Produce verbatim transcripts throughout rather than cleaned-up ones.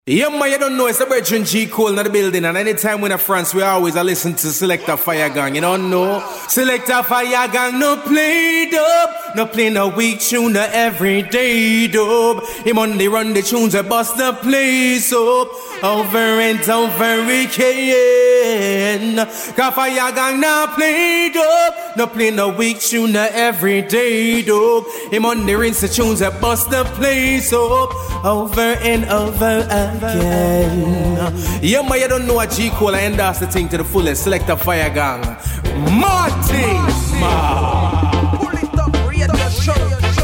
Yeah, man, you don't know, it's a Brethren G. Cole in the building, and anytime we're in France, we always are listen to Selector Fire Gang, you don't know? Selector Fire Gang, no play dub, no play no weak tune, no everyday dub. Him on the run the tunes, I bust the place up, over and over again. Cause Fire Gang, no play dub, no play no weak tune, no everyday dub. Him on the rinse the tunes, I bust the place up, over and over again. Again. Yeah, man, you don't know what G. Cole and that's the thing to the fullest. Selector Fire Gang, Marty Ma. Pull it up, read the show.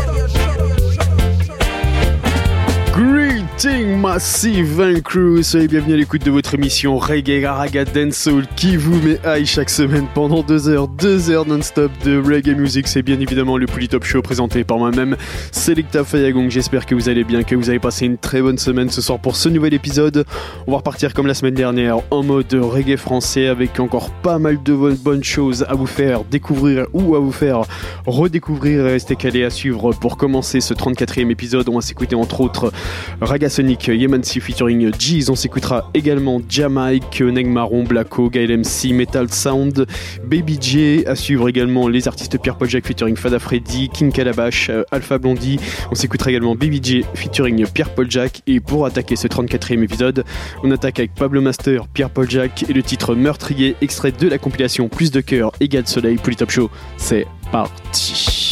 Greeting Massive and Crew, soyez bienvenus à l'écoute de votre émission Reggae Raga Dancehall qui vous met high chaque semaine pendant deux heures, deux heures non-stop de reggae music. C'est bien évidemment le Polytop Show présenté par moi-même, Selecta Fire Gang. J'espère que vous allez bien, que vous avez passé une très bonne semaine ce soir pour ce nouvel épisode. On va repartir comme la semaine dernière en mode reggae français avec encore pas mal de bonnes choses à vous faire découvrir ou à vous faire redécouvrir. Restez calés à suivre pour commencer ce trente-quatrième épisode. On va s'écouter entre autres Raga Sonic, Yemansi featuring Jeez. On s'écoutera également Jamaica, Neg Marron, Blacko, Gael M C, Metal Sound, Baby J. À suivre également les artistes Pierre Paul Jack featuring Fada Freddy, King Calabash, Alpha Blondie. On s'écoutera également Baby J featuring Pierre Paul Jack. Et pour attaquer ce trente-quatrième épisode, on attaque avec Pablo Master, Pierre Paul Jack et le titre Meurtrier, extrait de la compilation Plus de cœur égale soleil. Polytop Show, c'est parti.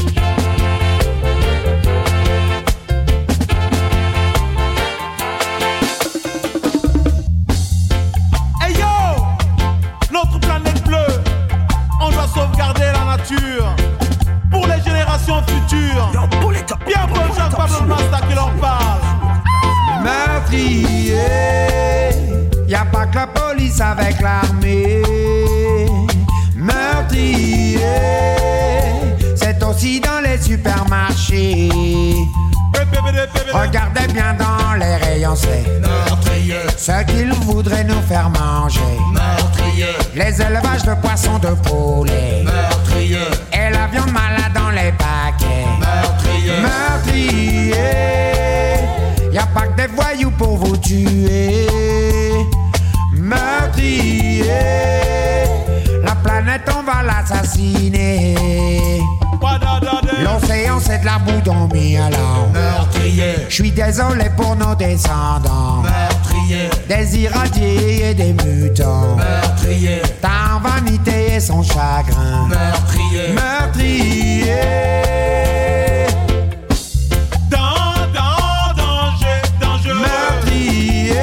Pour les générations futures, Pierre Paul Jack, Pablo Master qui leur parle. Meurtrier, y'a pas que la police avec l'armée. Meurtrier, c'est aussi dans les supermarchés. Regardez bien dans les rayons, c'est meurtrier. Ce qu'ils voudraient nous faire manger, meurtrier. Les élevages de poissons, de poulet, meurtrier. Et la viande malade dans les paquets, meurtrier. Meurtrier, y'a pas que des voyous pour vous tuer. Meurtrier, la planète on va l'assassiner. L'océan c'est de la boue dans Milan. Meurtrier. J'suis désolé pour nos descendants. Meurtrier. Des irradiés et des mutants. Meurtrier. Ta vanité et son chagrin. Meurtrier. Meurtrier. Dans, dans, danger, dangereux. Meurtrier.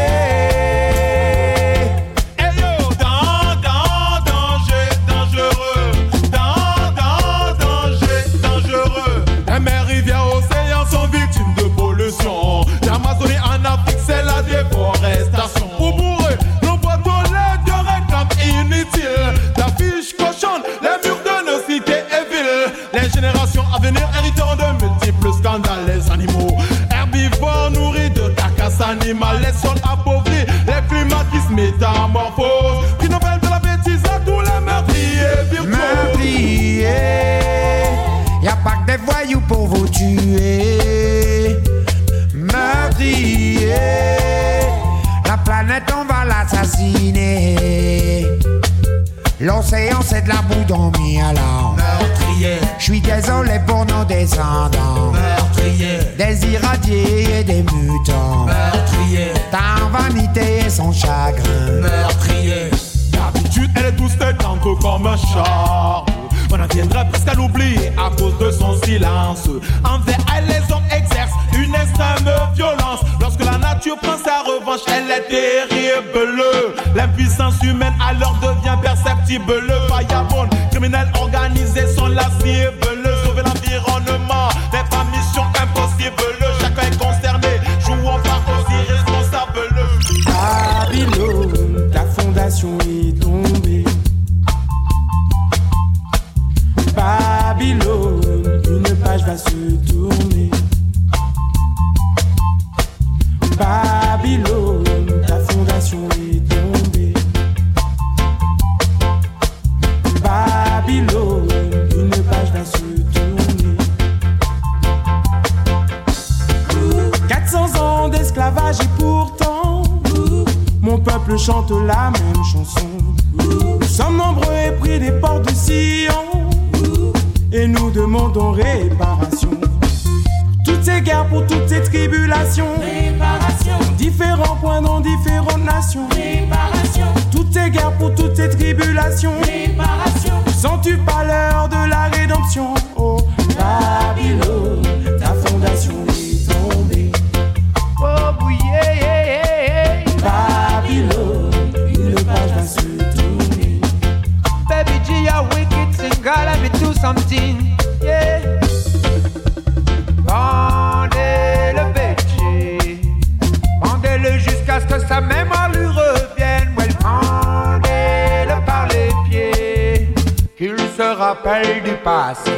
Hey yo, dans, dans, danger, dangereux. Dans, dans, danger, dangereux. Les mers, rivières, océans sont victimes de pollution. L'Amazonie en Afrique, c'est la déforestation. Pour bourrer, nos boîtes aux lettres de réclame inutile. La fiche cochonne, les murs de nos cités et villes. Les générations à venir hériteront de multiples scandales. Les animaux herbivores nourris de carcasses animales. Les sols appauvris, les climats qui se métamorphosent. Qui nous veulent de la bêtise à tous les meurtriers virtuels. Meurtrier, y'a pas que des voyous pour vous tuer. Meurtrier, la planète on va l'assassiner. L'océan c'est de la boue dans Milan. Meurtrier, j'suis désolé pour nos descendants. Meurtrier, des irradiés et des mutants. Meurtrier, ta vanité et son chagrin. Meurtrier, d'habitude elle est douce de tendre comme un char. On en viendrait presque à l'oublier à cause de son silence. Envers elle, les hommes exercent une extrême violence. Lorsque la nature prend sa revanche, elle est terrible. L'impuissance humaine alors devient perceptible. Vagabond, criminels organisés sont la cible. Sauver l'environnement n'est pas mission impossible. Chacun est concerné, jouons pas aux irresponsables. Babylone, ta fondation est tombée. Babylone, une page va se tourner. Babylone, ta fondation est tombée. Babylone, une page va se tourner. peuple chante la même chanson. Nous sommes nombreux et pris des portes de Sion, et nous demandons réparation. Toutes ces guerres, pour toutes ces tribulations, réparation. Différents points dans différentes nations, réparation. Toutes ces guerres, pour toutes ces tribulations, réparation. Sens-tu pas l'heure de la rédemption? Oh Babylone, ta fondation est tombée. Oh yeah, yeah, yeah, yeah. Babylone, une page va se tourner. Baby G, you're wicked, sing, God, let me do something. Yeah. Pendez le péché, pendez-le jusqu'à ce que sa mémoire lui revienne. Well, pendez-le par les pieds, qu'il se rappelle du passé.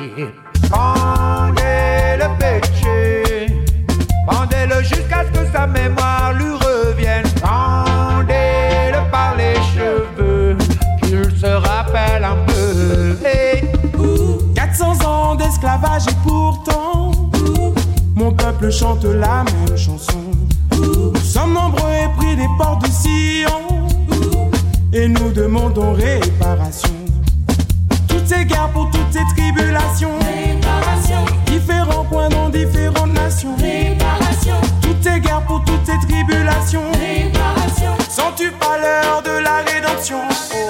Pendez le péché, pendez-le jusqu'à ce que sa mémoire lui revienne. Pendez-le par les cheveux, qu'il se rappelle un peu. Hey. quatre cents ans d'esclavage et pourtant mon peuple chante la même chanson. Nous sommes nombreux et pris des portes de Sion, et nous demandons réparation. Toutes ces guerres, pour toutes ces tribulations, réparation. Différents points dans différentes nations, réparation. Toutes ces guerres, pour toutes ces tribulations, réparation. Sens-tu pas l'heure de la rédemption? Oh.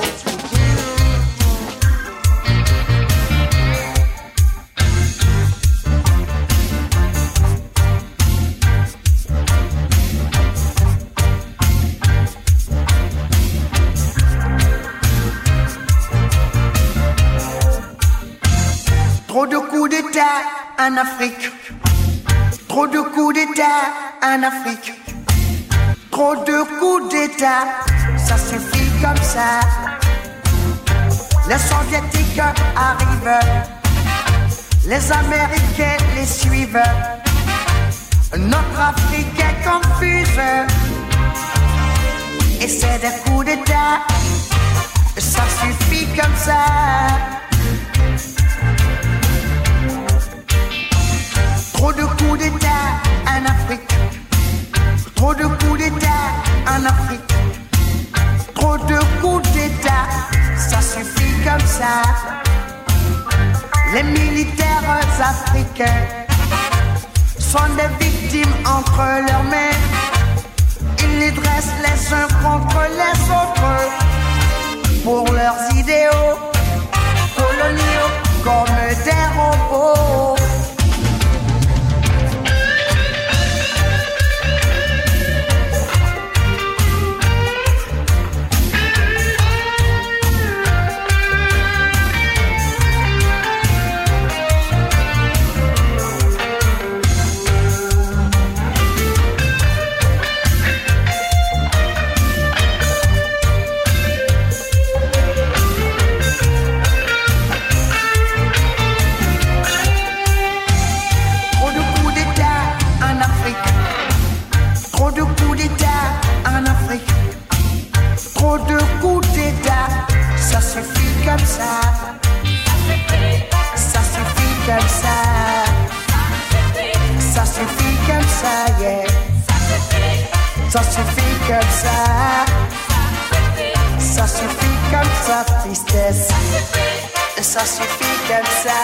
Trop de coups d'État en Afrique. Trop de coups d'État en Afrique. Trop de coups d'État, ça suffit comme ça. Les Soviétiques arrivent, les Américains les suivent. Notre Afrique est confuse, et c'est des coups d'État, ça suffit comme ça. Trop de coups d'État en Afrique. Trop de coups d'État en Afrique. Trop de coups d'État, ça suffit comme ça. Les militaires africains sont des victimes entre leurs mains. Ils les dressent les uns contre les autres pour leurs idéaux coloniaux comme des robots. Trop de coups d'État, ça suffit comme ça. Ça suffit comme ça. Ça suffit comme ça, yeah. Ça suffit comme ça. Ça suffit comme ça, tristesse. Ça suffit comme ça.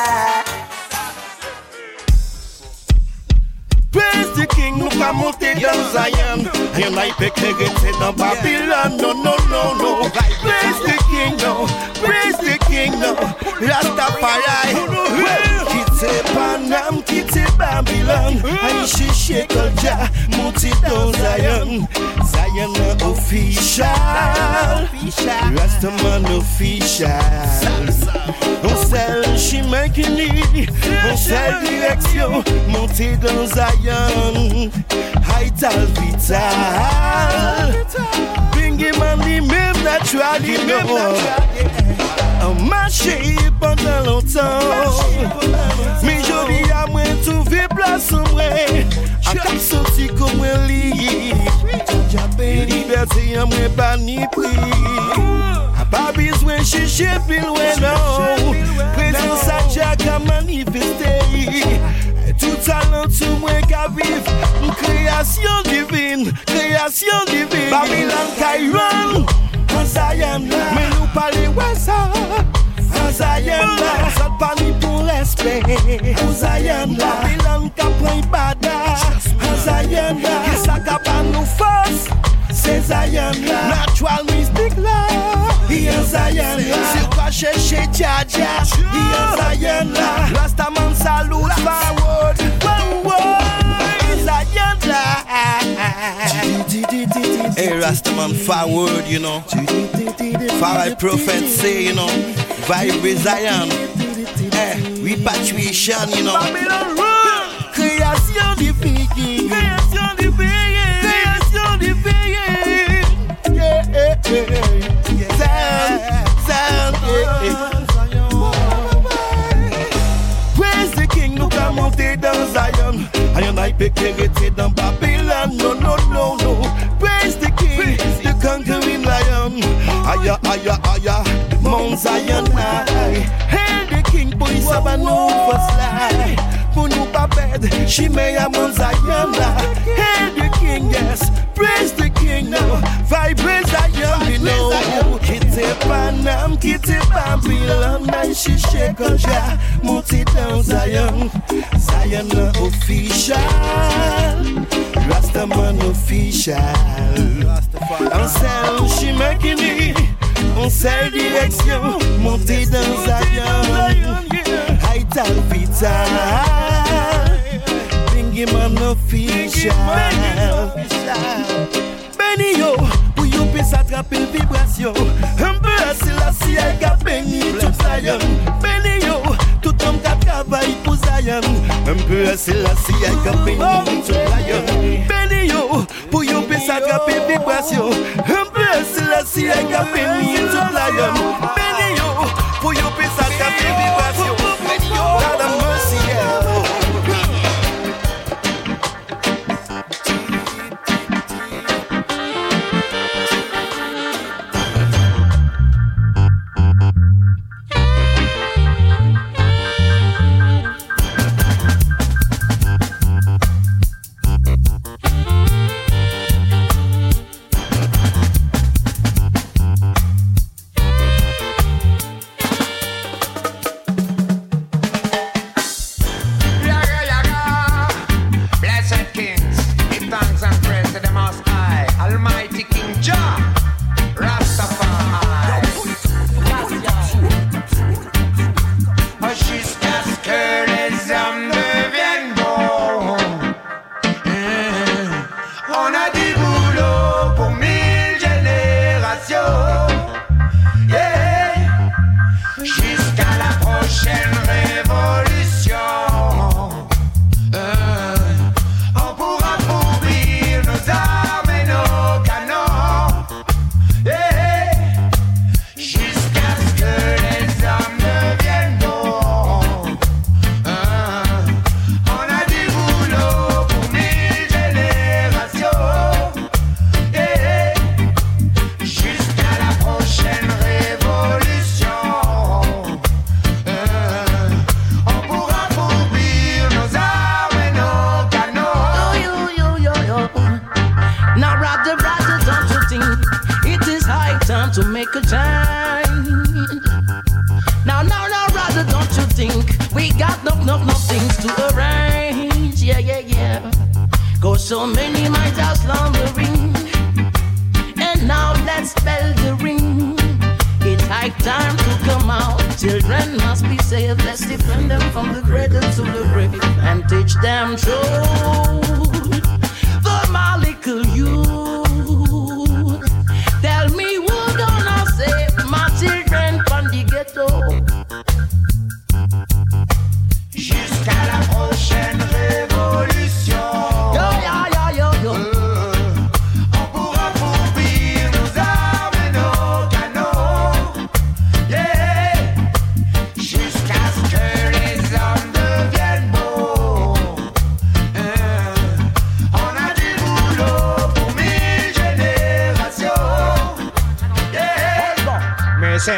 Praise the King, nous pas monter dans Zion. Rien n'a pas créé dans Babylone, no, no, no, no. Praise the King, no. Praise the King, no. Rastafari. Quittez Panam, quittez Babylone. Aïe chiché Kolja, monter dans Zion. Zion official. Rastaman official. On seul chemin qui lie, on seule direction, monter dans Zion. Haïtal vital, Bingy Mani même naturally no. On marché pendant longtemps, mais joli à moi tout vit place en vrai. A cap sorti comme un lit, liberté à moi pas ni prix. Pas besoin de chercher plus loin, non. Présence à Jack a manifesté. Tout tout talent, tout moins qu'à vivre. Une création divine, création divine. Babylon, Kairon, en Zion, mais nous parlons ouais ça. En Zion, ça pas ni pour respect. En Zion, Babylon, qui prend bada. En Zion, qui s'accapare nos forces. C'est Zion, natural mystic là. Il en Zion, c'est pas chercher Dja Dja. Il en Zion là, Rastaman salute forward. Wow wow, Zion là. Hey Rastaman forward, you know. Far prophet say, you know. Vibe with Zion. Hey, repatriation, you know. Création divine, création divine. Yeah, yeah, yeah. Sound, sound, yeah, yeah. Praise the King, nous qu'à monter dans Zion. Ayon aïe pékérité dans Babylone. No, no, no, no. Praise the King, the conquering lion. Aya, aya, aya, Mount Zion. Hail the King, pour y savoir nous first life. Pour nous pas perdre, Shimei à Mount Zion. Hail the King, yes. Praise the King now, vibrate Zion, you know. Quittez Panam, quittez Babylon, mais chiché quand j'ai monté dans Zion. Zion official, Rastaman official. En seul chemin qui nie, en seule direction, monté dans Zion. Vital, vital, Bingyman official. Béni yo, pour yo puisse attraper vibration. Un peu assez la sienne qui a béni tout Zion. Béni yo, tout homme qui travaille pour Zion. Un peu assez la sienne qui a béni tout Zion. Béni yo, pour yo puisse attraper vibration. Un peu assez la sienne qui a béni tout Zion. Béni yo, pour yo puisse attraper vibration. Béni yo, God have mercy, yeah. Sing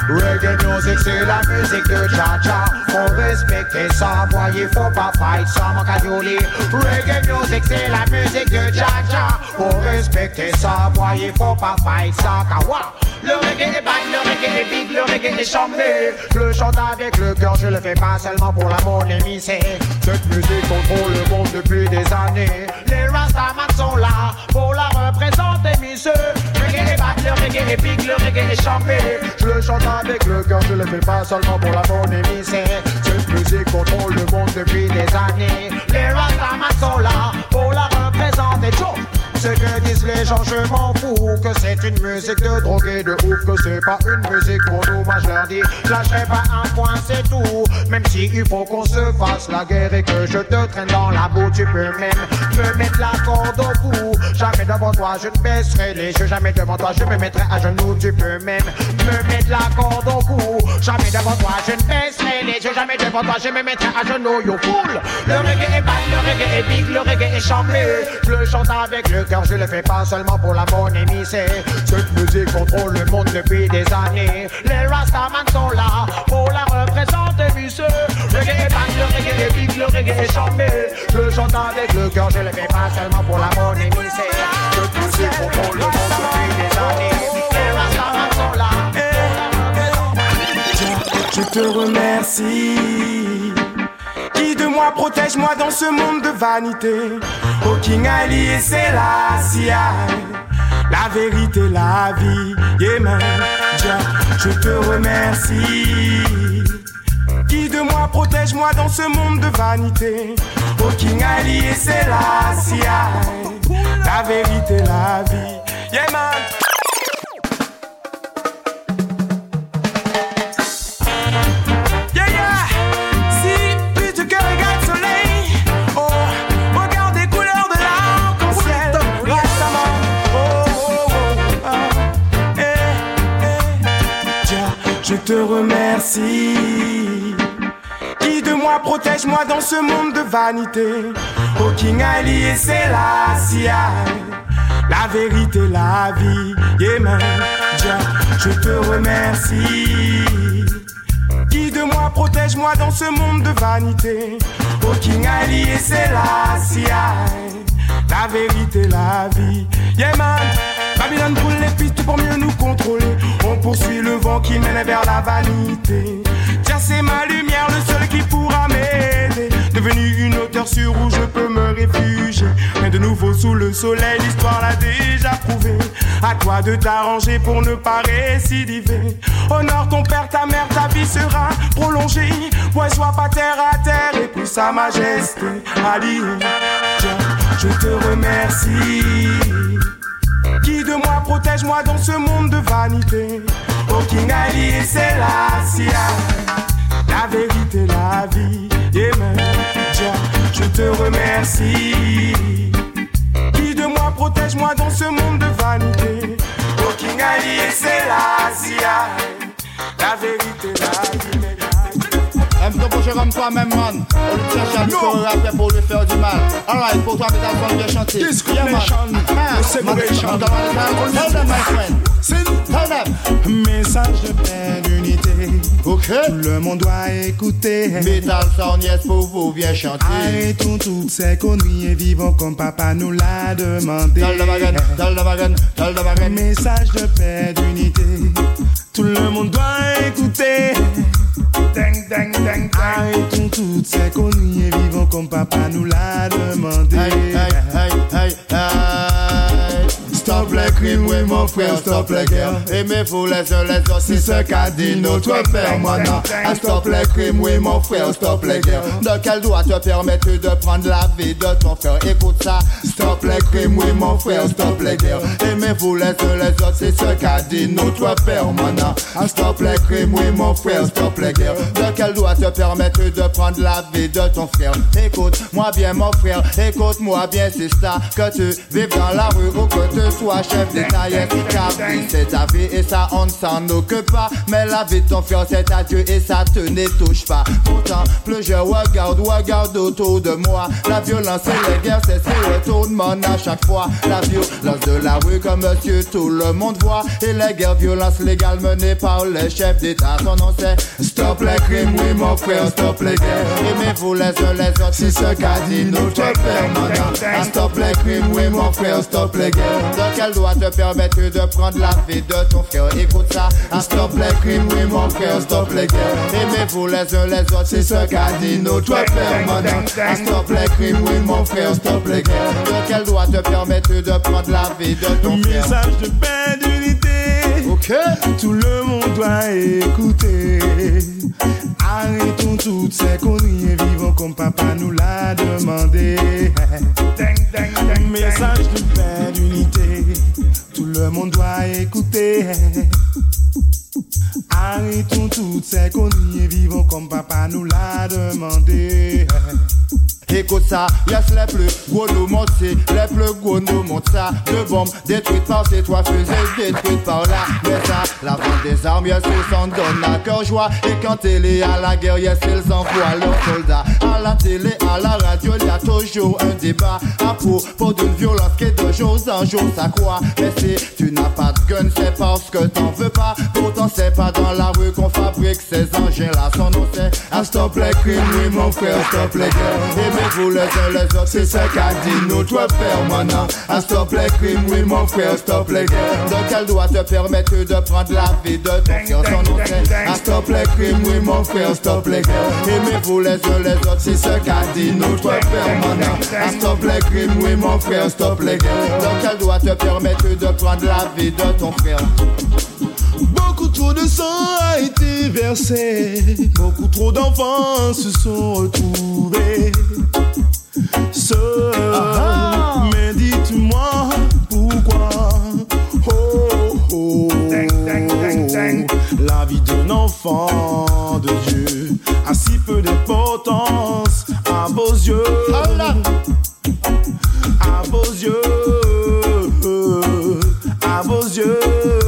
Reggae music c'est la musique de Cha-Cha. Faut respecter ça, voyez, faut pas fight ça, mon cagnoli. Reggae music c'est la musique de Cha-Cha. Faut respecter ça, voyez, faut pas fight ça, kawa. Le reggae est bad, le reggae est big, le reggae est chambé. Je le chante avec le cœur, je le fais pas seulement pour la monnaie missée. Cette musique contrôle le monde depuis des années. Les Rastaman sont là pour la représenter, monsieur. Le reggae est bad, le reggae est big, le reggae est chambé. Je le chante avec le cœur, je le fais pas seulement pour la monnaie missée. Cette musique contrôle le monde depuis des années. Les Rastaman sont là pour la représenter. Tchou! Ce que disent les gens, je m'en fous. Que c'est une musique de drogue et de ouf. Que c'est pas une musique pour nous, moi je leur dis. Lâcherai pas un point, c'est tout. Même si il faut qu'on se fasse la guerre et que je te traîne dans la boue. Tu peux même me mettre la corde au cou. Jamais devant toi, je ne baisserai les yeux. Jamais devant toi, je me mettrai à genoux. Tu peux même me mettre la corde au cou. Jamais devant toi, je ne baisserai les yeux. Jamais devant toi, je me mettrai à genoux. Yo fool. Le reggae est bad, le reggae est big, le reggae est chambé. Je le chante avec le cœur, je le fais pas seulement pour la monnaie missée. Cette musique contrôle le monde depuis des années. Les Rastaman sont là pour la représenter, monsieur. Le reggae est bad, le reggae est big, le reggae est chambé. Je le chante avec le cœur, je le fais pas seulement pour la monnaie missée. Cette musique contrôle le monde depuis des années. Les Rastaman sont là pour la représenter. Je te remercie. Qui de moi protège-moi dans ce monde de vanité. Au King Ali et Selassie, la vérité, la vie, yeah man, Jah, je te remercie. Qui de moi protège-moi dans ce monde de vanité. Au King Ali et Selassie, la vérité, la vie, yeah man. Je te remercie. Qui de moi protège-moi dans ce monde de vanité. Au King Ali et Selassie, la vérité, la vie, yeah man, Jah, je te remercie. Qui de moi protège-moi dans ce monde de vanité. Au King Ali et Selassie, la vérité, la vie, yeah man. Babylone brûle les pistes pour mieux nous contrôler. On poursuit le vent qui mène vers la vanité. Tiens, c'est ma lumière, le seul qui pourra m'aider. Devenu une hauteur sur où je peux me réfugier. Mais de nouveau sous le soleil, l'histoire l'a déjà prouvé. À toi de t'arranger pour ne pas récidiver. Honore ton père, ta mère, ta vie sera prolongée. Ouais, sois pas terre à terre et puis sa majesté. Ali, je te remercie. Qui de moi protège-moi dans ce monde de vanité. Au King Ali et Selassie, la vérité, la vie, yeah man, Jah, je te remercie. Qui de moi protège-moi dans ce monde de vanité. Au King Ali et Selassie, la vérité, la vie. Un peu bouger comme toi-même, man. On lui cherche un discours rappé pour lui faire du mal. Alright, pour toi, mais t'as bien chanté. Discrimination, separation. Tell them, my friend. Tell them. Message de paix, d'unité. Ok. Tout le monde doit écouter. Metal sound, yes, pour vous, viens chanter. Arrêtons toutes ces conneries et vivons comme papa nous l'a demandé. Tell them again, tell them again, tell them again. Message de paix, d'unité. Tout le monde doit écouter. Ding, ding, ding, ding. Arrêtons toutes ces conneries et vivons comme papa nous l'a demandé. Hey, hey, hey, hey, hey. Stop les crimes, oui mon frère, stop les guerres. Aimez-vous les uns les autres, c'est ce qu'a dit notre père maintenant. Stop les crimes, oui mon frère, stop les guerres. De quel droit te permettre de prendre la vie de ton frère? Écoute ça. Stop les crimes, oui mon frère, stop les guerres. Aimez-vous les uns les autres, c'est ce qu'a dit notre père maintenant. Stop les crimes, oui mon frère, stop les guerres. De quel droit te permettre de prendre la vie de ton frère? Écoute-moi bien mon frère, écoute-moi bien c'est ça. Que tu vives dans la rue ou que tu toi chef d'État, yes, car oui, c'est ta vie et ça on ne s'en occupe pas. Mais la vie de ton frère c'est à Dieu et ça te ne touche pas. Pourtant, plus je regarde, regarde autour de moi, la violence et les guerres c'est ce retournement à chaque fois. La violence de la rue comme monsieur tout le monde voit, et les guerres violences légales menées par les chefs d'État. Son nom c'est stop les crimes, oui mon frère, stop les guerres. Aimez-vous les uns les autres, c'est ce qu'a dit notre père maintenant. Stop les crimes, oui mon frère, stop les guerres. Donc elle doit te permettre de prendre la vie de ton frère. Écoute ça, stop les crimes, oui mon frère, stop les guerres. Aimez-vous les uns les autres, c'est ce qu'a dit notre père maintenant. Stop les crimes, oui mon frère, stop les guerres. Donc elle doit te permettre de prendre la vie de ton frère. Message de paix, d'unité, ok, tout le monde doit écouter. Arrêtons toutes ces conneries et vivons comme papa nous l'a demandé. Message de paix, d'unité, tout le monde doit écouter. Arrêtons toutes ces conneries et vivons comme papa nous l'a demandé. Écoute ça, yes les plus gros nous montrent, les plus gros nous montrent ça. De bombes détruites par ces trois fusées détruites par là. Mais ça, la vente des armes, yes ils s'en donnent à cœur joie. Et quand il est à la guerre, yes ils envoient leurs soldats. À la télé, à la radio, il y a toujours un débat à propos d'une violence qui de jour en jour s'accroît. Mais si tu n'as pas de gun, c'est parce que t'en veux pas. Pourtant c'est pas dans la rue qu'on fabrique ces engins-là. Son nom c'est à stop les crimes, oui mon frère, stop les guerres. Aimez-vous les uns les autres, c'est ce qu'a dit notre père maintenant. À stop les crimes, oui mon frère, stop les guerres. Donc elle doit te permettre de prendre la vie de ton frère. Son nom c'est à stop les crimes, oui mon frère, stop les guerres. Aimez-vous les uns les autres, c'est ce qu'a dit notre père maintenant. À stop les crimes, oui mon frère, stop les guerres. Donc elle doit te permettre de prendre la vie de ton frère. Beaucoup trop de sang a été versé, beaucoup trop d'enfants se sont retrouvés seuls. Ah-ha. Mais dites-moi pourquoi oh, oh, dang, dang, dang, dang. La vie d'un enfant de Dieu a si peu d'importance à vos yeux. Allah. À vos yeux, à vos yeux.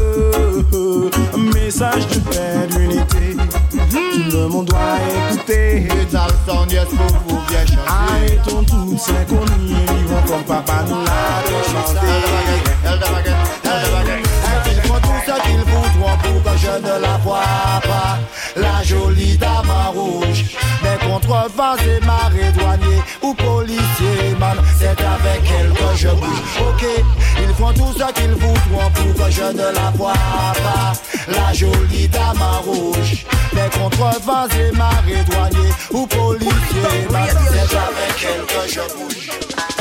Message de paix, d'unité, tout le monde doit écouter. Et dans le son, yes, pour vous bien chanter. Arrêtons toutes ces conneries et vivons comme papa nous l'a demandé. Ils font tout ce qu'ils voudront pour que je ne la vois pas. La jolie dame en rouge. Mais contre vents et marées, douaniers ou policiers, man, c'est avec elle que je bouge. Ok, ils font tout ce qu'ils voudront pour que je ne la vois pas. La jolie dame en rouge. Mais contre vents et marées, douaniers ou policiers, man, c'est avec elle que je bouge.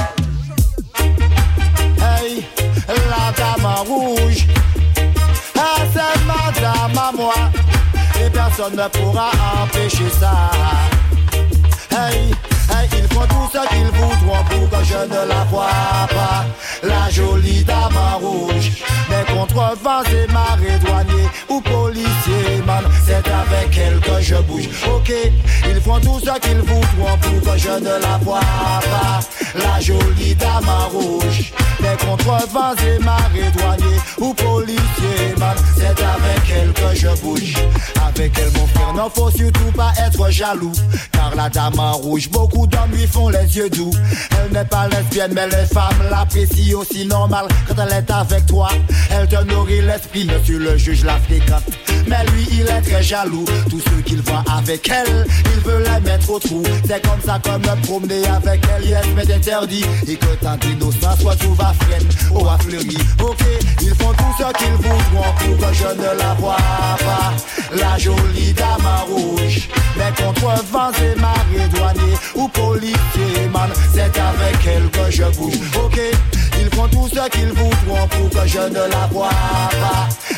Hey, la dame en rouge. Ah, c'est ma dame à moi. Et personne ne pourra empêcher ça. Hey, hey, ils font tout ce qu'ils voudront pour que je ne la vois pas. La jolie dame en rouge. Mais contre vents et marées, douaniers ou policiers, man, c'est avec elle que je bouge. Ok, ils font tout ce qu'ils voudront pour que je ne la vois pas. La jolie dame en rouge. Mais contre vents et marées, douaniers ou policiers, man, c'est avec elle que je bouge. Avec elle mon frère, non faut surtout pas être jaloux. Car la dame en rouge, beaucoup d'hommes lui font les yeux doux. Elle n'est pas lesbienne mais les femmes l'apprécient aussi normal. Quand elle est avec toi, elle te nourrit l'esprit. Monsieur le juge la fréquente, mais lui il est très jaloux. Tous ceux qu'il voit avec elle, il veut la mettre au trou. C'est comme ça comme me promener avec elle, yes mais interdit. Et que tant d'innocence soit tout va freine, oh à fleuri. Ok, ils font tout ce qu'ils voudront pour que je ne la vois pas. La jolie dame en rouge. Mais contre vents et marées, douaniers ou policiers, man, c'est avec elle que je bouge. Ok, ils font tout ce qu'ils voudront pour que je ne la vois pas.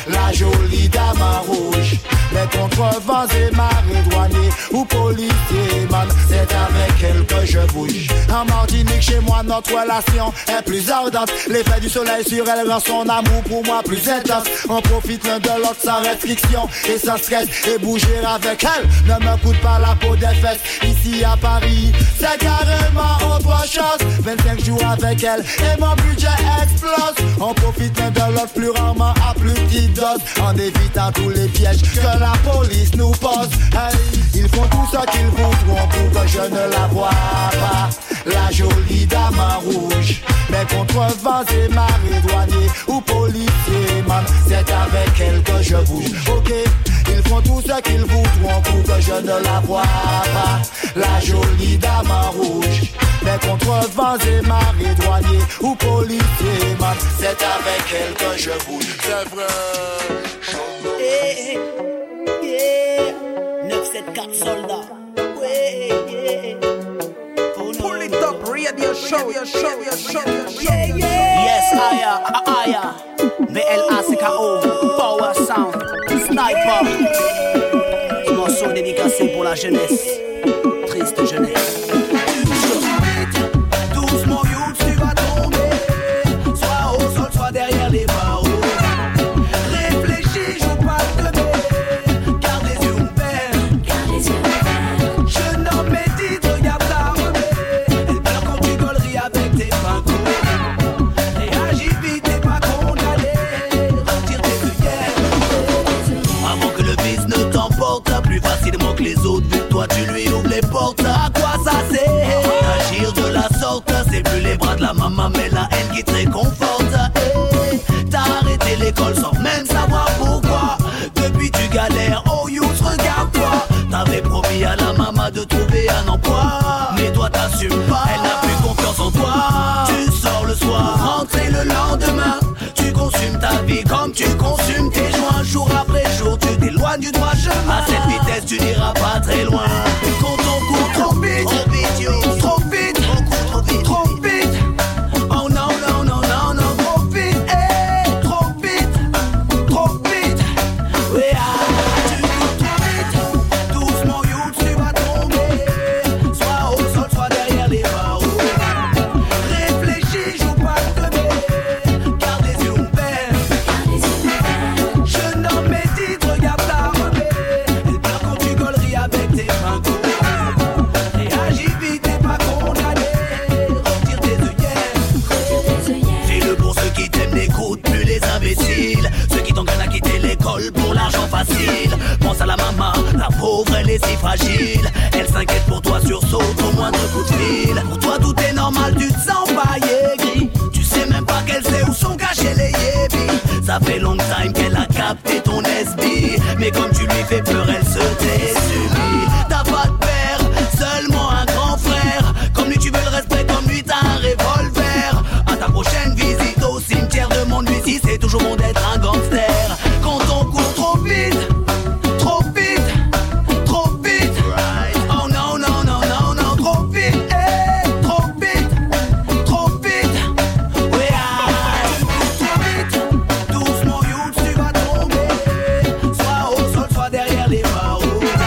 la jolie dame en rouge. Les contrevents et marées douaniers ou policiers, man, c'est avec elle que je bouge. En Martinique, chez moi, notre relation est plus ardente. L'effet du soleil sur elle rend son amour pour moi plus intense. On profite l'un de l'autre sans restriction et sans stress. Et bouger avec elle ne me coûte pas la peau des fesses. Ici à Paris, c'est carrément autre chose. vingt-cinq jours avec elle et mon budget explose. On profite l'un de l'autre plus rarement à plus petite dose, en évitant tous les pièges que la police nous pose. Hey, ils font tout ce qu'ils voudront pour que je ne la vois pas, la jolie dame en rouge. Mais contrevents et marées douaniers ou policiers, man, c'est avec elle que je bouge. Ok, ils font tout ce qu'ils voudront pour que je ne la vois pas, la jolie dame en rouge. Mais contrevents et marées douaniers ou policiers, man, c'est avec elle que je bouge. C'est vrai. Hey, yeah, neuf cent soixante-quatre soldats. Ouais, yeah. Oh, no. Pull it up, radio show, radio show, radio show. Yeah, yeah. Yes, Aya, Aya. B L A C K O, Power Sound, Sniper. Ce morceau dédicacé pour la jeunesse, triste jeunesse. Doucement, youth, tu vas tomber. Soit au sol, soit derrière les barreaux. Réfléchis, joue pas de bébé. Garde les yeux ouverts. Garde les yeux ouverts. Jeune homme médite, regarde ta remée. Elle pleure quand tu gauleries avec tes pinceaux. Réagis vite, t'es pas condamné. Retire tes œillères. Avant que le vice ne t'emporte plus facilement que les autres, vu que toi tu lui ouvres les portes. À quoi ça sert d'agir de la sorte? C'est plus les bras de la maman mais la haine qui te réconforte. Hey, t'as arrêté l'école sans même savoir pourquoi. Depuis tu galères, oh youth regarde-toi. T'avais promis à la maman de trouver un emploi, mais toi t'assumes pas, elle n'a plus confiance en toi. Tu sors le soir, rentré le lendemain. Tu consumes ta vie comme tu consumes tes joints. Jour après jour tu t'éloignes du droit chemin. À cette vitesse tu n'iras pas très loin. Quand on court trop vite, trop vite, yo. Trop vite, on court trop vite, trop vite. Oh non, non, non, non, non, trop vite, eh, trop vite, trop vite. Oui, ah, tu cours trop vite. Doucement, youth, tu vas tomber. Soit au sol, soit derrière les barreaux. Réfléchis, joue pas de bébé. Garde les yeux ouverts. Jeune homme médite, regarde ta remée. Elle pleure quand tu gauleries avec tes pinceaux. Réagis vite, t'es pas condamné. Retire tes œillères. Fais-le pour ceux qui t'aiment, n'écoute plus les imbéciles. Ceux qui t'engagent à quitter l'école pour l'argent facile. Pense à la maman, la pauvre elle est si fragile. Elle s'inquiète pour toi, sursaute au moindre coup de fil. Pour toi tout est normal, tu te sens pas aigri. Tu sais même pas qu'elle sait où sont cachés les yébis. Ça fait long time qu'elle a capté ton S B. Mais comme tu lui fais peur, elle se désubit. T'as pas de père, seulement un grand frère. Comme lui tu veux le respect, comme lui t'as un revolver. À ta prochaine visite au cimetière de mon ici, c'est toujours bon d'être un gangster. Quand on court trop vite, trop vite, trop vite. Oh non, non, non, non, non, trop vite, eh, trop vite, trop vite. Oui, ah, tu cours trop vite. Doucement, youth, tu vas tomber. Soit au sol, soit derrière les barreaux.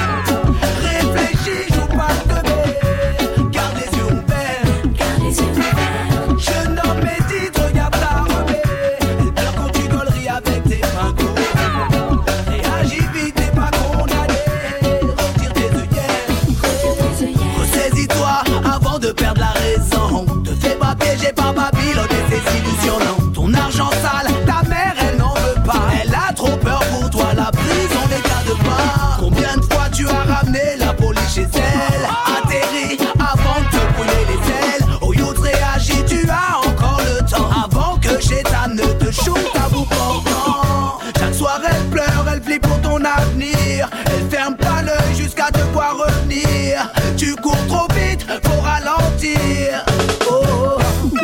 Réfléchis, joue pas de bébé. Garde les yeux ouverts. Garde les yeux ouverts. Jeune homme médite, regarde ta remée. Elle pleure quand tu gauleries avec tes pinceaux. Réagis vite, t'es pas condamné. Retire tes œillères. Ressaisis-toi avant de perdre la raison. Te fais pas piéger par Babylone et ses illusions, non. Ton argent sale, ta mère elle n'en veut pas. Elle a trop peur pour toi, la prison n'est qu'à deux pas. Combien de fois tu as ramené la police chez elle? Atterri avant de te brûler les ailes. Oh youth réagis, tu as encore le temps. Avant que Chétan ne te shoot à bout portant. Chaque soir elle pleure, elle flippe pour ton avenir. Elle ferme pas l'œil jusqu'à te voir revenir. Tu cours trop vite, faut ralentir. Oh, oh.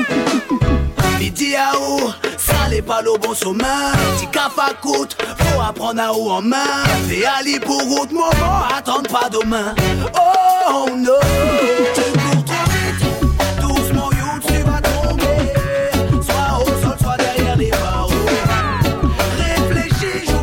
Midi à où, ça n'est pas le bon sommeil. Petit café coûte, faut apprendre à haut en main. Fais Ali pour route, moment, attendre pas demain. Oh no, tu cours trop vite. Doucement youth, tu vas tomber. Soit au sol, soit derrière les barreaux. Réfléchis, joue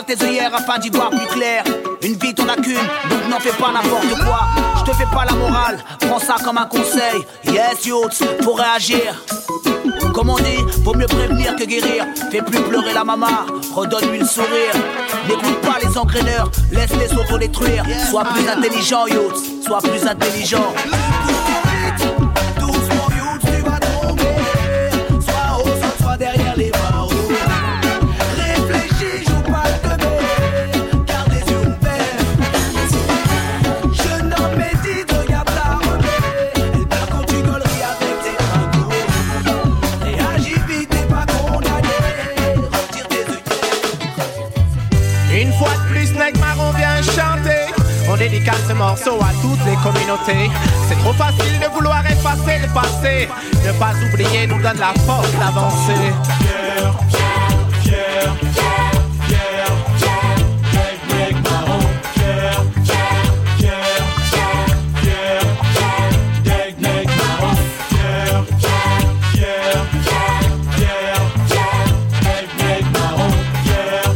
tes œillères afin d'y voir plus clair. Une vie t'en as qu'une, donc n'en fais pas n'importe quoi. Je te fais pas la morale, prends ça comme un conseil. Yes youths, pour réagir. Comme on dit, vaut mieux prévenir que guérir. Fais plus pleurer la maman, redonne-lui le sourire. N'écoute pas les engraineurs, laisse-les s'autodétruire. Sois plus intelligent youths, sois plus intelligent. Doucement youths, tu vas tomber. Sois au sol, sois derrière les barreaux. Réfléchis, joue pas le teubé. Garde les yeux ouverts. Jeune homme médite, regarde la remée. Elle pleure quand tu gauleries avec tes ragots. Réagis vite, t'es pas condamné. Retire tes œillères. Une fois de plus, Nègre Marron vient chanter. On dédicace ce morceau à toutes les communautés. C'est trop facile de vouloir effacer le passé. Ne pas oublier nous donne la force d'avancer. Pierre, Pierre, Pierre, Pierre, Nègre Marron. Pierre, Pierre, Pierre, Pierre, Nègre Marron. Pierre, Pierre, Pierre, Nègre Marron. Pierre,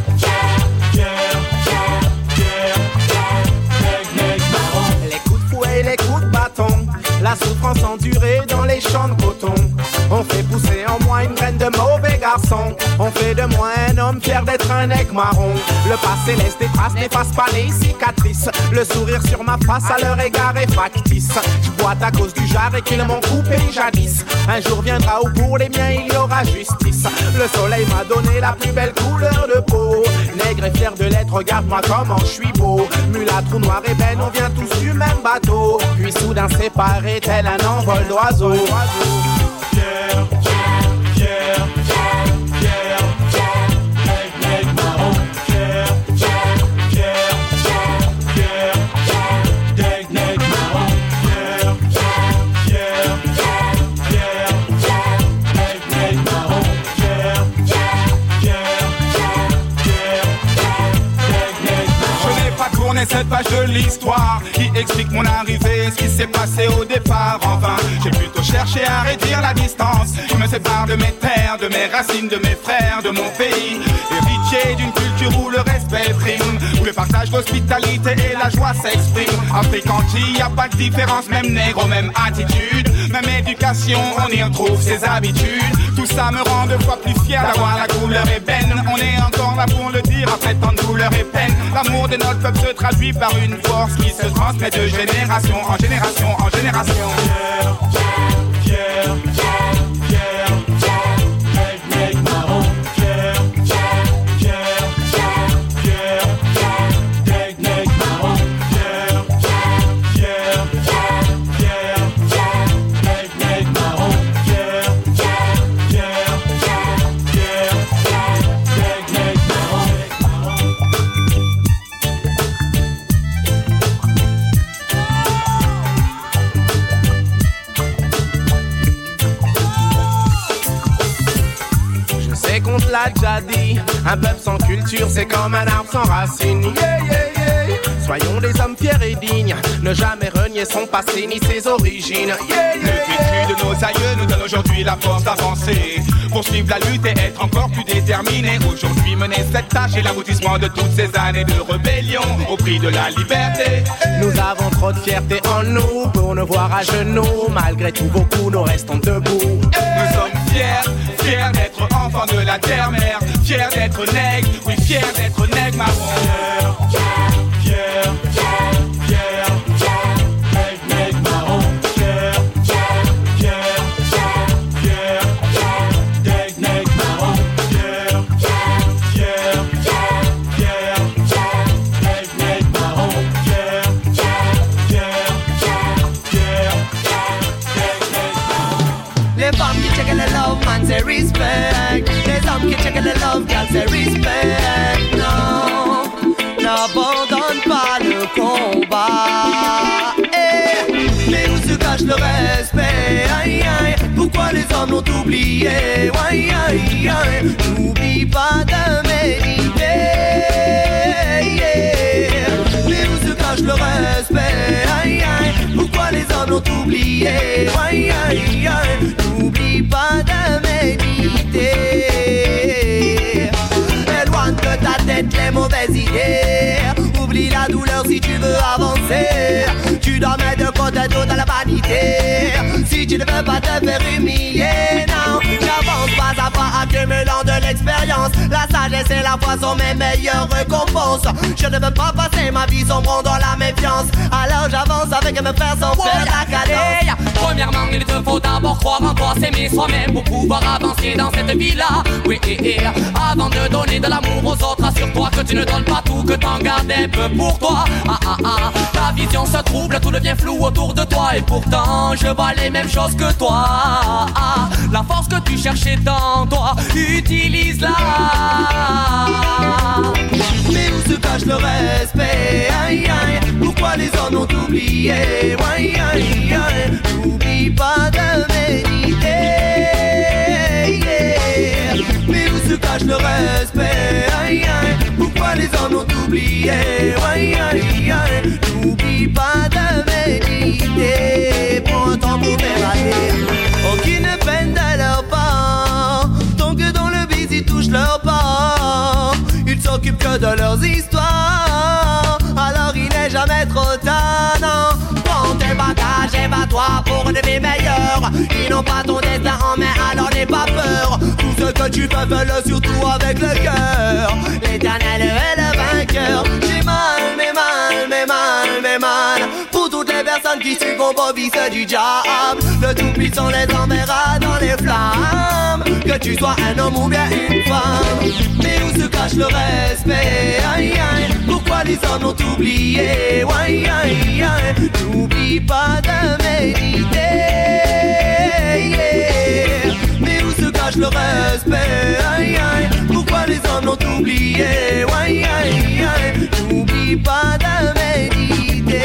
Pierre, Les coups de fouet et les coups de bâton, la souffrance endurée dans les champs de coton. On fait pousser en moi une graine de mauvais garçon. On fait de moi un homme fier d'être un nègre marron. Le passé laisse des traces, n'efface pas les cicatrices. Le sourire sur ma face à leur égard est factice. Je boite à cause du jarre et qu'ils m'ont coupé jadis. Un jour viendra où pour les miens il y aura justice. Le soleil m'a donné la plus belle couleur de peau. Nègre et fier de l'être, regarde-moi comment je suis beau. Mulâtre ou noir et ben, on vient tous du même bateau. Puis soudain séparés tel un envol d'oiseau. Pierre, Pierre, Pierre, Nègre Marron. Pierre, Pierre, Pierre, Nègre Marron. Pierre, Pierre, Pierre, Nègre Marron. Pierre, Pierre, Pierre, Nègre Marron. Je n'ai pas tourné cette page de l'histoire qui explique mon arrivée, ce qui s'est passé au départ. Enfin, j'ai plutôt cherché à réduire la distance qui me sépare de mes terres, de mes racines, de mes frères, de mon pays. Héritier d'une culture où le respect prime, où le partage, l'hospitalité et la joie s'expriment. Afrique entière, y a pas de différence, même nègre, même attitude, même éducation, on y retrouve ses habitudes. Tout ça me rend deux fois plus fier d'avoir la couleur ébène. On est encore là pour le dire après tant de douleur et peine. L'amour de notre peuple se traduit par une force qui se transmet de génération en génération en génération. Pierre, Pierre, Pierre, Nègre Marron. Pierre, Pierre, Pierre, Nègre Marron. Pierre, Pierre, Pierre, Nègre Marron. Pierre, Pierre, Pierre, Nègre Marron. On te l'a déjà dit, un peuple sans culture c'est comme un arbre sans racines. Yeah, yeah, yeah. Soyons des hommes fiers et dignes, ne jamais renier son passé ni ses origines. Yeah, yeah, Le vécu de nos aïeux nous donne aujourd'hui la force d'avancer, poursuivre la lutte et être encore plus déterminés. Aujourd'hui mener cette tâche est l'aboutissement de toutes ces années de rébellion au prix de la liberté. Nous avons trop de fierté en nous pour nous voir à genoux. Malgré tous vos coups, nous restons debout. Nous sommes fiers, fiers d'être enfants de la terre-mère, fiers d'être nègres, oui fiers d'être nègres marrons. Pierre, Pierre, Pierre, Nègre Marron. Pierre, Pierre, Pierre, Nègre Marron. Pierre, Pierre, Pierre, Nègre Marron. Pierre, Pierre, Pierre, Les femmes qui checkent le love, man, c'est respect. Les hommes qui checkent le love, girl, c'est respect. Non, n'abandonne pas le combat. Eh, mais où se cache le respect? Aïe, aïe, pourquoi les hommes l'ont oublié? Aïe, aïe, aïe, n'oublie pas de méditer. Yeah. Mais où se cache le respect? Aïe, aïe, pourquoi les hommes l'ont oublié? Aïe, aïe, aïe, n'oublie pas de méditer. Éloigne de ta tête les mauvaises ne veux pas te faire humilier, non. J'avance pas à pas accumulant de l'expérience. La sagesse et la foi sont mes meilleures récompenses. Je ne veux pas passer ma vie sombrant dans la méfiance. Alors j'avance avec mes frères sans faire la cadence. Premièrement, il te faut d'abord croire en toi, s'aimer soi-même pour pouvoir avancer dans cette vie-là. Oui, et, et, avant de donner de l'amour aux autres, assure-toi que tu ne donnes pas tout, que t'en gardes un peu pour toi. Ah ah ah, ta vision se trouble, tout devient flou autour de toi. Et pourtant, je vois les mêmes choses que toi. Ah, ah, la force que tu cherchais dans toi, utilise-la. Mais où se cache le respect? Aïe aïe, pourquoi les hommes ont oublié? Aïe aïe aïe, n'oublie pas de méditer. Yeah. Mais où se cache le respect? Aïe aïe, pourquoi les hommes ont oublié? Aïe aïe aïe, n'oublie pas de méditer. Prends un temps pour m'évader. Aucune peine de leur part, tant que dans le bise ils touchent leur part. Ils s'occupent que de leurs histoires, alors il n'est jamais trop tard, non. Prends tes bagages et va-toi pour devenir meilleur. Ils n'ont pas ton destin en main, alors n'aie pas peur. Tout ce que tu fais, fais-le surtout avec le cœur. L'éternel est le vainqueur. J'ai mal, mais mal, mais mal, mais mal pour toutes les personnes qui succombent au vice du diable. Le tout-puissant les enverra dans les flammes, que tu sois un homme ou bien une femme. Mais où se cache le respect? Aïe aïe, pourquoi les hommes ont oublié? Aïe aïe aïe, n'oublie pas de méditer. Yeah. Mais où se cache le respect? Aïe aïe, pourquoi les hommes l'ont oublié? Aïe aïe aïe, n'oublie pas de méditer.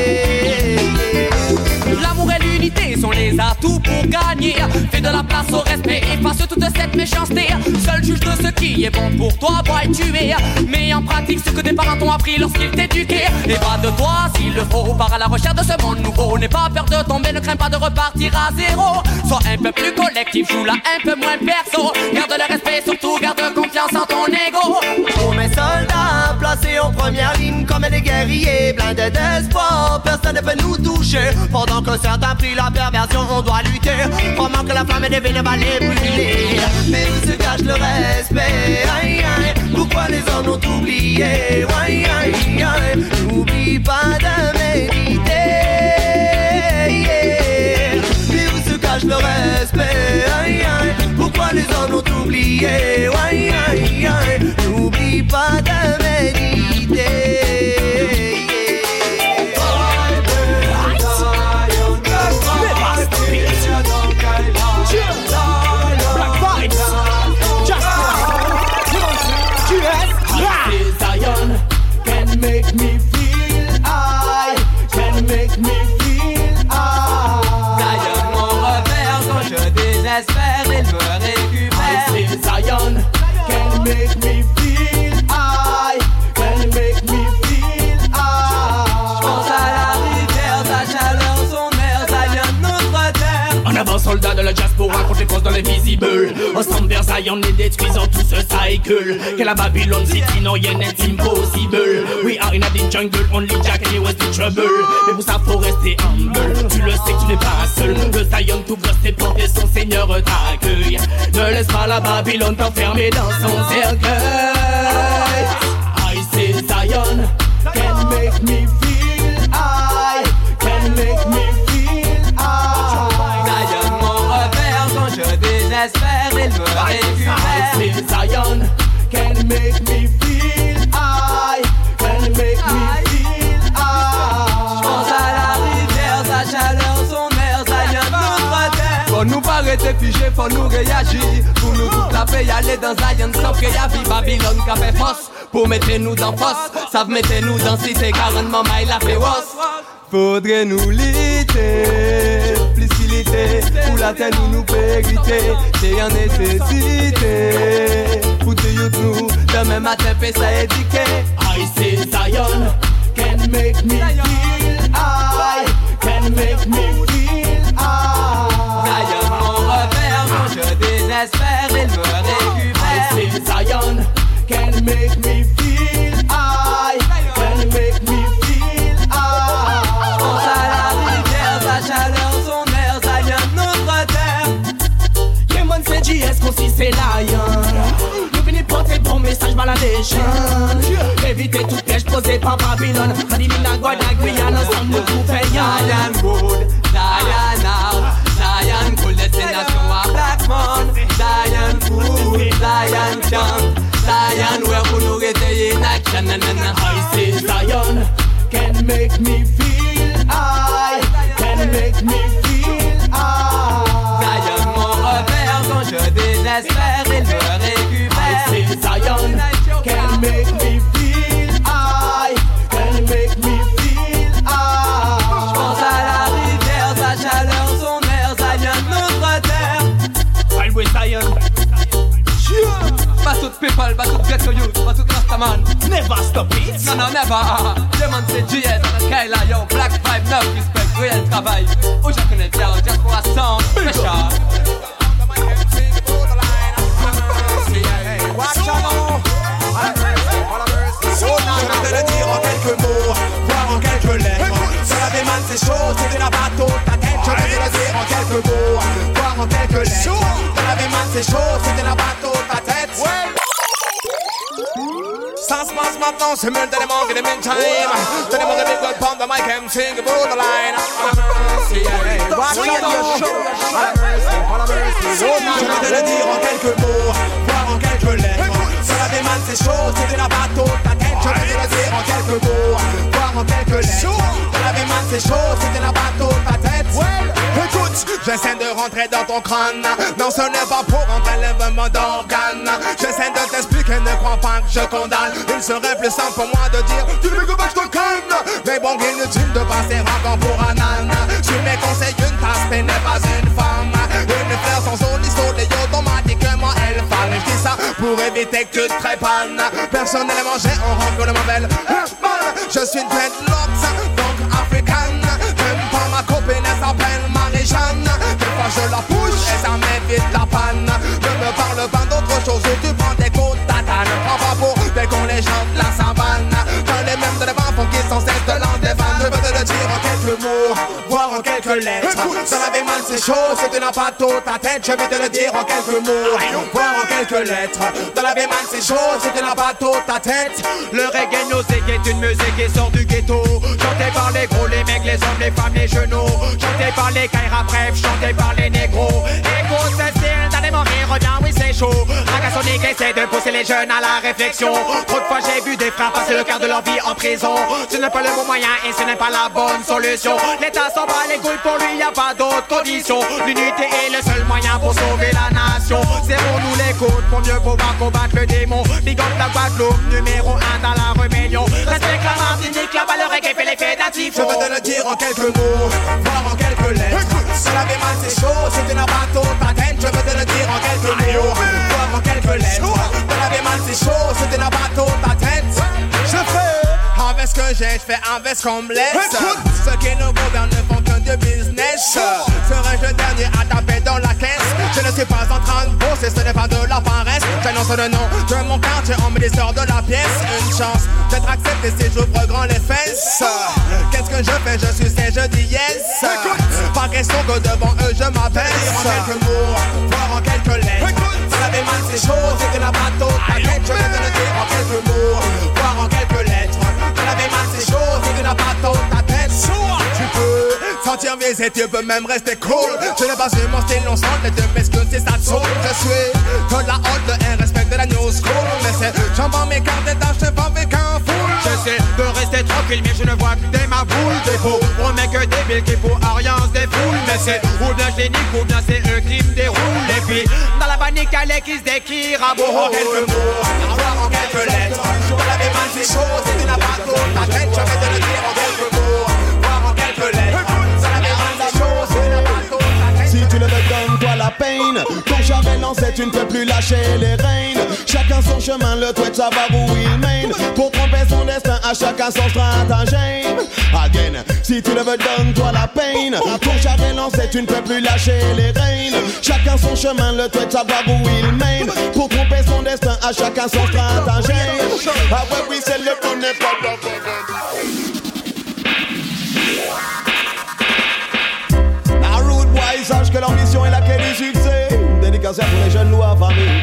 L'amour et l'unité sont les atouts pour gagner. Fais de la place au respect, efface toute cette méchanceté. Seul juge de ce qui est bon pour toi, va et tuer. Mets en pratique ce que tes parents t'ont appris lorsqu'ils t'éduquaient. Et va de toi s'il le faut, pars à la recherche de ce monde nouveau. N'aie pas peur de tomber, ne crains pas de repartir à zéro. Sois un peu plus collectif, joue-la un peu moins perso. Garde le respect, surtout garde confiance en ton ego. Pour mes soldats placés en première ligne comme des guerriers blindés d'espoir, personne ne peut nous toucher. Pendant que certains prient la perversion, on doit lutter. Pendant que la flamme est divine va les brûler. Mais où se cache le respect? Aïe aïe, pourquoi les hommes ont oublié? Aïe aïe aïe, n'oublie pas de méditer. Yeah. Mais où se cache le respect? Aïe aïe, pourquoi les hommes ont oublié? Aïe aïe aïe, n'oublie pas de méditer. Zion can make me feel I can make me feel I. Zion, mon repère, quand je désespère, il me récupère. I say Zion can make me feel I can make me feel I. J'pense à la rivière, sa chaleur, son air, Zion, notre terre. En avant, soldat de la jazz pour raconter les causes dans l'invisible. Ensemble vers Zion, les détruisant tout ce cycle. Que la Babylon City, no yen it's impossible. We are in a deep jungle, only Jack and was the trouble. Mais pour ça faut rester humble. Tu le sais que tu n'es pas seul. Que Zion t'ouvre ses portes et son Seigneur t'accueille. Ne laisse pas la Babylone t'enfermer dans son cercueil. I say Zion can make me feel I can make me feel I. Zion, mon repère, quand je désespère, il me récupère. I say Zion can make me feel I can make me feel I. J'pense à la rivière, sa chaleur, son air, Zion, notre terre. Faut nous pas rester figés, faut nous réagir. Pour nous toute la paix, aller dans Zion sans préavis. Babylone qu'a fait force pour mettre nous dans fosse. Savent mettre nous dans cité, carrément maille la féroce. Faudrait nous lutter, plus qu'il était, pour la terre nous nous périter. C'est en nécessité, pour te youth nous, demain matin fait ça éduquer. I say Zion can make me feel I can make me feel I. Zion, mon repère, quand je désespère, il me récupère. I say Zion can make me feel I can make me feel I. J'pense à la rivière, sa chaleur, son air, Zion, c'est Lion. Nous venons porter bon message maladéchant. Éviter tout piège posé par Babylone. Madimina, Guada, Guyana, ensemble nous tout payons. Zion good, Zion out, Zion cool, destination à Blackmon. Zion food, Zion jump, Zion where we no get in action. I say Zion can make me feel high, can make me feel high. Zion mon repère quand je désespère, il me récupère. I say Zion can make me feel high, can make me feel high. J'pense à la rivière, sa chaleur, son air, Zion notre terre. Always Zion. Basse out people, basse out ghetto youth, basse out Rastaman. Never stop it. Non, non, never. Demande c'est G S, Kayla, yo, Black Vibe, no respect, réel travail. Où je connais bien, just pour la sound, special. Je vais te le dire en quelques mots, voire en quelques lettres. Ça la démane, c'est chaud, c'était la bateau, ta tête. Je vais te le dire en quelques mots, voire en quelques lettres. Ça la démane, c'est chaud, c'était la bateau, ta tête. Ça se passe maintenant, c'est même dans les manques de meantime. Tenez mon big good pound, the mic and sing borderline. Watch out, show. Je vais te le dire en quelques mots, voire en quelques lettres. Ça la démane, c'est chaud, c'était la bateau, ta tête. Je vais te le dire en quelques mots, voire en quelques lettres. Ça la démane, c'est chaud, c'était la bateau, ta tête. Écoute, j'essaie de rentrer dans ton crâne. Non, ce n'est pas pour un prélèvement d'organes. J'essaie de t'expliquer, ne crois pas que je condamne. Il serait plus simple pour moi de dire tu ne veux pas que je te calme. Mais bon, inutile de passer encore pour un âne. Je mes conseils, une tasse n'est pas une femme. Une fleur sans son isolé, automatiquement elle femme. Je dis ça pour éviter que tu te trépanes. Personnellement, j'ai un rencontre de ma belle. Je suis une dreadlocks, donc africaine. Même pas ma copine, elle s'appelle Marie-Jeanne. Des fois je la pousse et ça m'évite la panne. Ne me parle pas d'autre chose où tu prends des côtes tatane. Prends pas pour des cons les gens de la savane. Quand les mêmes de les bas font qu'ils sont cesse de l'an des vannes. Je veux te le dire en quelques mots, voire en quelques lettres. Ça l'avait mal, c'est chaud, c'est une apato ta tête. Je vais te le dire en quelques mots, voire en quelques lettres. Ça l'avait mal, c'est chaud, c'est une apato ta tête. Le reggae music est une musique qui sort du ghetto. Chanté par les gros, les mecs, les hommes, les femmes, les genoux. Chanté par les Kaira, bref, chanté par les négros. Écoute ce style, dans les morts, revient, oui c'est chaud. Ragasonic essaie de pousser les jeunes à la réflexion. Trop de fois j'ai vu des frères passer le quart de leur vie en prison. Ce n'est pas le bon moyen et ce n'est pas la bonne solution. L'État s'en bat les couilles, pour lui y a pas d'autre condition. L'unité est le seul moyen pour sauver la nation. Serrons-nous les côtes pour mieux pouvoir combattre le démon. Big up la Guadeloupe, numéro un dans la rébellion. Respecte la Martinique, là-bas le reggae fait l'effet d'un typhon. Je veux te le dire en quelques mots, voire en quelques lettres. Ça l'avait mal, c'est chaud, c'est une bateau, ta tête. Je veux te le dire en quelques mots, voire en quelques lettres. Ça l'avait mal, c'est chaud, c'est une bateau, ta tête. Je fais avec ce que j'ai, je fais avec ce qu'on me laisse. Ceux qui nous gouvernent ne font que du business. Serais-je le dernier à taper dans la caisse? Je ne suis pas en train de bosser, ce n'est pas de la paresse. J'annonce le nom de mon quartier en me sort de la pièce. Une chance d'être accepté si j'ouvre grand les fesses. Qu'est-ce que je fais? Je suis et je dis yes. Pas question que devant eux je m'abaisse. En quelques mots, voire en quelques lettres. Ça l'avait mal, c'est chaud, c'était la bateau. Ta tête, je vais te le dire en quelques mots, voire en quelques lettres. Ça l'avait mal, c'est chaud, c'était la bateau. Ta tête, tu peux sentir visé, tu peux même rester cool. Je n'ai pas eu mon style, on sent les deux m'excuses, c'est ça de soul. Je suis de la honte et respect de la new school. Mais c'est jambes en mes cartes d'état, je pas avec un foule. J'essaie de rester tranquille, mais je ne vois que des maboules. Des faux, on met que des billes qui pour rien se défoulent. Mais c'est ou bien je les nique, ou bien c'est eux qui me déroulent. Et puis, dans la panique, elle est qui se déquire à bout. En quelques mots, en quelques lettres. Je l'avais mal, c'est chaud, c'est une bateau. Ta tête, je vais te le dire en quelques mots, voire en quelques lettres. Ça l'avait mal, c'est chaud, c'est une bateau. Si tu ne me donnes toi la peine, ton char lancé, tu ne peux plus lâcher les rênes. Chacun son chemin, le toit de savoir où il mène. Pour tromper son destin, à chacun son stratagème. Again, si tu ne me donnes toi la peine, ton char est lancé, tu ne peux plus lâcher les rênes. Chacun son chemin, le toit de savoir où il mène. Pour tromper son destin, à chacun son stratagème. Ah ouais, oui, c'est le tout n'est pas La rude boy, sache que l'ambition est la clé du succès. Dédicace à pour les jeunes loups en famille.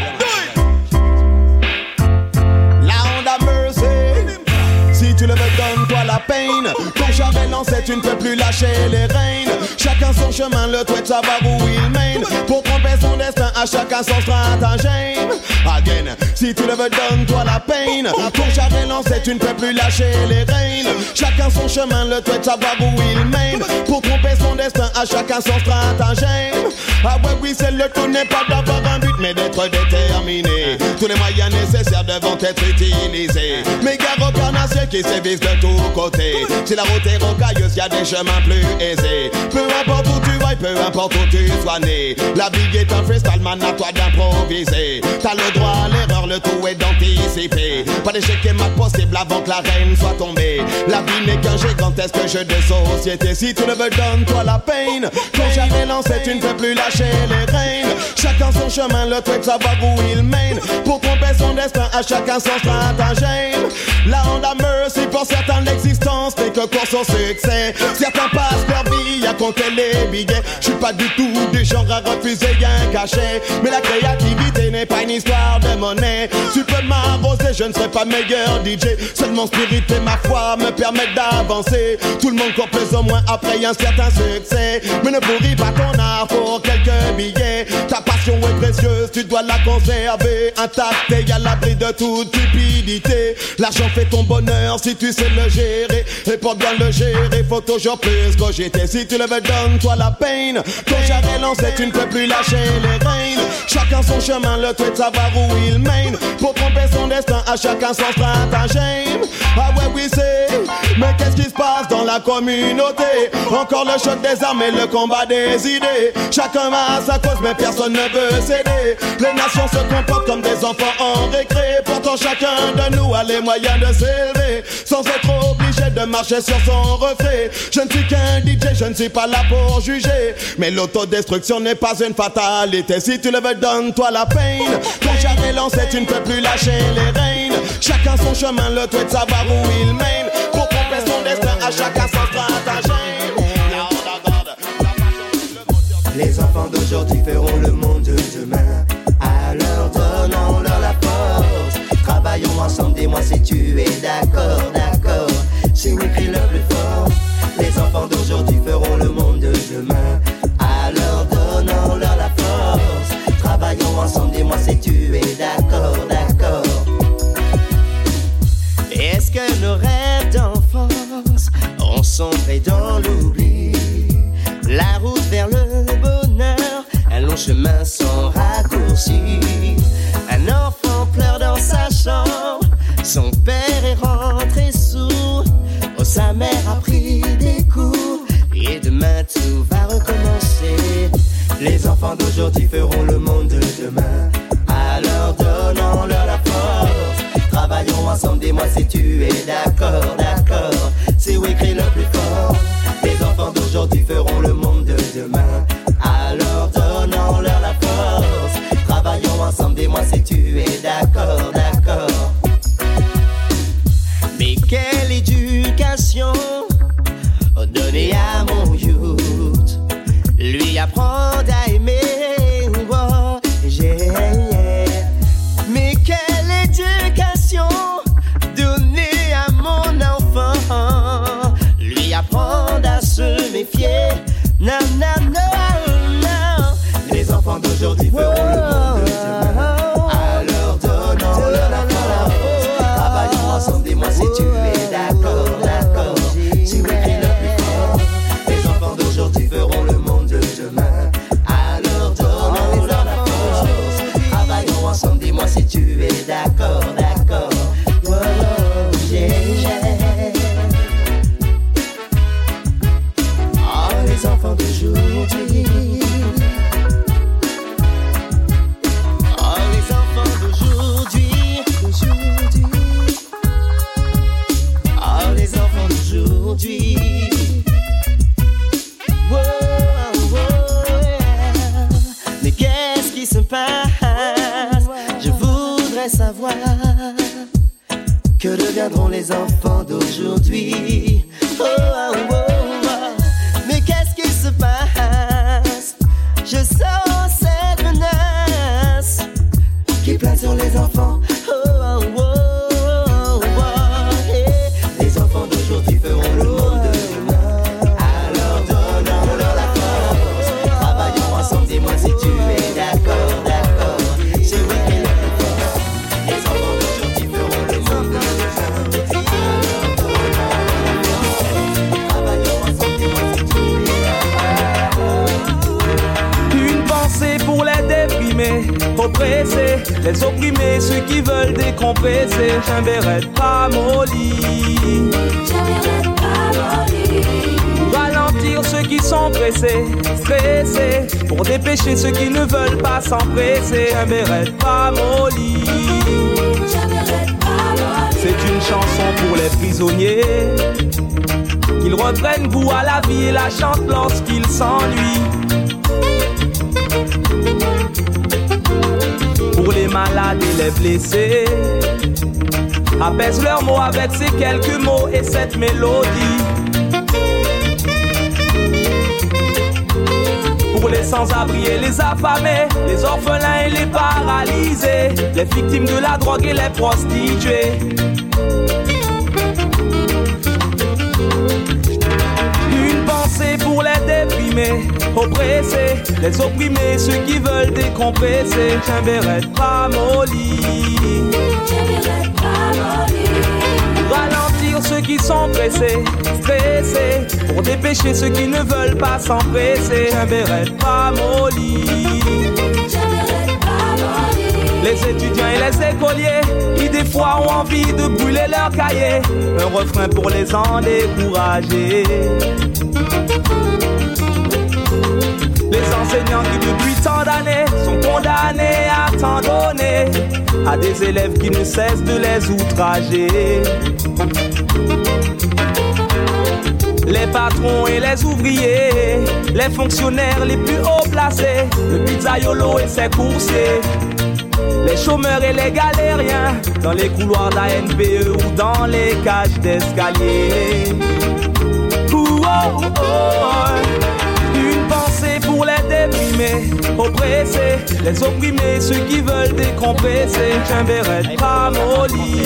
La Honda Mercy, si tu le veux, donne-toi la peine. Ton char est lancé, tu ne peux plus lâcher les rênes. Chacun son chemin, le toit de savoir où il mène. Pour tromper son destin, à chacun son stratagème. Again, si tu le veux, donne-toi la peine. Ton char est lancé, tu ne peux plus lâcher les rênes. Chacun son chemin, le toit de savoir où il mène. Pour tromper son destin, à chacun son stratagème. Ah ouais, oui, c'est le tout n'est pas d'avoir un but, mais d'être déterminé. Tous les moyens nécessaires devront être utilisés. Méga carnassiers qui sévissent de tous côtés. Si la route est rocailleuse, y a des chemins plus aisés. Peu importe où tu vas, peu importe où tu sois né. La big est un freestyle, man, à toi d'improviser. T'as le droit à l'erreur, le tout est d'anticiper. Pas d'échec et mal possible avant que la reine soit tombée. La vie n'est qu'un gigantesque jeu de société. Si tu le veux, donne-toi la peine. Quand j'avais lancé, tu ne peux plus lâcher les rênes. Chacun son chemin, le truc, savoir où il mène. Pour tromper son destin, à chacun son stratagème. La Honda Mercy, pour certains, l'existence n'est que pour son succès. Certains passent leur vie à compter les billets. Je suis pas du tout du genre à refuser un cachet. Mais la créativité n'est pas une histoire de monnaie. Tu peux m'arroser, je ne serai pas meilleur D J. Seul mon spirit et ma foi me permettent d'avancer. Tout le monde court plus ou moins après un certain succès. Mais ne pourris pas ton art pour quelques billets. Ta passion est précieuse, tu dois la conserver intacte et à l'abri de toute cupidité. L'argent fait ton bonheur si tu sais le gérer. Et pour bien le gérer, faut toujours plus cogiter. Si tu le veux, donne-toi la peine. Quand j'avais lancé, tu ne peux plus lâcher les rênes. Chacun son chemin, le tout est de savoir où il mène. Pour tromper son destin, à chacun son stratagème. Ah ouais, oui, c'est. Mais qu'est-ce qui se passe dans la communauté? Encore le choc des armes et le combat des idées. Chacun a sa cause, mais personne ne veut céder. Les nations se comportent comme des enfants en récré. Pourtant, chacun de nous a les moyens de s'élever sans être obligé de marcher sur son reflet. Je ne suis qu'un D J, je ne suis pas là pour juger. Mais l'autodestruction n'est pas une fatalité. Si tu le veux, donne-toi la peine. Quand j'avais lancé, tu ne peux plus lâcher les rênes. Chacun son chemin, le tout est de savoir où il mène. Pour tromper son destin, à chacun son stratagème. Les enfants d'aujourd'hui feront le monde de demain. Alors donnons-leur la force. Travaillons ensemble, dis-moi si tu es d'accord, d'accord. C'est nous qui le plus fort. Les enfants d'aujourd'hui feront le monde de demain. Alors donnons-leur la force. Travaillons ensemble, dis-moi si tu es d'accord, d'accord. Est-ce que nos rêves d'enfance ont sombré dans l'oubli? La route vers le bonheur, un long chemin sans raccourci. Un enfant pleure dans sa chambre, son père est rentré sourd. Oh, sa mère a pris des coups, et demain tout va recommencer. Les enfants d'aujourd'hui feront le monde de demain. Alors donnons-leur la force. Travaillons ensemble, dis-moi si tu es d'accord, d'accord. C'est où écrit le plus fort. Les enfants d'aujourd'hui feront le monde de demain. Alors donnons-leur la force. Travaillons ensemble, dis-moi si tu es d'accord, d'accord. Mais quelle éducation donner à mon youth? Lui apprendre à aimer, oh, yeah. Mais quelle éducation donner à mon enfant? Lui apprendre à se méfier, non, non, non, non. Les enfants d'aujourd'hui feront le monde de demain. Alors donnons-leur la force. Travaillons ensemble, dis-moi si tu es d'accord, d'accord. Si oui, crie le plus fort. Les enfants d'aujourd'hui feront le monde de demain. Alors donnons-leur la force. Travaillons ensemble, dis-moi si tu es d'accord, d'accord. Oh, yeah, yeah. Oh, les enfants d'aujourd'hui. Oh, les enfants d'aujourd'hui, d'aujourd'hui. Oh, les enfants d'aujourd'hui. Wow, wow, yeah. Mais qu'est-ce qui se passe? Je voudrais savoir. Que deviendront les enfants d'aujourd'hui? Oh, oh, oh, oh. Mais qu'est-ce qui se passe? Je sens cette menace. qui plane sur les enfants. Oh, oh, oh, oh, oh, hey. Les enfants d'aujourd'hui feront le monde de demain. Alors donnons-leur la force. Travaillons ensemble, dis-moi si tu es d'accord, d'accord. J'ai oublié le fort. Les enfants d'aujourd'hui feront le monde de demain. Alors donnons-leur la force. Travaillons ensemble, dis-moi si tu es d'accord. Une pensée pour les déprimés, oppressés, les opprimés, ceux qui veulent décompresser. J'ai un béret pas molli. Pour ralentir ceux qui sont pressés, stressés, pour dépêcher ceux qui ne veulent pas s'empresser. Un béret pas molli. C'est une chanson pour les prisonniers, qu'ils reprennent goût à la vie et la chantent lorsqu'ils s'ennuient. Pour les malades et les blessés, apaise leurs mots avec ces quelques mots et cette mélodie. Pour les sans-abri et les affamés, les orphelins et les paralysés, les victimes de la drogue et les prostituées. Une pensée pour les déprimés, oppressés, les opprimés, ceux qui veulent décompresser. J'ai un béret pas molli. Ralentir ceux qui sont pressés, stressés, pour dépêcher ceux qui ne veulent pas s'empresser. J'ai un béret pas molli. Les étudiants et les écoliers qui des fois ont envie de brûler leurs cahiers. Un refrain pour les en décourager. Les enseignants qui depuis tant d'années sont condamnés à tant donner à des élèves qui ne cessent de les outrager. Les patrons et les ouvriers, les fonctionnaires les plus haut placés, le pizzaiolo et ses coursiers, les chômeurs et les galériens, dans les couloirs d'A N P E ou dans les cages d'escalier. Ouh, oh, oh, oh. Une pensée pour les déprimés, oppressés, les opprimés, ceux qui veulent décompresser. J'ai un béret pas molli.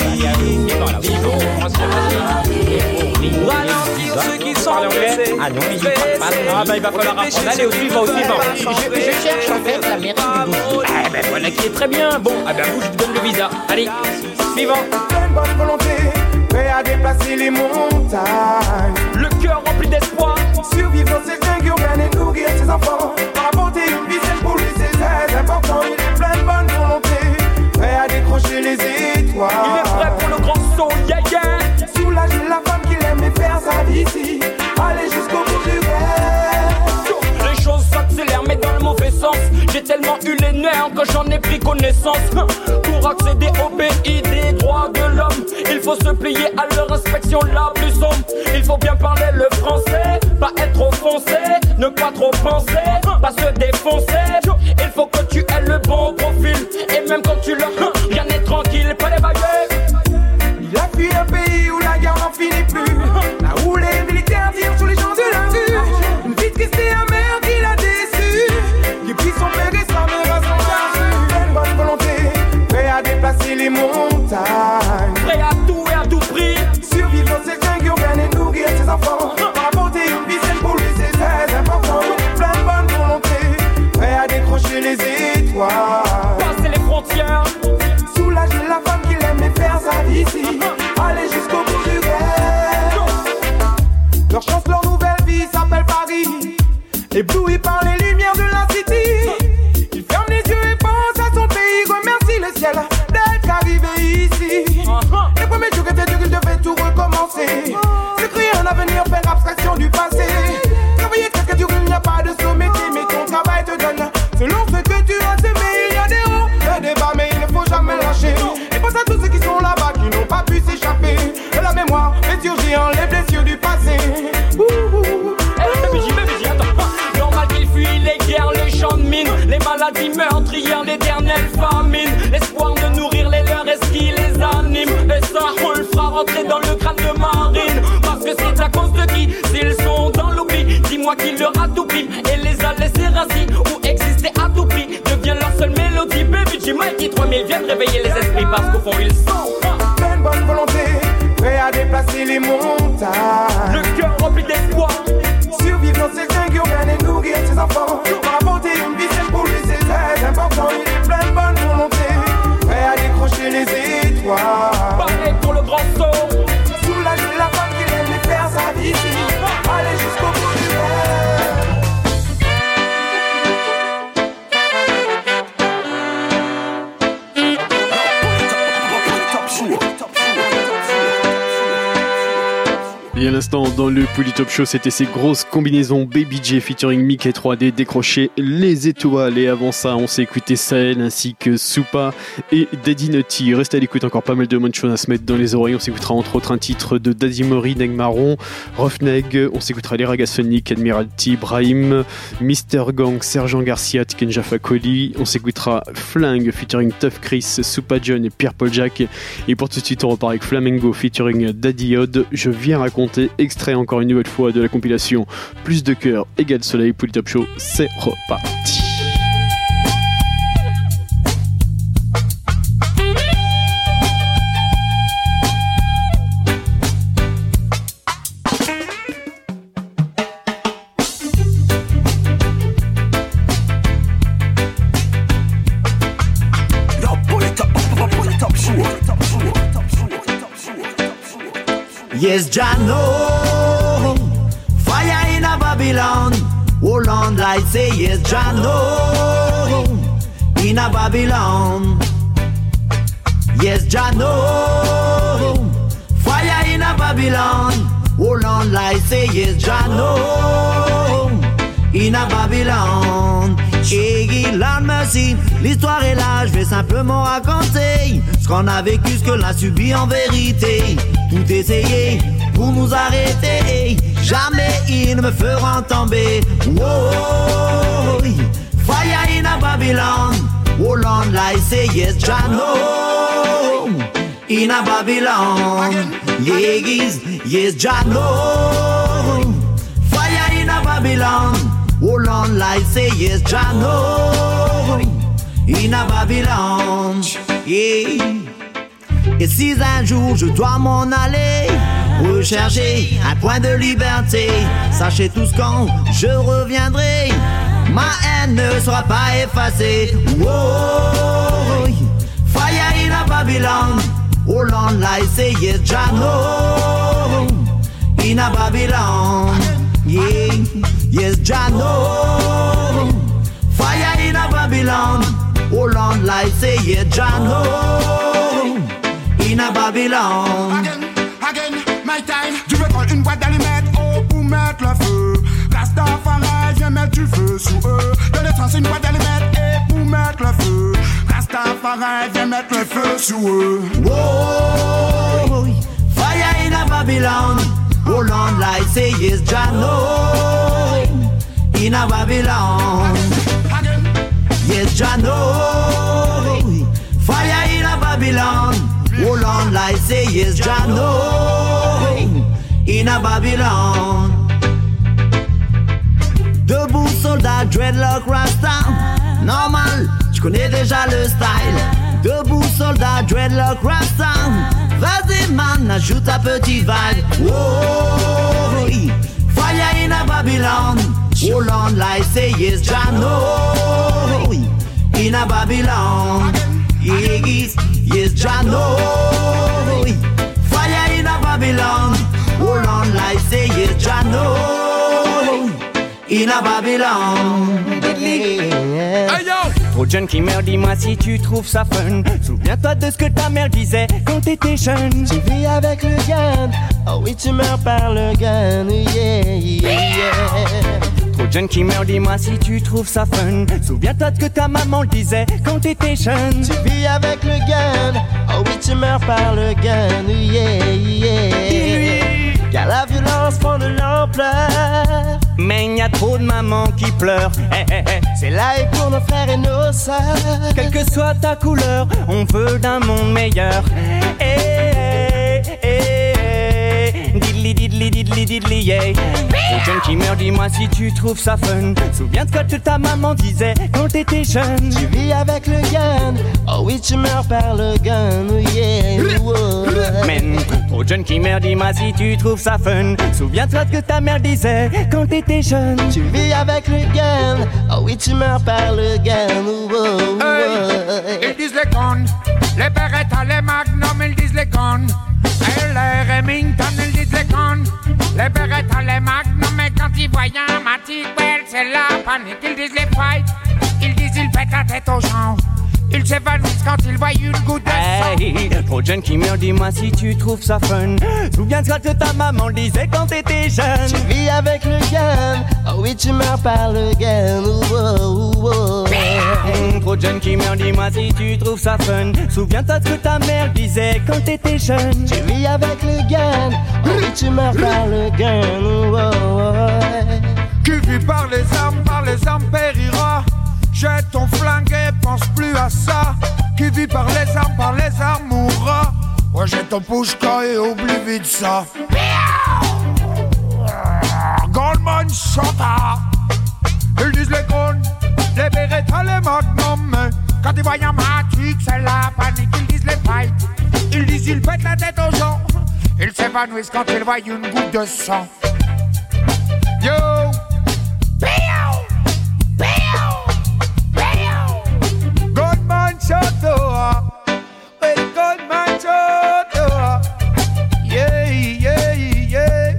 Ralentir ceux qui sont pressés. Ah non, il parle pas. Ah bah il va falloir apprendre. Allez, au suivant, au suivant. Je, je cherche en fait la mairie du Bourg. Ah ben voilà qui est très bien. Bon, ah ben vous, je te donne le visa. Allez, suivant. Une bonne volonté, prêt à déplacer les montagnes. Le cœur rempli d'espoir. Survivre dans ces jungle urbaines et nourrir ses enfants. Rapporter une vie saine pour lui, c'est très important. Il est plein de bonne volonté, prêt à décrocher les étoiles. Il est prêt pour le grand saut, yeah yeah. Soulager la femme qu'il aime et faire sa vie ici. Aller jusqu'au bout du rêve. Les choses s'accélèrent mais dans le mauvais sens. J'ai tellement eu les nerfs que j'en ai pris connaissance. Pour accéder au pays des droits de l'homme, il faut se plier à leur inspection la plus sombre. Il faut bien parler le français, pas être offensé, ne pas trop penser, pas se défoncer. Il faut que tu aies le bon profil, et même quand tu l'as, bien et tranquille, pas les baguettes. Il a fui un pays où la guerre n'en finit plus, là où les militaires tirent sur les gens de la rue. Une vie triste et amère qui l'a déçu, qui puis son père et sa mère à son charge. Une bonne volonté, prêt à déplacer les montagnes, prêt à tout et à tout prix. Survivre dans ces jungle urbaines et nourrir ses enfants. Rapporter une vie saine pour lui, c'est très important. Plein de bonne volonté, prêt à décrocher les étoiles. Passer les frontières, soulager la femme qu'il aime et faire sa vie ici. Aller jusqu'au bout du rêve. Leur chance, leur nouvelle vie s'appelle Paris, ébloui par les lumières de la city. Il ferme les yeux et pense à son pays, remercie le ciel d'être arrivé ici. Les premiers jours étaient durs, il devait tout recommencer. Se créer un avenir, faire abstraction du passé. Travailler très très dur, il n'y a pas de saut métier, mais ton travail te donne selon ce que tu as semé. Il y a des hauts et des bas, mais il ne faut jamais lâcher. Et pense à tous ceux qui sont là-bas, qui n'ont pas pu s'échapper de la mémoire, les yeux géants, les blessures du passé. Ouh, ouh. Eh, mais j'y vais, mais j'y attends. Normal qu'ils fuient les guerres, les champs de mines, les maladies meurtrières, l'éternelle famine. L'espoir de nourrir les leurs, est-ce qui les anime? Et ça, on le fera rentrer dans le crâne de Marine. Parce que c'est à cause de qui? S'ils sont dans l'oubli, dis-moi qui leur a tout pris et les a laissés rassis ou exister à tout prix devient leur seule mélodie. Baby, du Mikey trois mille viennent réveiller les esprits parce qu'au fond ils sont plein de bonne volonté, prêt à déplacer les montagnes. Le cœur rempli d'espoir, survivre dans ces dingues urbaines et nourrir ses enfants. Rapporter une vie saine pour lui c'est très important. Il est plein de bonne volonté, prêt à décrocher les étoiles. Pareil pour le grand saut, soulager la femme qui aime et faire sa vie ici. Aller jusqu'au bout du rêve. Et à l'instant, dans le Polytop Show, c'était ces grosses combinaisons Baby J featuring Mickey trois D décrocher les étoiles. Et avant ça, on s'est écouté Sahel ainsi que Soupa et Daddy Nutty. Restez à l'écoute, encore pas mal de bonnes choses à se mettre dans les oreilles. On s'écoutera entre autres un titre de Daddy Mori, Neg Marron, Roughneck. On s'écoutera les Ragas Sonic, Admiralty, Brahim, Mister Gang, Sergent Garcia, Tiken Fakoli. On s'écoutera Flingue featuring Tough Chris, Soupa John et Pierre Paul Jack. Et pour tout de suite, on repart avec Flamengo featuring Daddy Odd. Je viens raconter. Extrait encore une nouvelle fois de la compilation Plus de cœur égale soleil. Polytop Show, c'est reparti. Yes, Jano, fire in a Babylon. Hold on, like say yes, Jano, in a Babylon. Yes, Jano, fire in a Babylon. Hold on, like say yes, Jano, in a Babylon. Hey, Lord mercy, l'histoire est là, je vais simplement raconter ce qu'on a vécu, ce que l'on a subi en vérité. Tout essayer pour nous arrêter, jamais ils ne me feront tomber. Whoa, fire in a Babylon, hold on like say yes, Jano, in a Babylon. Yes, yes, Jano, fire in a Babylon. Hold on like say yes, Jano, in a Babylon. Yeah. Et si un jour je dois m'en aller, rechercher un point de liberté, sachez tous quand je reviendrai, ma haine ne sera pas effacée. Whoa, fire in a Babylon, hold on like say yes, Jano, in a Babylon. Yeah, yes, Jano, fire in a Babylon, hold on like say yes, Jano, in a Babylon. Again, again, my time. Tu veux prendre une boîte d'allumettes, oh, pour mettre le feu. Rastafari, viens mettre du feu sous eux. Dans le trans, une boîte d'allumettes, et pour mettre le feu. Rastafari, viens mettre le feu sous eux. Whoa, fire in a Babylon. Hold on like say yes, Jano, in a Babylon. Yes, Jano, fire in a Babylon. Hold on like say yes, Jano, in a Babylon. Debout soldat, dreadlock, rasta. Normal, tu connais déjà le style. Debout soldat, dreadlock, rasta. Vas-y man, ajoute un petit vibe. Whoa, fire in a Babylon. Hold on like say yes, Jano, in a Babylon. Yes, yes, Jano, fire in a Babylon. Hold on like say yes, Jano, in a Babylon. Hey yo! Trop de jeunes qui meurent, dis-moi si tu trouves ça fun. Souviens-toi de ce que ta mère disait quand t'étais jeune. Tu vis avec le gun, oh oui tu meurs par le gun, yeah, yeah, yeah. Trop de jeunes qui meurent, dis-moi si tu trouves ça fun. Souviens-toi de ce que ta maman disait quand t'étais jeune. Tu vis avec le gun, oh oui tu meurs par le gun, yeah, yeah. Dis-lui car la violence prend de l'ampleur. Mais il y a trop de mamans qui pleurent. Hey, hey, hey. C'est là et pour nos frères et nos sœurs. Quelle que soit ta couleur, on veut d'un monde meilleur. Hey, hey, hey, hey. Diddly diddly diddly diddly diddly yeah. Aux jeunes qui meurent, dis-moi si tu trouves ça fun. Souviens-toi que ta maman disait quand t'étais jeune. Tu vis avec le gun, oh oui tu meurs par le gun, oh yeah, oh. Man, aux jeunes qui meurent, dis-moi si tu trouves ça fun. Souviens-toi que ta mère disait quand t'étais jeune. Tu vis avec le gun, oh oui tu meurs par le gun, oh, oh, hey, ils disent les cons, les Beretta, les Magnum, ils disent les cons. Et les Remington, ils disent les cons. Les Beretta, les Magnum, mais quand ils voient un Matic Bell, c'est la panique. Ils disent les fight, ils disent ils pètent la tête aux gens. Ils s'évanouissent quand ils voient une goutte de sang. Hey, trop jeune qui meurt, dis-moi si tu trouves ça fun. Souviens-toi que ta maman disait quand t'étais jeune. Tu vis avec le gun, oh oui tu meurs par le gun, oh, oh, oh. Mmh, trop jeune qui meurt, dis-moi si tu trouves ça fun. Souviens-toi que ta mère disait quand t'étais jeune. Tu vis avec le gun, oh oui tu meurs par le gun, oh, oh, oh. Qui vit par les armes, par les armes périra. Jette ton flingue et pense plus à ça. Qui vit par les armes, par les armes mourra. Ouais, jette ton pouchka et oublie vite ça. Goldman chanta. Ils disent les cons, les Beretta, les Magnum. Quand ils voient un Matic, c'est la panique. Ils disent les fight, ils disent ils pètent la tête aux gens. Ils s'évanouissent quand ils voient une goutte de sang. Yo! Goldman Chota, well Goldman Chota, yeah, yeah, yeah,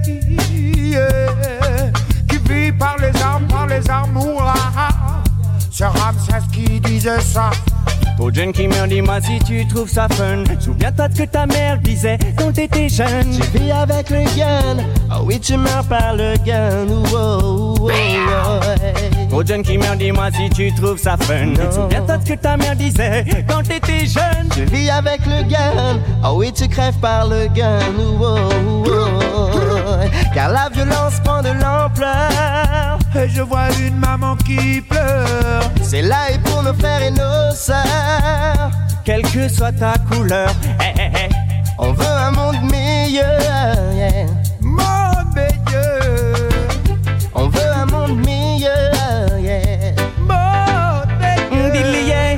yeah. Qui vit par les armes, par les armes, mourra. C'est Ramsès qui disait ça. Trop jeune qui meurt, dis-moi si tu trouves ça fun. Souviens-toi de ce que ta mère disait quand t'étais jeune. Tu vis avec le gun, oh oui tu meurs par le gun, oh, oh, oh, oh. Trop jeune qui meurt, dis-moi si tu trouves ça fun. Souviens-toi de ce que ta mère disait quand t'étais jeune. Tu vis avec le gun, oh oui tu crèves par le gun, oh, oh, oh. Car la violence prend de l'ampleur. Et je vois une maman qui pleure. C'est là et pour nos frères et nos sœurs. Quelle que soit ta couleur, hey, hey, hey. On veut un monde meilleur, yeah. Monde meilleur. On veut un monde meilleur, yeah. Monde meilleur. Diddly yeah.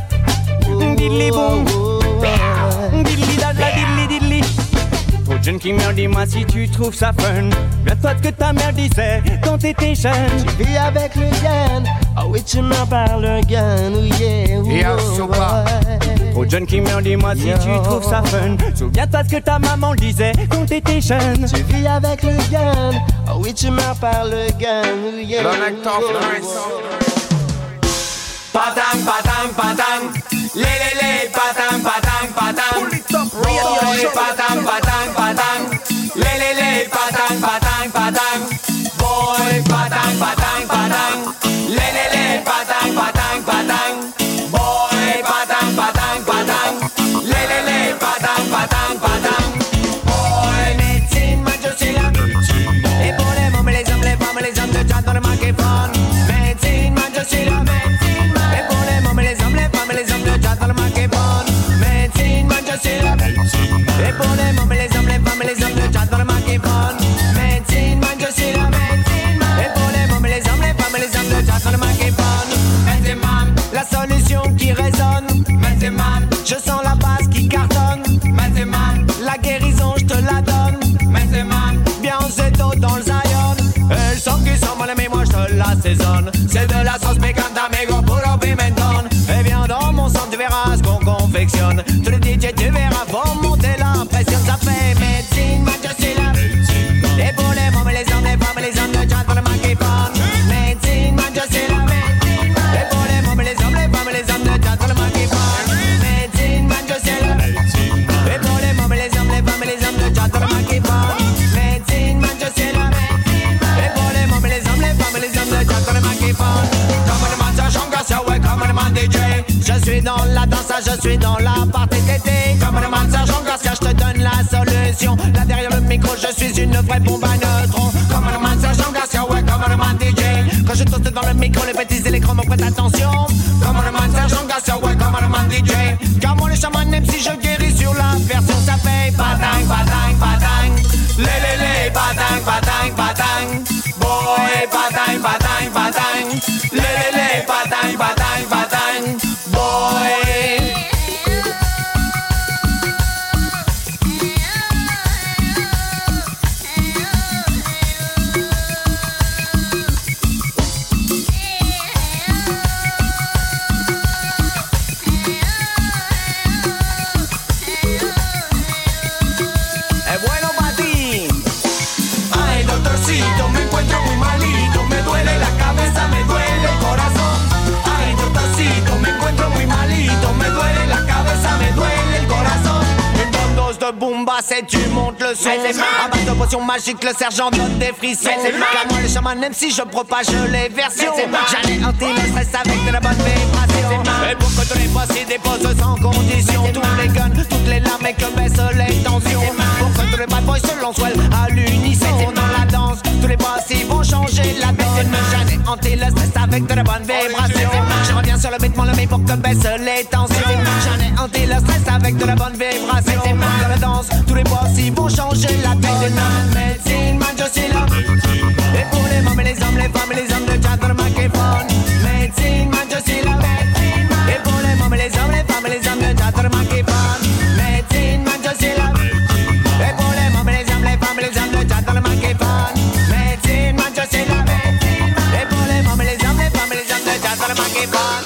Diddly boom. Diddly dadla diddly diddly. Trop jeune qui meurt, dis-moi si tu trouves ça fun. Viens-toi de ce que ta mère disait quand t'étais jeune. Tu vis avec le gun, oh oui tu meurs par le gun, oh yeah, oh, yeah, oh, oh. Trop jeune qui meurt, dis-moi si tu trouves ça fun. Souviens-toi de ce que ta maman disait quand t'étais jeune. Tu vis avec le gun, oh oui tu meurs par le gun, oh yeah, oh, oh. Patang, patang, patang, le le le, patang, patang, patang. Boy, patang, patang, patang, le le le, patang, patang, patang. Boy, patang, patang, patang, le le le, patang, patang, patang. Boy, patang, patang, patang, le le le, patang, patang, patang. Boy, médecine, moi je suis la médecine. Et pour les mômes, les hommes, les femmes, les hommes de jazz dans le microphone. Médecine, moi je suis la médecine. Et pour les mômes, les hommes, les femmes, les hommes de jazz dans le microphone. Médecine, moi je suis la médecine. Et pour les mômes, les hommes, les femmes, les hommes de jazz dans le microphone. Médecine, moi je suis la médecine. Et pour les mômes, les hommes, les femmes, les hommes de jazz dans le microphone. Médecine, la solution qui résonne. Médecine, je sens la base qui cartonne. Médecine, la guérison je te la donne. Médecine, bien c'est tôt dans le Zion. Et le son qui sent mal mais moi je te l'assaisonne. C'est de la sauce picante amigo puro pimentón. Et viens dans mon centre tu verras ce qu'on confectionne. Tous les D J tu verras vont monter la pression. Ça fait médecine, moi je suis la médecine. Et pour les mômes, les hommes, les femmes, les hommes de jazz dans le microphone. Médecine, moi je suis la médecine. Et pour les mômes, les hommes, les femmes, les hommes de jazz dans le microphone. Médecine, moi je suis la médecine. Et pour les mômes, les hommes, les femmes, les hommes de jazz dans le microphone. Médecine, moi je suis la médecine. Et pour les mômes, les hommes, les femmes, les hommes de jazz dans le microphone. Comme le man Sergent Garcia, ouais, comme le man D J. Je suis dans la danse, je suis dans la partie tété. Comme le man Sergent Garcia, je te donne la solution. Là derrière le micro, je suis une vraie bombe à neutrons. Comme le man Sergent Garcia, ouais, comme le man D J. Quand je toste dans le micro, les bêtises et les grands me prêtent attention. Comme le man Sergent Garcia, ouais, comme le man D J. Car moi, le chaman, même si je guéris sur la version, ça fait patang, patang, patang. Le le le, patang, patang, patang. Boy, patang, patang, patang. Le, le, le, patang, patang, patang. Boy. Me encuentro muy malito, me duele la cabeza, me duele el corazón. Ay, doctorcito, me encuentro muy malito, me duele la cabeza, me duele el corazon. Une bonne dose de Boombas et tu montes le son. À base de potions magiques, le sergent donne des frissons. Car moi, le chaman, même si je propage les versions, j'anéantis le stress avec de la bonne vibration. Et pour que tous les boss y déposent sans condition, tous les guns, toutes les larmes et que baissent les tensions. Pour que tous les bad boys se lancent well à l'unisson dans la danse. Tous les boss ils vont changer la donne. J'anéantis le stress avec de la bonne vibration. Je reviens sur le rythme, le mets pour que baissent les tensions. J'anéantis le stress avec de la bonne vibration. Dans la danse, tous les boss ils vont changer la donne. Médecine, man, je suis là. Et pour les mômes et les hommes, les femmes et les hommes de jazz dans le microphone. Médecine, man, je suis là. Et pour les mômes et les hommes, les femmes et les hommes de jazz dans le microphone. Médecine, man, je suis là. Et pour les mômes et les hommes, les femmes et les hommes de jazz dans le microphone. Médecine, man, je suis là. Et pour les mômes et les hommes, les femmes et les hommes de jazz dans le microphone.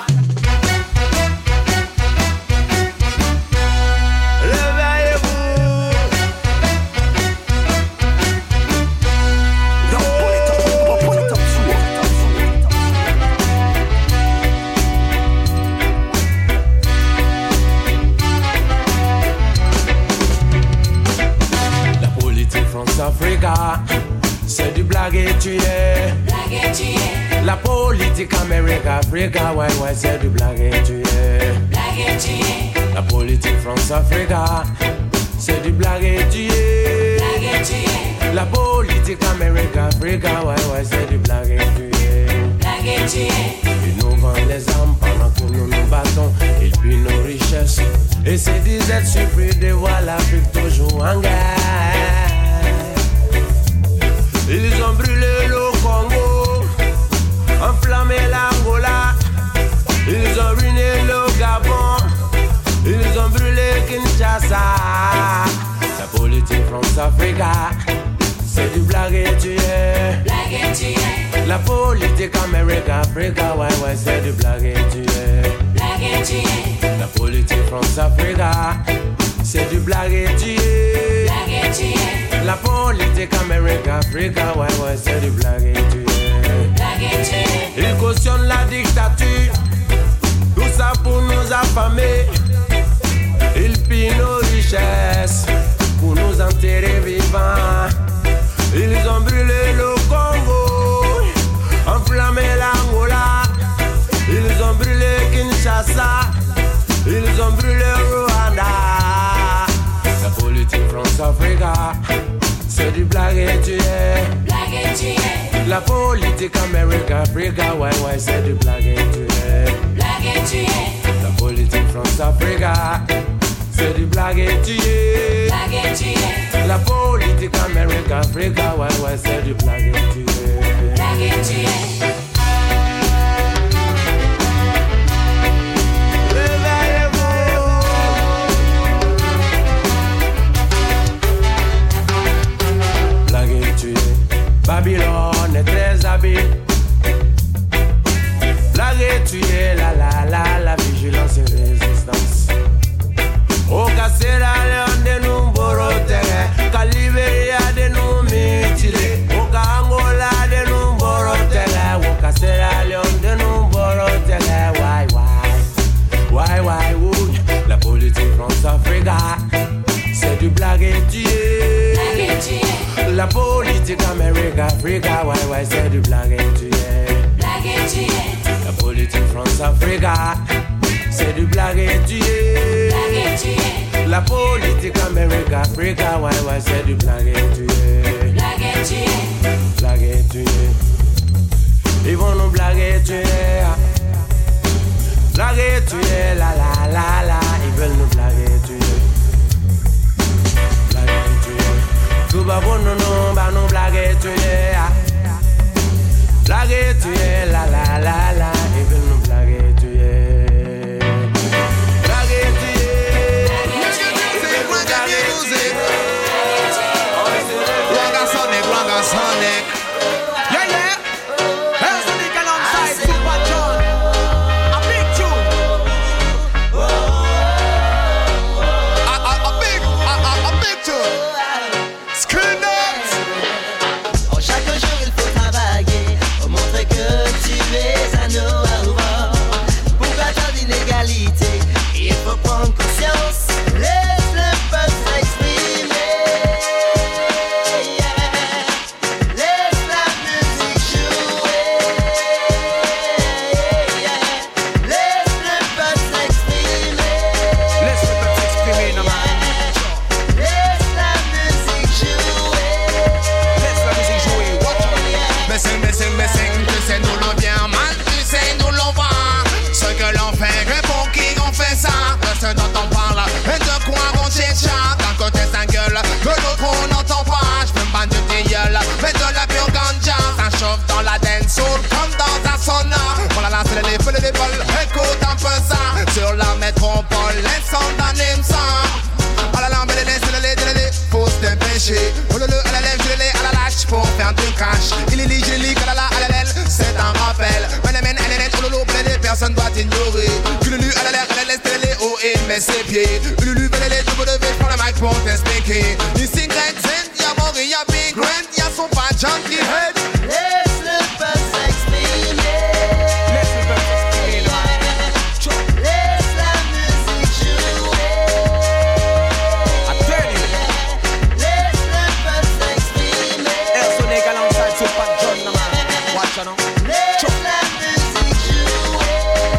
Africa, c'est du blague et tu es. Blague et tu es. La politique Amérique, Africa, ouais, ouais, c'est du blague et tu es. Blague et tu es. La politique France-Africa, c'est du blague et tu es. Blague et tu es. La politique Amérique, Africa, ouais, ouais, c'est du blague et tu es. Blague et tu es. Ils nous vendent les armes pendant que nous nous battons, et puis nos richesses. Et ces disettes surpris de voir l'Afrique toujours en guerre. Ils ont brûlé le Congo, enflammé l'Angola. Ils ont ruiné le Gabon, ils ont brûlé Kinshasa. La politique France-Africa, c'est du blague et tu es. Blague et tu es. La politique Amérique, Africa, ouais, ouais, c'est du blague et tu es. Blague et tu es. La politique France-Africa, c'est du blague et tu es. Blague et tu es. La politique Amérique, Africa, ouais, ouais, c'est du blague et tu es. Blague et tu es. Ils cautionnent la dictature, tout ça pour nous affamer. Ils pillent nos richesses pour nous enterrer vivants. Ils ont brûlé le Congo, enflammé l'Angola. Ils ont brûlé Kinshasa, ils ont brûlé Rwanda. La politique France-Africa, c'est du blague et tu es. Blague et tu es. La politique Amérique, Africa, ouais, ouais, c'est du blague et tu es. Blague et tu es. La politique France-Africa, c'est du blague et tu es. Blague et tu es. La politique Amérique, Africa, ouais, ouais, c'est du blague et tu es. Blague et tu es. Babylone est très habile. Blague et tu es, la la la, la vigilance et résistance. Au Cassera, de nous borotere. Caliberia de nous mutilé. Au Angola de nous borotere. Au Cassera, de nous borotere. Why, why, why, why, would la politique France-Africa, c'est du blague et tu es. Blague et tu es. La politique Amérique, Africa, ouais, ouais, c'est du blague et tu es. Blague et tu es. La politique France-Africa, c'est du blague et tu es. Blague et tu es. La politique Amérique, Africa, ouais, ouais, c'est du blague et tu es. Blague et tu es. Blague et tu es. Ils vont nous blaguer et tu es. Blague et tu es, la la la la. Ils veulent nous blaguer et tu es. Tout va bon, non, non, bah non, léché. Oh le le à la lèvre, je l'ai à la lâche pour faire du cash. Il est lit, je lis, à la la à la l'aile, c'est un rappel. Manemène, elle est, oh le le, plein personne doit ignorer. Cululu à la lèvre, à la laisse, elle est haut et met ses pieds. Ululu, belle, elle double de prends le mic pour t'expliquer. Ici, Greg, y'a Maury, y'a Big Grant, y'a son pas junkie head. Laisse le peuple s'exprimer. Laisse le peuple s'exprimer. Laisse la musique jouer. Laisse le peuple s'exprimer. Laisse la musique jouer.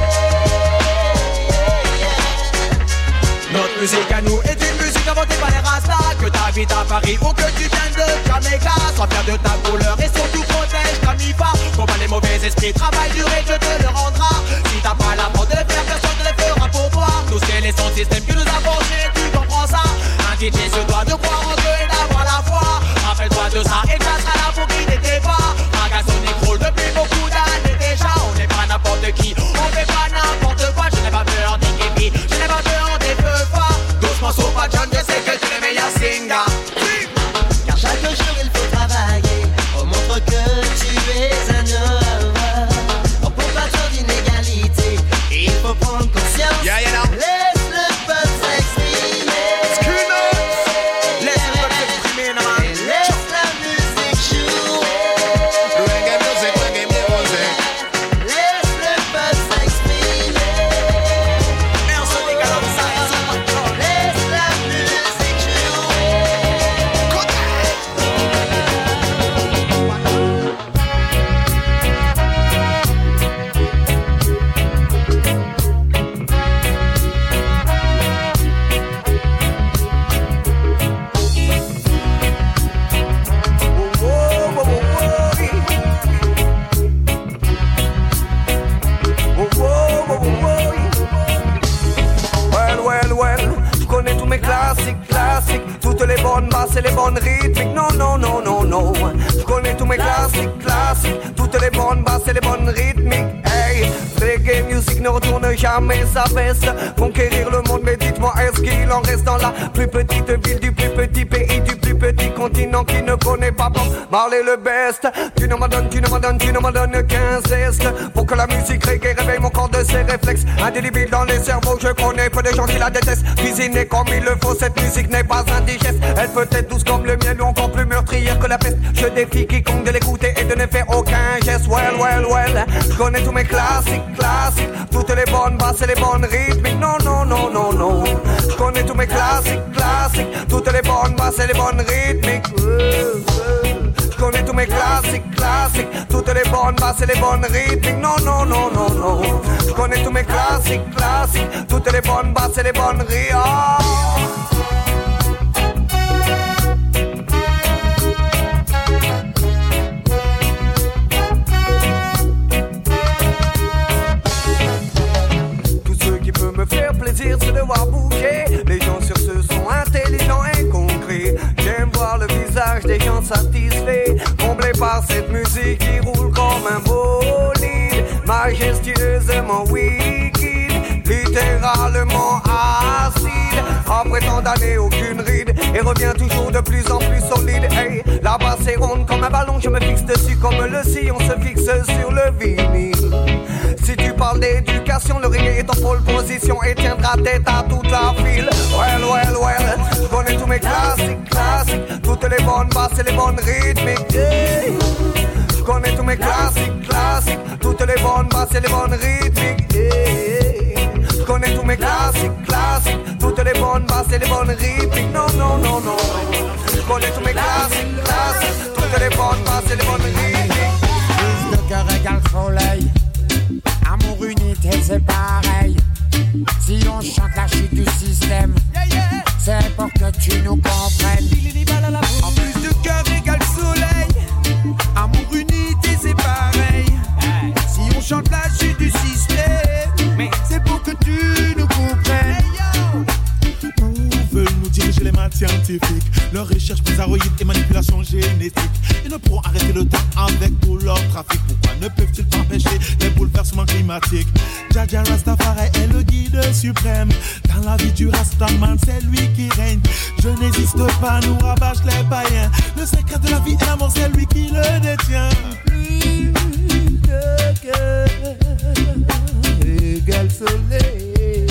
Notre musique à nous est une musique inventée par les Rastas. Que t'habites à Paris ou que tu viennes de Jamaica, sois fier de ta couleur et surtout protège ta M I F A. Combat les mauvais esprits, travail dur et Dieu te le rendra. Si t'as pas la force de les faire, personne ne les fera pour toi. Nous c'est les sons système que nous avons fait, tu comprends ça. Un D J se doit de croire en Dieu et d'avoir la foi. Rappelle-toi de ça et ça sera là pour qui n'était pas. Magasonic roule depuis beaucoup d'années déjà. On n'est pas n'importe qui, on fait pas n'importe quoi. Je n'ai pas peur des képis, je n'ai pas peur des feux pas. Doucement sauf pas John, je sais que tu es le meilleur singer. Car chaque jour il faut travailler. On montre que tu es un homme. On peut pas trop d'inégalité. Il faut prendre conscience. Yeah, you know. Laisse le peuple s'exprimer. Laisse le peuple s'exprimer, man. Laisse la musique jouer. Reggae music, reggae music. Laisse le peuple s'exprimer. Merci les gars, ça Laisse la musique jouer. Well, well, well, je connais tous mes classiques, classiques. Toutes les bonnes basses et les bonnes rythmiques. Non, non, non, non, non. Je connais tous mes classiques, classiques. Toutes les bonnes basses et les bonnes rythmiques. Hey, reggae music ne retourne jamais sa veste. Conquérir le monde, mais dites-moi, est-ce qu'il en reste dans la plus petite ville du plus petit pays du plus petit continent qui ne connaît pas Bob Marley le best? Tu ne m'en donnes, tu ne m'en donnes, tu ne m'en donnes qu'un zeste. Pour que la musique reggae réveille mon corps de ses réflexes indélébiles dans les cerveaux, je connais peu de gens qui la détestent. Cuisiner comme il le faut, cette musique n'est pas indigeste. Elle peut être douce comme le miel ou encore plus meurtrière que la peste. Je défie quiconque de l'écouter et de ne faire aucun geste. Well, well, well, je connais tous mes classiques, classiques. Toutes les bonnes basses et les bonnes rythmiques. Non, non, non, non, non. Je connais tous mes classiques, classiques. Toutes les bonnes basses et les bonnes rythmiques. Je connais tous mes classiques, classiques. Toutes les bonnes basses et les bonnes rythmiques. Non, non, non, non, non. Je connais tous mes classiques, classiques. Toutes les bonnes basses et les bonnes rythmiques. Tout ce qui peut me faire plaisir, c'est de voir bouger les gens sur ce son intelligent et concret. J'aime voir le visage des gens satisfaits, comblés par cette musique qui roule comme un bolide, majestueusement wicked, littéralement acide. Après tant d'années, aucune ride, et revient toujours de plus en plus solide. Hey, la basse est ronde comme un ballon, je me fixe dessus comme le sillon se fixe sur le vinyle. Si tu parles d'éducation, le reggae est en pole position et tiendra tête à toute la file. Well, well, well, je connais tous mes classiques, classiques. Toutes les bonnes basses et les bonnes rythmiques. Yeah. Je connais tous mes classiques, classiques. Toutes les bonnes basses et les bonnes rythmiques. Yeah. Je connais tous mes classiques, classiques. Toutes les bonnes basses et les bonnes rythmiques. Non, non, non, non. Je connais tous mes classiques, classiques. Toutes les bonnes basses et les bonnes rythmiques. Plus de cœur égale soleil. Amour, unité, c'est pareil. Si on chante la chute du système, c'est pour que tu nous comprennes. En plus de cœur égale soleil. Amour, unité, c'est pareil. Si on chante la chute du système, c'est pour que tu nous comprennes. Où veulent nous diriger les mains? maths scientifiques. Leurs recherches bizarroïdes et manipulations génétiques. Ils ne pourront arrêter le temps avec tout leur trafic. Pourquoi ne peuvent-ils pas empêcher les bouleversements climatiques? Jaja Rastafari est le guide suprême. Dans la vie du Rastaman, c'est lui qui règne. Je n'existe pas, nous rabâche les païens. Le secret de la vie et la mort, c'est lui qui le détient. Plus de cœur égale soleil.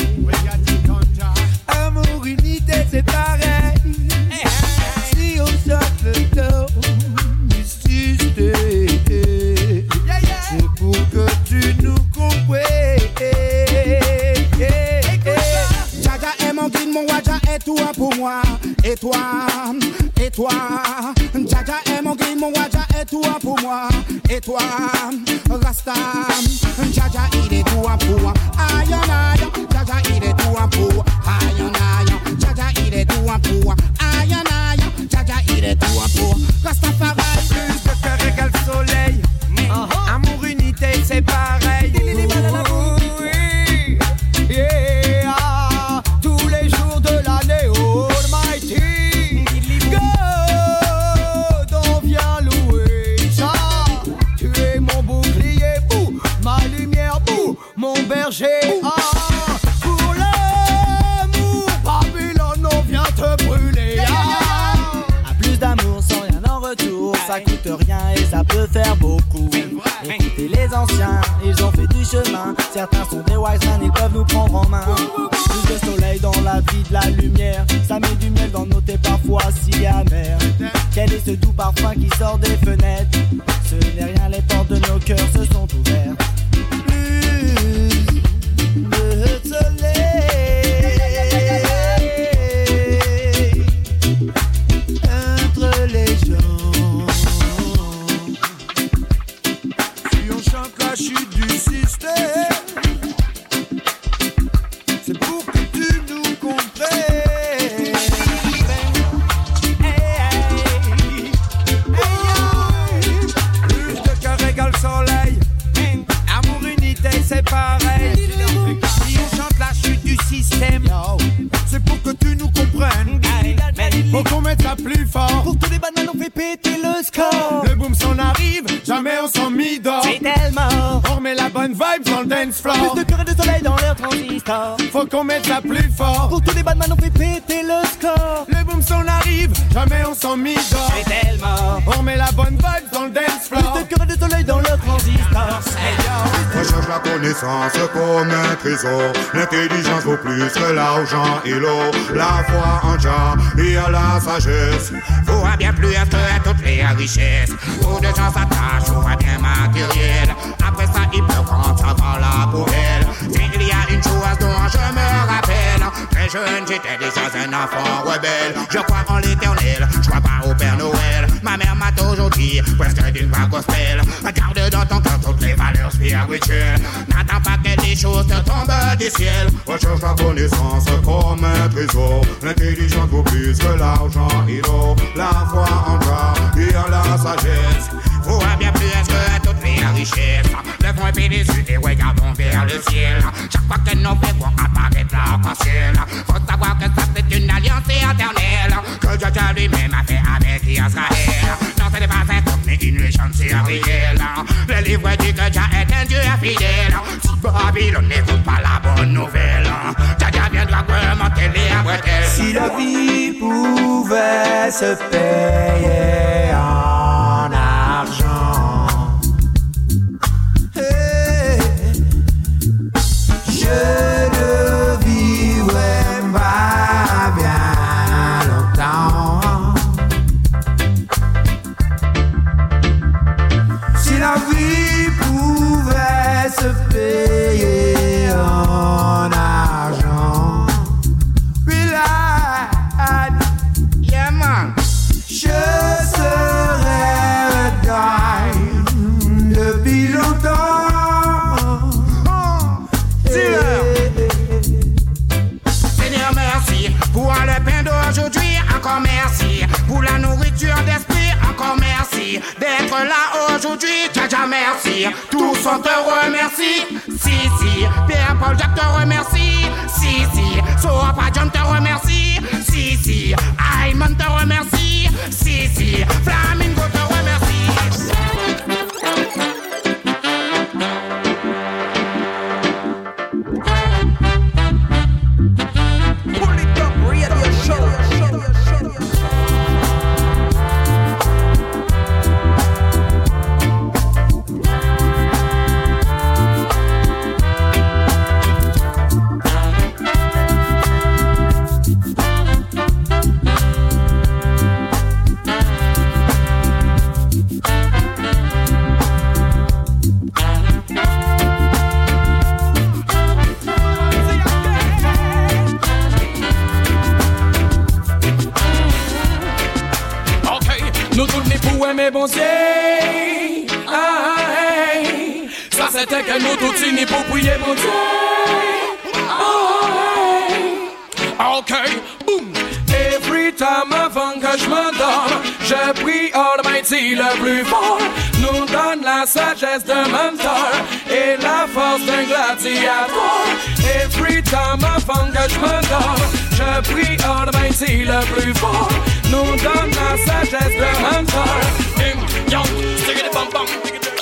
Amour, unité, c'est pareil. Si on sort le temps du système, c'est pour que tu nous comprennes. Jaja est mon guide, mon Waja est toi pour moi. Et toi, et toi. Jaja est mon guide, mon Waja est toi pour moi. Et toi, Rasta. Jaja, il est toi pour aïe aïe. Jaja, il est toi pour aïe aïe. Jaja, il est toi pour aïe aïe. Jaja, il est toi pour Rastafari. Plus de cœur égale soleil. Uh-huh. Amour, unité, c'est pareil. Oui, yeah. Tous les jours de l'année, Almighty God, on vient louer ça. Tu es mon bouclier, bouh, ma lumière, bouh, mon berger. Ah, pour l'amour, Babylone, on vient te brûler. Ah. À plus d'amour sans rien en retour, ça coûte rien et ça peut faire beaucoup. Écoutez les anciens, ils ont fait du chemin. Certains sont des wise men, ils peuvent nous prendre en main. Plus de soleil dans la vie, de la lumière. Ça met du miel dans nos thés parfois si amers. Quel est ce doux parfum qui sort des fenêtres? Ce n'est rien, les portes de nos cœurs se sont ouvertes. Plus de soleil entre les gens. Si on chante la chute du système, c'est pour que tu nous comprennes. Plus de cœur égale soleil. Amour, unité, c'est pareil. Si on chante la chute du système, c'est pour que tu nous comprennes. Faut qu'on mette ça plus fort. Pour tous les bananes, on fait péter le score. Le boom s'en arrive, jamais on s'en mis d'or. C'est tellement. On remet la bonne vibe dans le dance floor. Plus de cœur et de soleil dans leur transistor. Faut qu'on mette ça plus fort. Pour tous les bananes, on fait péter le score. Le boom s'en arrive, jamais on s'en mis d'or. C'est tellement. On remet la bonne vibe dans le dance floor. Plus de cœur et de soleil dans leur transistor. Recherche la connaissance comme un trésor. L'intelligence vaut plus que l'argent et l'eau. La foi en Jah et à la sagesse. Faut un bien plus que toutes les richesses. Trop de gens s'attachent au bien matériel. Après ça, ils pleurent quand ça va la poubelle. S'il y a une chose dont je me rappelle, très jeune, j'étais déjà un enfant rebelle. Je crois en l'éternel, je crois pas au Père Noël. Ma mère m'a toujours dit, presque d'une voix gospel. Garde dans ton cœur toutes les valeurs spirituelles. N'attends pas que les choses te tombent du ciel. Recherche la connaissance comme un trésor. L'intelligence vaut plus que l'argent et l'eau. La foi en Jah et en la sagesse. Faut un bien plus que toutes les richesses. Lèvons un peu les yeux et regardons vers le ciel. Chaque fois que nos faits vont apparaître l'arc-en-ciel, faut savoir que ça c'est une alliance éternelle que Jah lui-même a fait avec Israël. Non, ce n'est pas un conte mais une légende sérielle. Le livre dit que Jah est un Dieu infidèle. Si Babylone n'écoute pas la bonne nouvelle, Jah viendra remonter les bretelles. Si la vie pouvait se payer en argent, hey, je ne vivrais pas bien longtemps. Si la vie pouvait se payer en argent, yeah man, je serais dingue depuis longtemps. Seigneur, merci pour le pain d'aujourd'hui, encore merci pour la nourriture d'esprit, encore merci d'être là aujourd'hui, Jah merci. Tous on te remercie, si si, Pierre Paul Jacques te remercie, si si, Soapa John te remercie, si si, aimer bon Dieu. Ah, hey. Ça c'était qu'un autotune pour prier mon Dieu. Oh, hey. Ok, boom. Every time avant que je m'endors, je prie Almighty le plus fort. Nous donne la sagesse d'un mentor et la force d'un gladiateur. Every time avant que je m'endors, je prie Almighty le plus fort. Nous donne la sagesse d'un mentor. Young, stick it bum bum.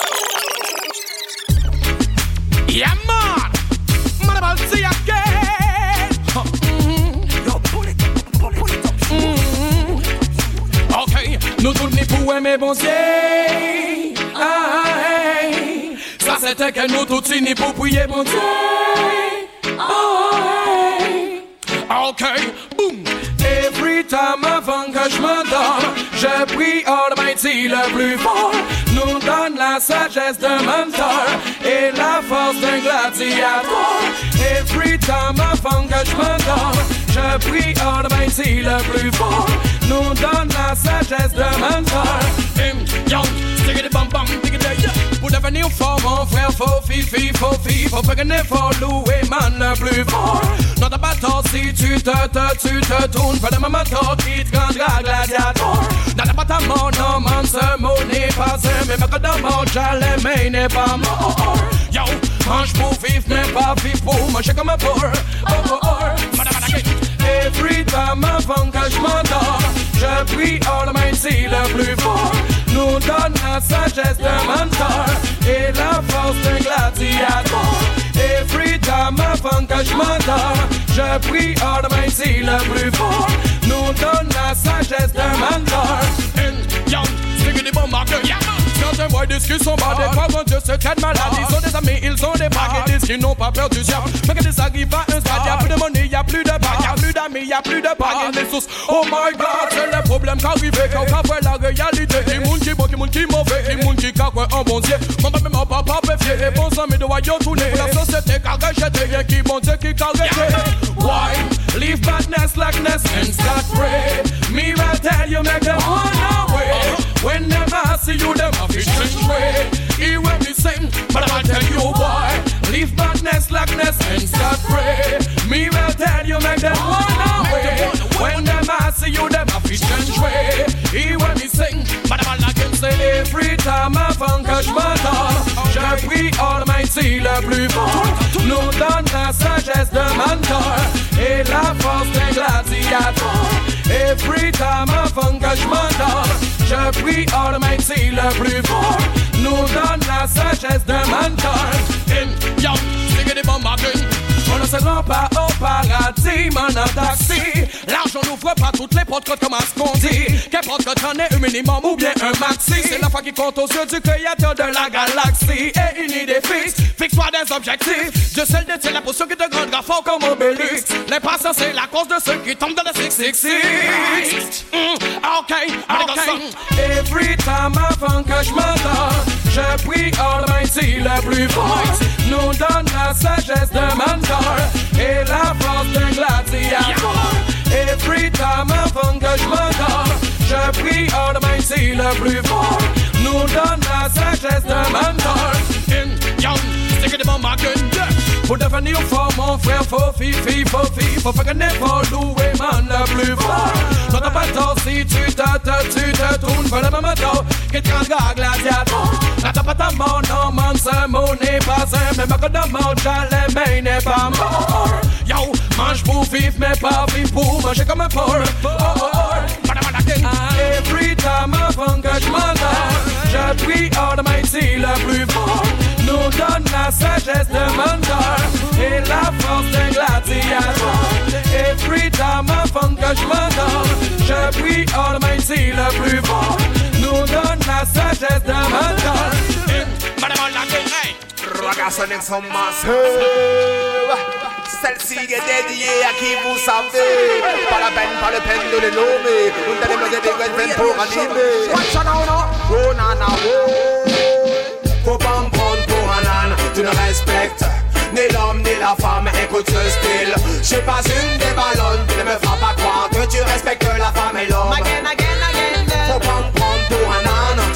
Yeah man, man about to see again. Yo, pull it, pull it, pull it up. Ok, nous tous les pour aimer bon Dieu. Ah, hey. Ça c'était que nous tous ni pour prier bon Dieu. Oh, hey. Ok, boom. Every time avant que je m'endors, je prie Almighty le plus fort. Nous donne la sagesse d'un mentor et la force d'un gladiateur. Every time avant que je m'endors, je prie Almighty le plus fort. Nous donne la sagesse d'un mentor. Young, stick it bum bum, dig it yeah. Pour devenir fort, mon frère, faut fifi, faut fi, faut faire un effort, louer man le plus fort. Dans ta bataille, si tu te, te, tu te tournes, fais le même tour qui te rendra gladiateur. Dans ta bataille, mon nom, man, ce mot n'est pas un, mais ma code de mort, j'allais, mais n'est pas mort. Yo, mange pour vivre, mais pas vivre pour manger comme un porc. Oh, oh, oh, madame, madame, every time avant que je m'endors, je prie Almighty le plus fort. Nous donne la sagesse d'un mentor et la force d'un gladiateur. Every time avant que je m'endors, je prie Almighty le plus fort. Nous donne la sagesse d'un mentor. Young, stick it bomb yeah. Quand un boy discute son bas, des fois quand Dieu se traite malade. Ils ont des amis, ils ont des bagues et disent qu'ils n'ont pas peur du diable. Mais quand ils arrivent à un stade, y'a plus de monnaie, y'a plus de bagues, y'a plus d'amis, y'a plus de bagues. Et les sources, oh my God, c'est le problème qu'arrive quand on voit la réalité. Qui moun qui bon, qui moun qui mauvais, qui moun qui cacoué en bon Dieu. Mon papa, mon papa, péfié, et bon sang, mais de voyons tourner. La société qu'a rejeté, y'a qui bon Dieu qui qu'a rejeté. Why? Leave badness, lackness, and start pray. Me will tell you, make them run away. Whenever I see you, them have a strange way. He will be sing, but I'll tell you why. Leave badness, lackness, and start pray. Me will tell you, make them run away. Whenever I see you, them have a strange way. He will be sing, but I'll again say every time I found que je m'endors, je prie Almighty le plus fort. Nous donne la sagesse d'un mentor et la force d'un gladiateur. Every time I found que je m'endors, je prie Almighty le plus fort. Nous donne la sagesse d'un mentor. In young, stick it bomb again. On ne se rend pas au paradis, man en taxi. L'argent n'ouvre pas toutes les portes, comme à ce qu'on dit. Qu'importe que t'en aies un minimum ou bien un maxi. C'est la foi qui compte aux yeux du créateur de la galaxie. Et une idée fixe, fixe-toi des objectifs. Dieu seul détient la potion qui te rendra fort comme Obélix. L'impatience c'est la cause de ceux qui tombent dans le six six six. Mm, ok, ok. Every time avant que je m'endors, je prie Almighty le plus fort. Nous donne la sagesse d'un mentor et la force d'un gladiateur. Every time avant que je m'endors, je prie Almighty le plus fort. Nous donne la sagesse d'un mentor. In young, stick it bomb again. Pour devenir fort, mon frère, faut fifi, faut fi, faut faire un effort, louer man le plus fort. Dans ta bataille, si tu te, te, tu te tournes vers le même dos, qui te rendra gladiateur. Dans ta bataille, mon nom, man, ce mot n'est pas un, mais ma code de mort, j'allais, mais n'est pas mort. Yo, mange pour vivre, mais pas vivre pour manger comme un porc. Oh, oh, oh. Every time avant que je m'endors, je prie Almighty le plus fort. Nous donne la sagesse de mentor et la force d'un gladiateur. Every time avant que je m'endors, je prie Almighty le plus fort. Nous donne la sagesse de mentor. Madame la hey, Ragassonic sont massives. Celle-ci est dédiée à qui vous savez. Pas la peine, pas le peine de les nommer. Vous allez me dire des grandes pour animer. Watch out now, no. Oh, nana, oh. Faut pas me prendre pour un âne. Tu ne respectes ni l'homme ni la femme. Écoute ce style. J'suis pas une des ballonnes. Ne me feras pas croire que tu respectes la femme et l'homme. Again, again, again. Faut pas me prendre pour un âne.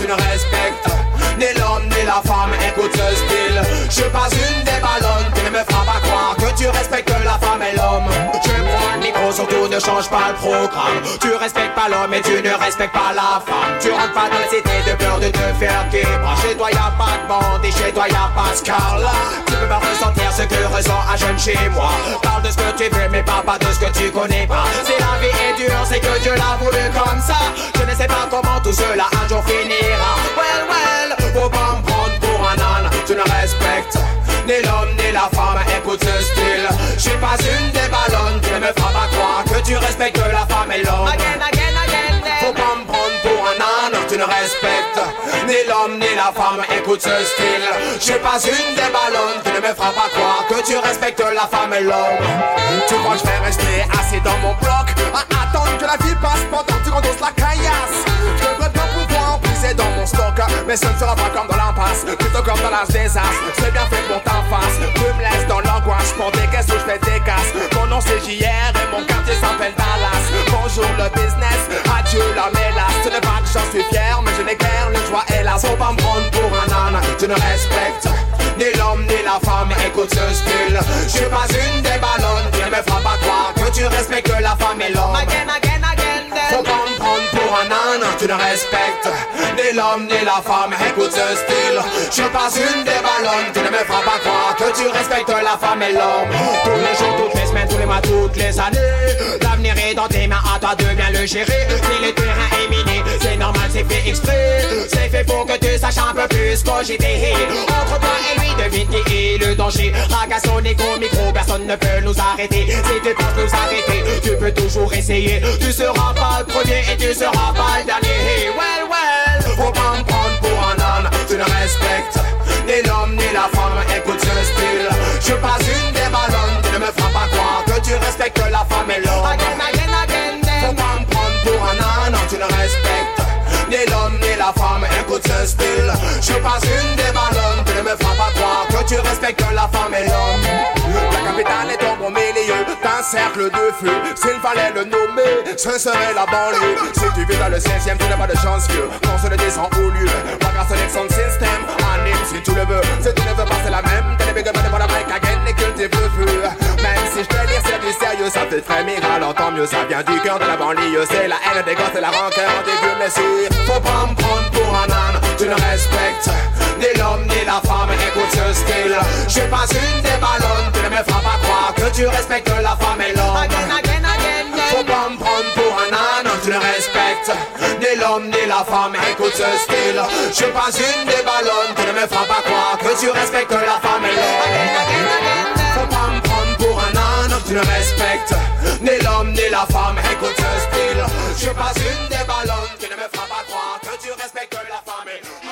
l'homme. Je prends le micro, surtout ne change pas le programme. Tu respectes pas l'homme et tu ne respectes pas la femme. Tu rentres pas dans la cité de peur de te faire guébra. Chez toi y'a pas de bande et chez toi y'a pas Scarla. Tu peux pas ressentir ce que ressent un jeune chez moi. Parle de ce que tu veux mais parle pas de ce que tu connais pas. Si la vie est dure c'est que Dieu l'a voulu comme ça. Je ne sais pas comment tout cela un jour finira. Well well, faut pas me prendre pour un âne. Tu ne respectes ni l'homme ni la femme, écoute ce style. Je suis pas une des ballonnes, tu ne me feras pas croire que tu respectes la femme et l'homme. Again, again, again, faut pas me prendre pour un âne, tu ne respectes ni l'homme ni la femme, écoute ce style. Je suis pas une des ballonnes, tu ne me feras pas croire que tu respectes la femme et l'homme. Tu crois que je vais rester assis dans mon bloc à attendre que la vie passe pendant que tu endosses la caillasse? Je devrais bien pouvoir puiser dans mon stock, mais ce ne sera pas comme dans l'impasse, plutôt comme dans l'âge des as. C'est bien fait pour ta face, tu me laisses dans l'angoisse, je prends des caisses où je fais des casses. Mon nom c'est J R et mon quartier s'appelle Dallas. Bonjour le business, adieu la mélasse. Ce n'est pas que j'en suis fier, mais je n'ai guère le joie hélas. Faut pas me prendre pour un âne, tu ne respectes ni l'homme ni la femme, écoute ce style. Je suis pas une des ballonnes, tu ne me feras pas croire que tu respectes la femme et l'homme. Again, again, again, faut pas me prendre pour un âne, tu ne respectes ni l'homme ni la femme, écoute ce style. Je suis pas une des ballonnes, tu ne me feras pas croire que tu respectes la femme et l'homme. Tous les jours, toutes les semaines, tous les mois, toutes les années, l'avenir est dans tes mains, à toi de bien le gérer. Si le terrain est miné, c'est normal, c'est fait exprès. C'est fait pour que tu saches un peu plus cogiter. Entre toi et lui, devine qui est le danger. Raga son égo, micro, personne ne peut nous arrêter. Si tu penses nous arrêter, tu peux toujours essayer. Tu seras pas le premier et tu seras pas le dernier. Well, well, faut pas me prendre pour un âne, tu ne respectes ni l'homme ni la femme, écoute ce style. Je suis pas une des ballonnes, tu ne me feras pas croire que tu respectes la femme et l'homme. Again, again, again, faut pas me prendre pour un âne, tu ne respectes ni l'homme ni la femme, écoute ce style. Je suis pas une des ballonnes, tu ne me feras pas croire que tu respectes la femme et l'homme. La capitale est au bon milieu d'un cercle de feu. S'il fallait le nommer, ce serait la banlieue. Si tu vis dans le seizième, tu n'as pas de chance, vieux. On se le descend au lieu. Pas grâce à son système, anime si tu le veux. Si tu ne veux pas, c'est la même. T'es les big up pour la break again et cultive le feu. Même si je te dis c'est du sérieux, ça te ferait mire. Alors tant mieux, ça vient du cœur de la banlieue. C'est la haine des gosses et la rancœur des vieux messieurs. Faut pas me prendre pour un âne, tu ne respectes ni l'homme ni la femme, écoute ce style. Je suis pas une des ballonnes, tu ne me feras pas croire que tu respectes la femme et l'homme. Again, again, again, faut pas me prendre pour un âne, tu ne respectes ni l'homme ni la femme, écoute ce style. Je suis pas une des ballonnes, tu ne me feras pas croire que tu respectes la femme et l'homme. Again, again, again, faut pas me prendre pour un âne, tu ne respectes ni l'homme ni la femme, écoute ce style. Je suis pas une des ballonnes, tu ne me feras pas croire que tu respectes la femme et l'homme.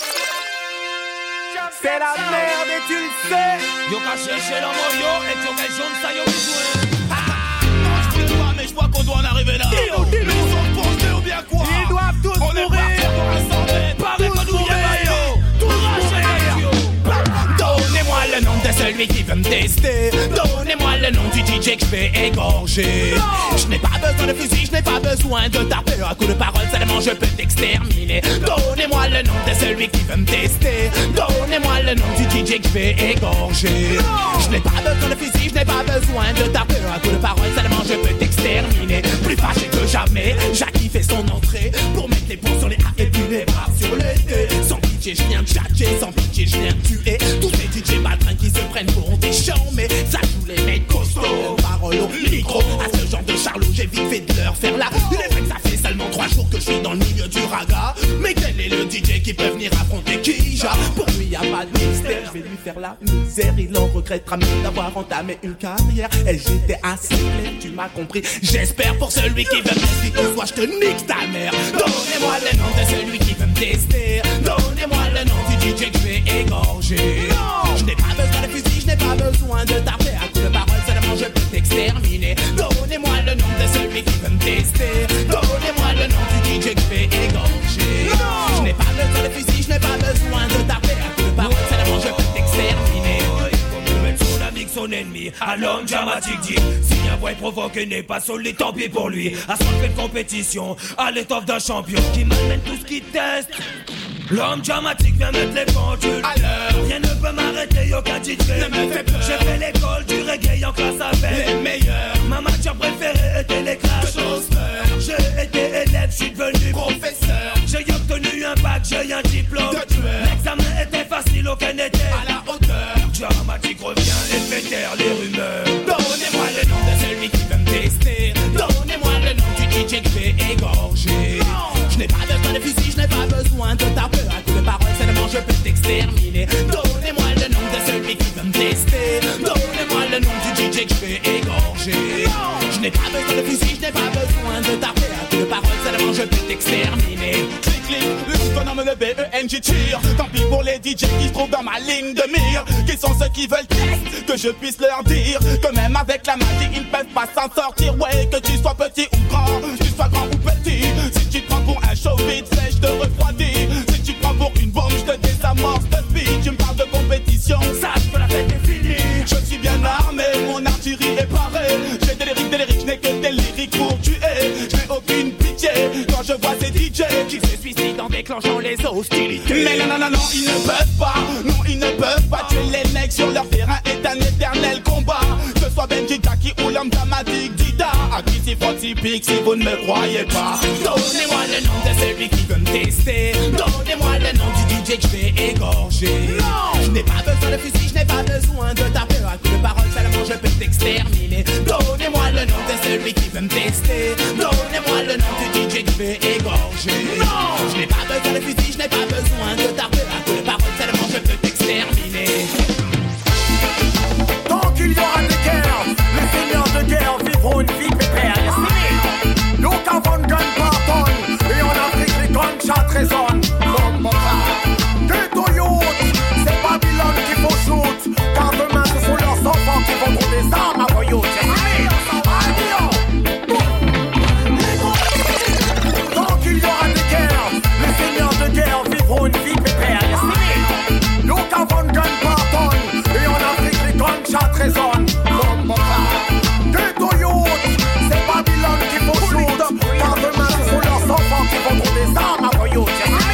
C'est la merde et tu le sais. Yo qu'à chercher l'homme yo et tu qu'à jaune ça yo besoin. Ah, non je sais pas mais je crois qu'on doit en arriver là. Dis-nous, dis-nous. Ils sont pensés ou bien quoi? Ils doivent tous on mourir. On est parti pour rassembler. Pareil que nous y est yo. Tout racheter yo. Donnez-moi le nom de celui qui veut me tester. Donnez-moi le nom du D J que je vais égorger. Je n'ai pas besoin de fusil, je n'ai pas besoin de taper à coups de parole, seulement je peux t'exterminer. Donnez-moi le nom de celui qui veut me tester. Donnez-moi le nom du D J que je vais égorger. Je n'ai pas besoin de fusil, je n'ai pas besoin de taper à coups de parole, seulement je peux t'exterminer. Plus fâché que jamais, Jackie fait son entrée pour mettre les poings sur les A et puis les bras sur les T. Sans pitié, je viens de tchatcher, sans pitié, je viens de tuer tous ces D J maltrains qui se prennent pour des champs, mais ça joue les mecs costauds. Parole au micro, à ce genre de charlot, j'ai vite fait de leur faire là. Il est vrai que ça fait seulement trois jours que je suis dans le milieu du raga. Mais quel est le D J qui peut venir affronter Kija? Pour lui y'a pas de mystère, je vais lui faire la misère. Il en regrettera même d'avoir entamé une carrière. Et j'étais assez clair, tu m'as compris. J'espère pour celui qui veut me tester, soit je te nique ta mère. Donnez-moi le nom de celui qui veut me tester. Donnez-moi le nom du D J que je vais égorger. Je n'ai pas besoin de fusil, je n'ai pas besoin de taper à coups de parole, seulement je peux t'exterminer. Donnez-moi le nom de celui qui veut me tester. Donnez-moi le nom du D J que je vais égorger. Je n'ai pas besoin de fusil, je n'ai pas besoin de taper à coups de parole, seulement je peux t'exterminer. Comme mettre son ami que son ennemi, à l'homme dramatique dit. Si un boy provoqué n'est pas solide, tant pis pour lui. À son fait de compétition, à l'étoffe d'un champion qui m'amène tout ce qui teste. L'homme dramatique vient mettre les pendules à l'heure. Rien ne peut m'arrêter, aucun titre ne me fait peur. J'ai fait l'école du reggae en classe avec les meilleurs. Ma matière préférée était les classes. J'ai été élève, je suis devenu professeur. J'ai obtenu un bac, j'ai un diplôme de tueur. L'examen était facile, aucun n'était à la hauteur. Dramatique revient et fait taire les rumeurs. Donnez-moi le nom de celui qui veut me tester. Donnez-moi le nom du D J que je vais égorger. Je n'ai pas besoin de fusil, je n'ai pas besoin de ta peur. À toutes les paroles, seulement je peux t'exterminer. Donnez-moi le nom de celui qui veut me tester. Donnez-moi le nom du D J que je vais égorger. Je n'ai pas besoin de fusil, je n'ai pas besoin de ta peur. À toutes les paroles, seulement je peux t'exterminer. Clic, clic, le bonhomme le B E N J tire. Tant pis pour les D J qui se trouvent dans ma ligne de mire. Qui sont ceux qui veulent test, que je puisse leur dire que même avec la magie ils peuvent pas s'en sortir. Ouais, que tu sois petit ou grand, que tu sois grand ou petit. Si tu te prends pour un show vite fait, je te refroidis. Si tu te prends pour une bombe, je te désamorce de speed. Tu me parles de compétition, sache que la fête est finie. Je suis bien armé, mon artillerie est parée. J'ai des lyriques, des lyriques, je n'ai que des lyriques pour tuer. Je n'ai aucune pitié quand je vois ces D J qui se suicident en déclenchant les hostilités. Mais non, non, non, non, ils ne peuvent pas. Non, ils ne peuvent pas tuer les mecs sur leur terrain est un éternel combat. Que ce soit Benji, Jackie ou l'homme dramatique Dida. À qui s'y faut typique si vous ne me croyez pas. Donnez-moi le nom de celui qui veut me tester. Donnez-moi le nom du D J que je vais égorger. Je n'ai pas besoin de fusil, je n'ai pas besoin de ta peur. À coups de parole seulement je peux t'exterminer. Donnez-moi le nom de celui qui veut me tester. Donnez-moi le nom du D J que je vais égorger. Je n'ai pas besoin de fusil, je n'ai pas besoin de ta peur. À coups de parole seulement je peux t'exterminer. Tant qu'il y aura des guerres, les seigneurs de guerre vivront une vie pépère. Nous qu'avons de gun pardon, et en Afrique les gunshots résonnent. Ghetto youth, c'est Babylone qu'il faut shoot. Car demain ce sont leurs enfants qui vendront des armes à vos youths. Tant qu'il y aura des guerres, les seigneurs de guerre vivront une vie pépère. Nous qu'avons de gun pardon, et en Afrique les gunshots résonnent. Ghetto youth, c'est Babylone qu'il faut shoot. Car demain ce sont leurs enfants qui vendront des armes à vos youths.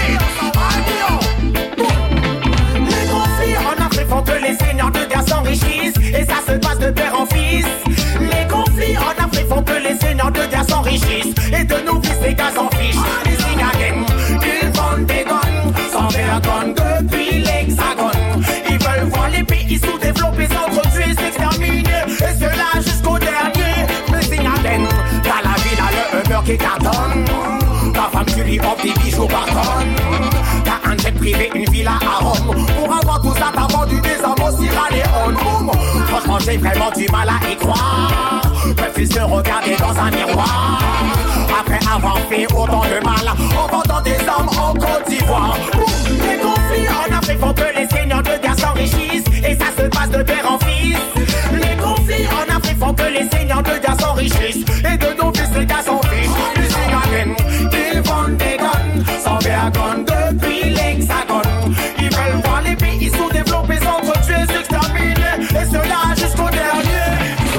Les conflits en Afrique font que les seigneurs de guerre s'enrichissent, et ça se passe de père en fils. Les conflits en Afrique font que les seigneurs de guerre s'enrichissent, et de nos fils les gars s'en fichent. Les Singageng, ils vendent des guns sans vergogne depuis l'Hexagone. Ils veulent voir les pays sous-développés s'entretuer, s'exterminer, et cela jusqu'au dernier. Les Singageng, t'as la ville à le Uber qui cartonne. Ta femme tu lui offres des bijoux par tonne. T'as un jet privé, une villa à Rome. Pour avoir tout ça t'as vendu des hommes au Sierra Leone. Franchement j'ai vraiment du mal à y croire. Préfère se regarder dans un miroir après avoir fait autant de mal en vendant des armes en Côte d'Ivoire. Les conflits en Afrique font que les seigneurs de guerre s'enrichissent, et ça se passe de père en fils. Les conflits en Afrique font que les seigneurs de guerre s'enrichissent, et de nos fils les gars s'en fichent. Les Singageng, ils vendent des guns sans vergogne depuis l'Hexagone. Ils veulent voir les pays sous-développés s'entretuer, s'exterminer, et cela jusqu'au dernier.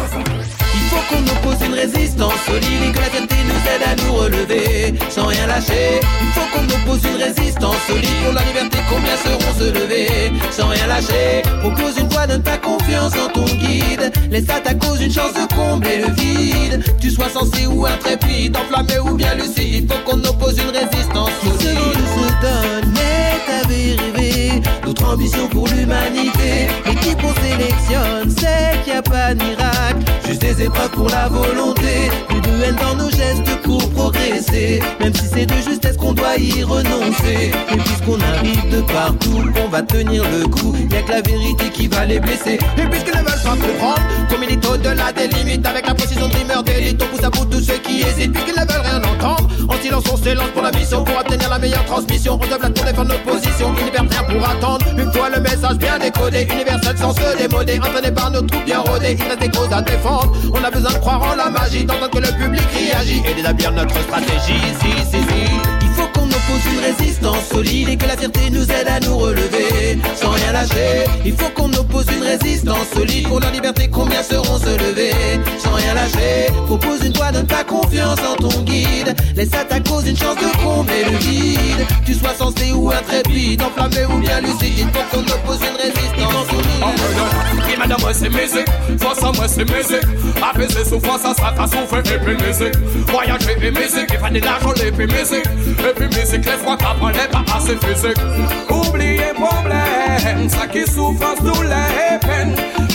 Il faut qu'on oppose une résistance solide et que la fierté nous aide à nous relever sans rien lâcher. Il faut qu'on oppose une résistance solide pour la liberté. Combien seront se lever sans rien lâcher? Propose une voie, donne ta confiance en ton guide. Laisse à ta cause une chance de combler le vide. Que tu sois sensé ou intrépide, enflammé ou bien lucide, il faut qu'on oppose une résistance solide. Ce monde se donne, mais t'avais rêvé notre ambition pour l'humanité. L'équipe on sélectionne, c'est qu'il n'y a pas de miracle, juste des épreuves pour la volonté. Plus de haine dans nos gestes pour progresser, même si c'est de justesse qu'on doit y renoncer. Et puisqu'on arrive de partout, on va tenir le coup. Y'a que la vérité qui va les blesser. Et puisqu'ils ne veulent pas comprendre, comme il est au-delà des limites, avec la précision de dreamer d'élite, on pousse à bout tous ceux qui hésitent. Puisqu'ils ne veulent rien entendre, en silence on s'élance pour la mission, pour obtenir la meilleure transmission. On double la tour défendre nos positions, ils ne perdent rien pour attendre. Une fois le message bien décodé, universel sans se démoder, entraîné par nos troupes bien rodées, il reste des causes à défendre. On a besoin de croire en la magie, d'entendre que le public réagit et d'établir notre stratégie. Si, si, si. Il faut qu'on oppose une résistance solide et que la fierté nous aide à nous relever sans rien lâcher. Il faut qu'on oppose une résistance solide pour la liberté. Combien seront se lever sans rien lâcher? Propose une voie, donne ta confiance en ton guide. Laisse à ta cause une chance de combler le vide. Tu sois sensé ou intrépide, enflammé ou bien lucide, pour qu'on oppose une résistance solide. Et madame, moi c'est musique, face à moi c'est musique. Apaiser souffrance, ça sera ta souffre, et puis musique. Voyager et musique, il faut de l'argent, et puis musique. Et puis musique, les fois qu'après n'est pas assez physique. Oubliez problème, ça qui souffrance, douleur et peine.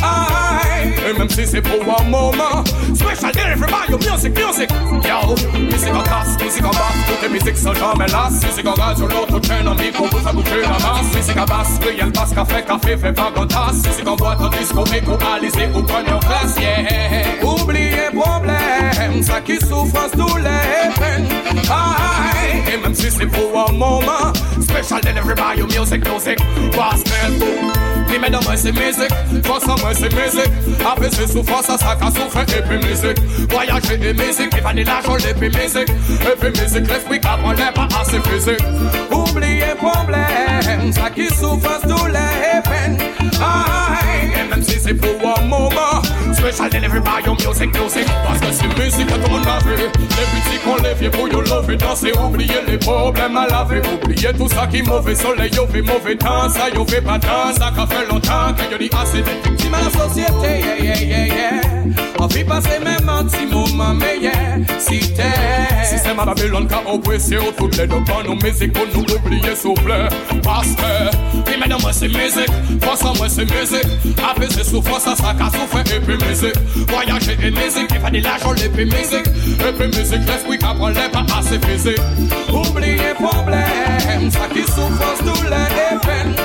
Aïe, et même si c'est pour un moment, special delivery by your music, music. Yo, musique en casse, musique en basse, toutes les musiques sont jamais lasses. Musique en gaz sur l'autre chaîne, en micro, pour faire bouger la masse. Musique à basse, réel basse, café, café, fait pas en tasse. Musique en boîte, en disco, écho, alizé, ou prenez en classe, yeah. Oubliez problème, ça qui souffrance, douleur et peine. Aïe, et même si c'est pour un moment, special delivery by your music, music. Parce que, les mesdames, moi c'est musique, face à moi c'est musique. Apaiser souffrance, ça sera qu'à souffrir, et puis musique. Voyager et musique, il va de l'argent, et puis musique. Et puis musique, l'esprit qu'après n'est pas assez physique. Oubliez problème, ça qui souffrance, douleur et peine. Aïe, et même si c'est pour un moment, special delivery by your music, music. Parce que c'est musique à ton avis. Les petits qu'on les vieux pour you love et danser. Oubliez les problèmes à laver. Oubliez tout ça qui mauvais soleil, yo fait mauvais temps. Ça yo fait pas temps, ça qu'a fait longtemps que yo dit assez de victimes à la société, yeah, yeah, yeah, yeah. On vit passer même un petit moment, mais yeah, si t'es système à Babylone qu'a oppressé au toutes les deux nos musiques pour nous oublier souple. Parce que, oui madame moi c'est musique, face à moi c'est musique. Apaiser souffrance, ça sera qu'à souffrir et puis musique. Voyager et musique, il faut de l'argent et puis musique. Et puis musique, l'esprit qu'après n'est pas assez physique. Oubliez problème, ça qui souffrance, douleur et peine.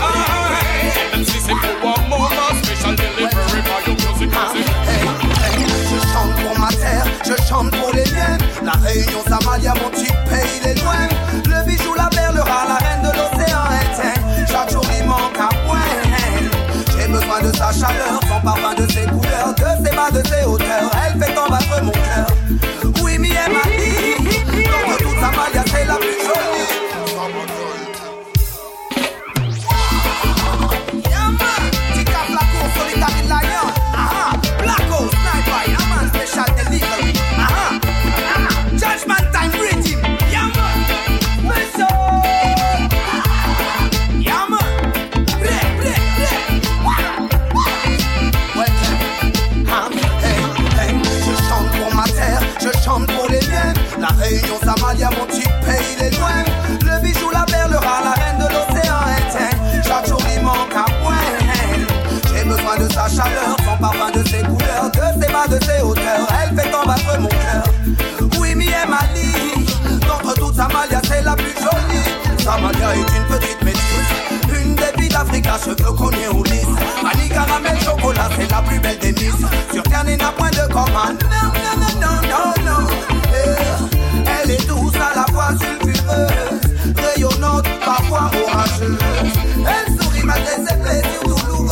Ah, même si c'est pour un moment, special delivery by your music, music. Je chante pour ma terre, je chante pour les miens. La Réunion, Samalia, mon petit pays, il est loin. Le bijou, la perle rare, la reine de l'océan éteint. Chaque jour il manque un point. J'ai besoin de sa chaleur, son parfum, de ses couleurs, de ses bas, de ses hauteurs. Elle fait en battre mon cœur. Oui, mi est ma vie. Dans toute Samalia, c'est la plus jolie. Special delivery, aha, aha. Judgment time rhythm, yeah man. Special, yeah man. Play, play, play. Welcome, ah, hey, hey. Je chante pour ma terre, je chante pour les miens. La Réunion, Samalia, mon petit pays, il est loin. Le bijou, la perle rare, la reine de l'océan éteint. Chaque jour il manque un point. J'ai besoin de sa chaleur, son parfum, de ses couleurs, de ses bas, de ses hauteurs. Elle fait en battre mon cœur. Oui, mi est Mali. D'entre toutes Samalia, c'est la plus jolie. Samalia est une petite métisse, une des filles d'Afrique à cheveux cognés ou lisses. Annie caramel chocolat, c'est la plus belle des miss. Sur terre, il n'a point de commande. Non, non, non, non, non, non. Eh, elle est douce à la fois sulfureuse, rayonnante, parfois orageuse. Elle sourit malgré ses plaisirs douloureux.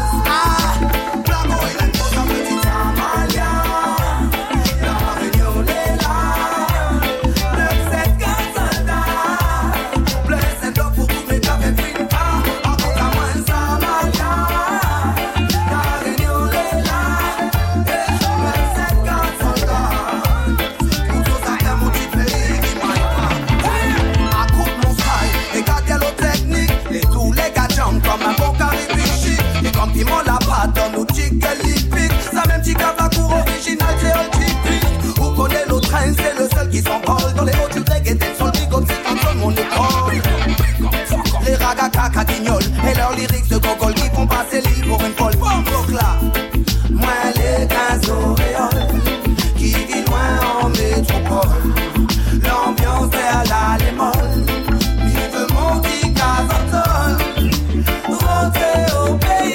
Piment la pâte dans nos chicken lipides. Ça même chica la cour originale créole typique. Vous connaissez l'autre train, c'est le seul qui s'envole. Dans les hauts du reggae, t'es sur le bigot, c'est quand tout le monde école. Les ragas caca guignols et leurs lyrics de gogol qui font passer l'île pour une folle. Bon, là, moi les quinze auréoles qui vit loin en métropole. L'ambiance est à la lémole. Il veut mon petit casantol. Rentrer au pays.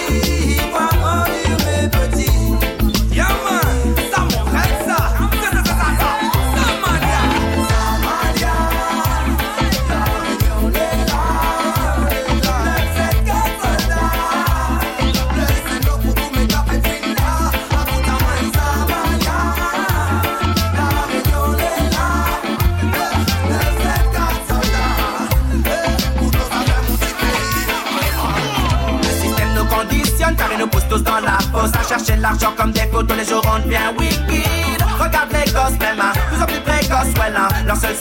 Car ils nous poussent tous dans la fosse à chercher l'argent comme des photos, les jours rendent bien wicked. Regarde les gosses, même hein, plus en plus précoces, ouais là. Leur seul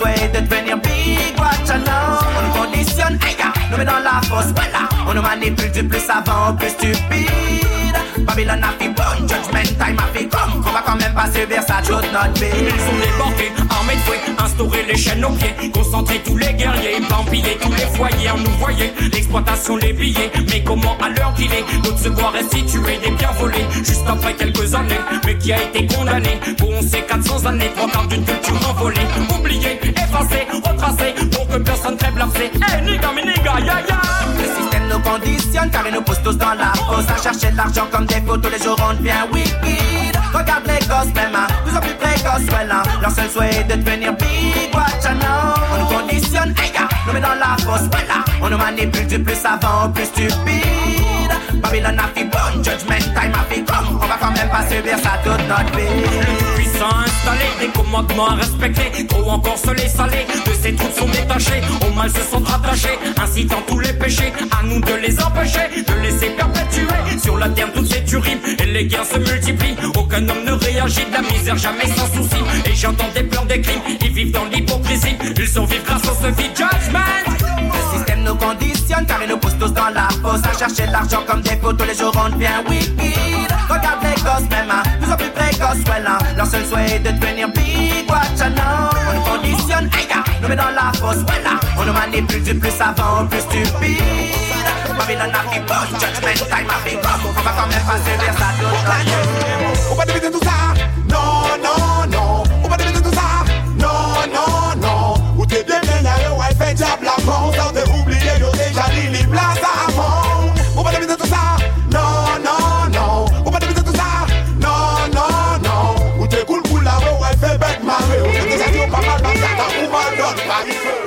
souhait de devenir big, watch out now. On nous conditionne, hey gars, nous met dans la fosse, voilà. On nous manipule du plus savant au plus stupide. Babylone a fait bon, judgment time a fait comme. On va quand même pas subir ça toute notre vie. Ils sont débarqués, armés de fouet, instaurer les chaînes aux pieds, concentrer tous les guerriers, vampiller tous les foyers. On nous voyait, l'exploitation, les billets. Mais comment à l'heure qu'il est, notre se voit restituer des biens volés, juste après quelques années. Mais qui a été condamné pour on sait quatre cents années, trois quarts d'une culture envolée. Oublié, effacé, retracé, pour que personne crève l'abcès. Eh hey, nigga, mais nigga, ya ya. Le système nous conditionne car il nous pousse tous dans la fosse à chercher de l'argent comme des faux, tous les jours on devient wicked. Regarde les gosses, même hein, plus en plus précoces, voilà. Leur seul souhait est de devenir big, watch out now. On nous conditionne, hey gars, nous met dans la fosse, voilà. On nous manipule du plus savant au plus stupide. Babylone a fait bon, judgment time a fait comme. On va quand même pas subir ça toute notre vie. Le tout-puissant installé, des commandements à respecter. Trop encore se les saler, de ces troupes sont détachés. Au mal se sont rattachés, incitant tous les péchés. À nous de les empêcher, de laisser perpétuer. Sur la terre toutes ces tueries, et les guerres se multiplient. Aucun homme ne réagit, de la misère jamais sans souci. Et j'entends des pleurs des crimes, ils vivent dans l'hypocrisie. Ils survivent grâce au ce vide judgment. Le système nous conditionne car il nous pousse tous dans la fosse à chercher de l'argent comme des faux, tous les jours on devient wicked. Regarde les gosses même hein, plus en plus précoces, voilà. Leur seul souhait est de devenir big, watch out now. On nous conditionne, hey gars, nous met dans la fosse, voilà. On nous manipule du plus savant au plus stupide. Babylone a fait bon, judgment time a fait comme. On va quand même pas subir ça toute notre vie. On va deviner tout ça, non, non, non. On va deviner tout ça, non, non, non. Ou t'es bien bien là, yo, elle fait diable la France. Sans te oublier, yo, déjà dit les places avant. On va deviner tout ça, non, non, non. On va deviner tout ça, non, non, non. Ou t'es cool, cool là, yo, elle fait bête marée. Ou t'es déjà dit, pas mal, pas mal, ou mal donne, pas du feu.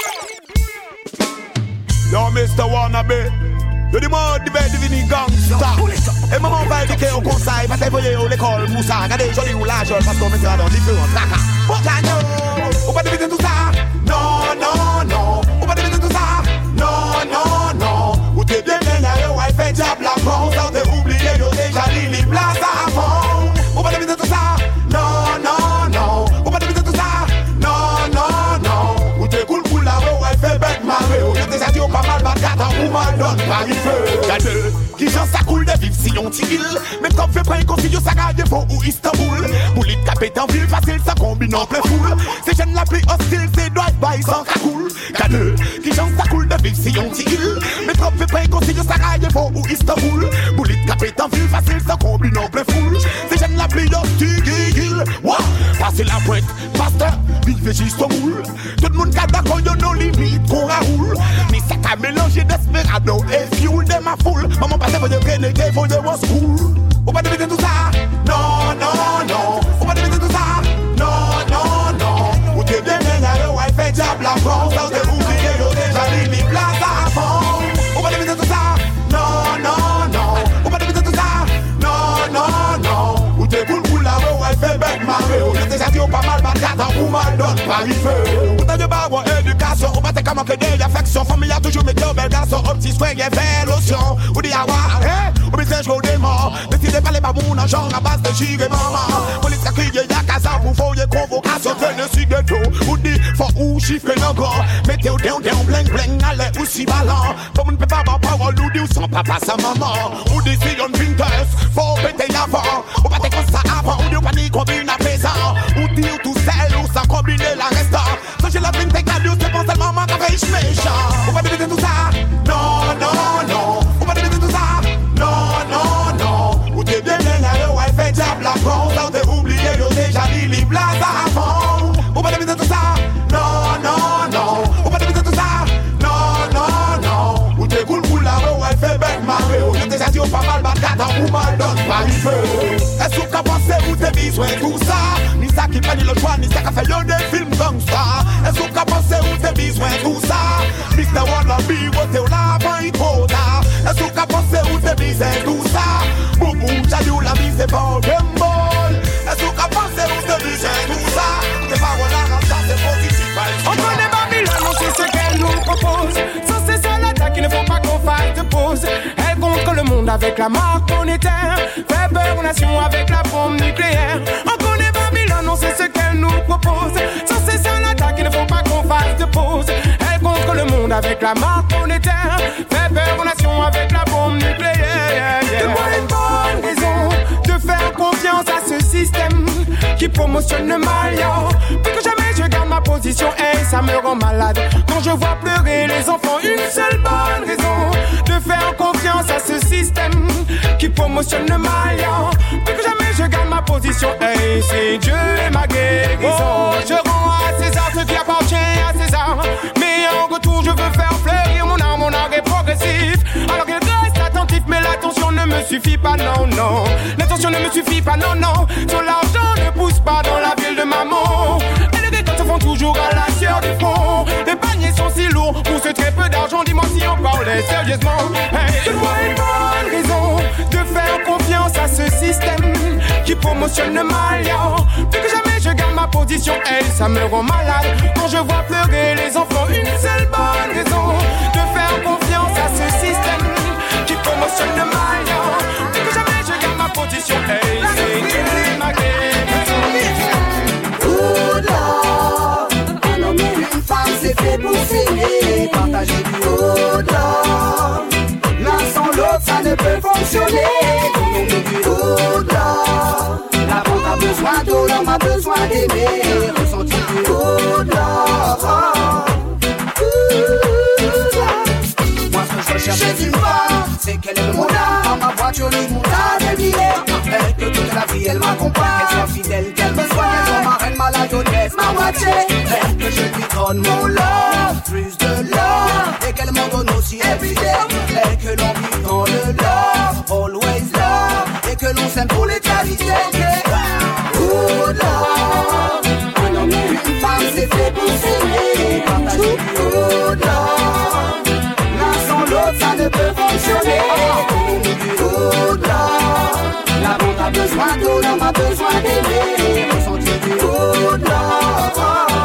Yo, mister Wannabe. Yo di mod di bed divini gangsta. Et maman va éduquer au conseil, pas t'envoyer à l'école pour ça. Regardez, joli ou l'âge, parce qu'on mettra dans différents tracas. On va deviner tout ça, non, non, non. On va deviner tout ça, non, non, non. Ou t'es bien bien là, yo, elle fait diable la France. Sans te oublier, yo, déjà dit les places avant. On va deviner tout ça, non, non, non. On va deviner tout ça, non, non, non. Ou t'es cool, cool là, yo, elle fait bête marée. Ou t'es déjà dit, pas mal, pas gâte, ou mal donne, pas du feu. Y'a deux qui gens ça coule de vivre si on t'il. Même quand fait près qu'on s'y yo, ça gagne pour ou Istanbul. Boulit capé en ville facile, ça combine en plein foule. C'est jeunes la plus hostile, c'est drive-by sans cacoule. Y'a deux qui gens ça coule de vivre si on t'il. Même quand fait près qu'on s'y yo, ça gagne pour ou Istanbul. Boulit capé en ville facile, ça combine en plein foule. C'est jeunes la plus hostile, wouah. Passez la pointe, pasteur, vivez juste au moule. Tout le monde garde d'accord, y'a nos limites qu'on raoule. Mais ça qu'a mélangé desperado et fuel de ma foule. Maman passait pour de renegade, for the was cool. On va deviner tout ça, non, non, non. On va deviner tout ça, non, non, non. Ou t'es bien bien là, yo, elle fait diable la France. Sans te oublier, yo, déjà mis les places avant. On va deviner tout ça, non, non, non. On va deviner tout ça, non, non, non. Ou t'es cool, cool là, yo, elle fait bête marée. Ou t'es déjà dit, pas mal, pas gâte, ou mal donne, pas du feu. Ou t'as de barre, éducation, on va te comment que des affections. Famille a toujours mes deux belles garçons, un petit swing et fait lotion. Ou dit, ah ouais, hein, ou bien c'est chaud des morts. Décidez pas les babous, en genre à base de chigre et maman. Police a crié, y'a qu'à ça pour fouiller convocation. Traîne sur ghetto, ou dit, faut ou chiffrer encore. Mettez au down, down, bling, bling, allez aussi ballant. Comme on ne peut pas avoir parole, ou dit, ou sans papa, sa maman. Ou dit, si on Pinterest, faut péter avant. Ou pas t'es comme ça avant, ou dit, ou panique, combine à présent. Ou dit, ou tout seul, ou sans combiner la restant. So j'ai la bling, t'es calé, c'est bon seulement, man, qu'à fait méchant. On va deviner tout ça, non, non, non. On va deviner tout ça, non, non, non. Ou t'es bien bien là, yo, elle fait diable la France. Sans te oublier, yo, déjà dit les places avant. On va deviner tout ça, non, non, non. On va deviner tout ça, non, non, non. Ou t'es cool, cool là, yo, elle fait bête marée. Ou t'es déjà dit, pas mal, pas gâte, ou mal donne, pas du feu. Est-ce que t'as pensé où t'es besoin tout ça? Ni ça qui prenne le choix, ni ça qui fait yo des films gangsta. Est-ce que t'as pensé où t'es besoin tout ça? mister Wannabe, où t'es là, pas y trop tard. Est-ce que t'as pensé où t'es besoin tout ça? Boubou, j'ai dit où la vie c'est pas un gamble. Est-ce que t'as pensé où t'es besoin tout ça? T'es pas voilà, ça c'est positif. On connaît Babylone, on sait ce qu'elle nous propose. Sans cesser l'attaque, il ne faut pas qu'on fasse de pause. Elle contre le monde avec la marque monétaire. Fait peur aux nations avec la bombe nucléaire. On connaît Babylone, on sait ce qu'elle nous propose. Sans cesser l'attaque, il ne faut avec la marque monétaire, fait peur aux nations avec la bombe nucléaire. Donne-moi une bonne raison de faire confiance à ce système qui promotionne le mal, yo. Plus que jamais je garde ma position, hey, ça me rend malade quand je vois pleurer les enfants. Une seule bonne raison de faire confiance à ce système qui promotionne le mal, yo. Plus que jamais je garde ma position, hey, c'est Dieu et ma guérison. Oh, je rends à César ce qui appartient à César, mais en retour je veux faire fleurir mon art, mon art est progressif. Alors il reste attentif, mais l'attention ne me suffit pas, non, non. L'attention ne me suffit pas, non, non. Sur l'argent ne pousse pas dans la ville de maman. Et les récoltes se font toujours à la sueur du front. Les paniers sont si lourds pour ce très peu d'argent. Dis-moi si on parlait sérieusement. Hey, donne-moi une bonne raison de faire confiance à ce système qui promotionne le mal, yo. Plus que jamais je garde ma position, hey, ça me rend malade quand je vois pleurer les enfants. Une seule bonne raison de faire confiance à ce système qui promotionne le mal, yo. Plus que jamais je garde ma position, hey, c'est Dieu ma guérison. Good love, un homme et une femme c'est fait pour s'aimer, partager du good love. L'un sans l'autre ça ne peut fonctionner. Good love, la vente a besoin d'eau, l'homme a besoin d'aimer, ressentir du good love. Moi ce que je cherche c'est une femme, c'est qu'elle est mon âme. Dans ma voiture les montagnes elle y est, et que toute la vie elle m'accompagne. Qu'elle soit fidèle, qu'elle me soigne, qu'elle soit ma reine, ma laïonnette, ma moitié. Et que je lui donne mon love, plus de love, et qu'elle m'en donne aussi everyday. Et que l'on vit dans le love, always love, et que l'on s'aime pour l'éternité. Good love, un homme et une femme c'est fait pour s'aimer, partager du good love. L'un sans l'autre ça ne peut fonctionner. Good love, la vente a besoin d'eau, l'homme a besoin d'aimer, ressentir du good love.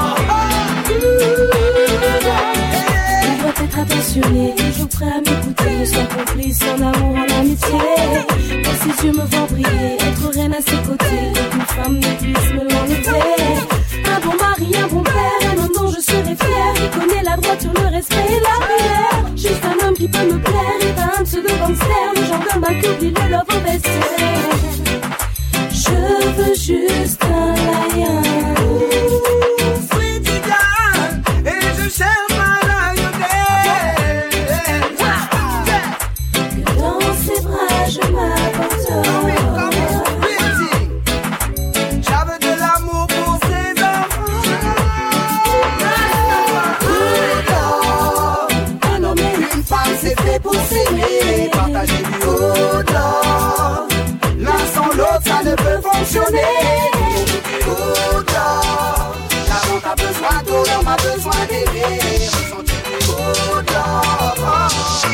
Il doit être attentionné, toujours prêt à m'écouter, soit complice en amour, en amitié. Quand ses yeux me font briller, être reine à ses côtés, qu'une femme ne puisse me l'enlever. Un bon mari, un bon père, un homme dont je serai fière, qui connaît la droiture, le respect et la prière. Juste un homme qui peut me plaire, et pas un pseudo-gangster, le genre d'homme à qui oublie le love au vestiaire. Je veux juste un lion. Sweetie down, et je cherche ma lionette. Que dans ses bras je m'apporte. J'avais de l'amour pour ses enfants. Un homme et une femme c'est fait pour s'aimer, partager du good love. L'un sans l'autre ça ne peut fonctionner. Good love, la vente a besoin d'eau, l'homme a besoin d'aimer, ressentir du good love.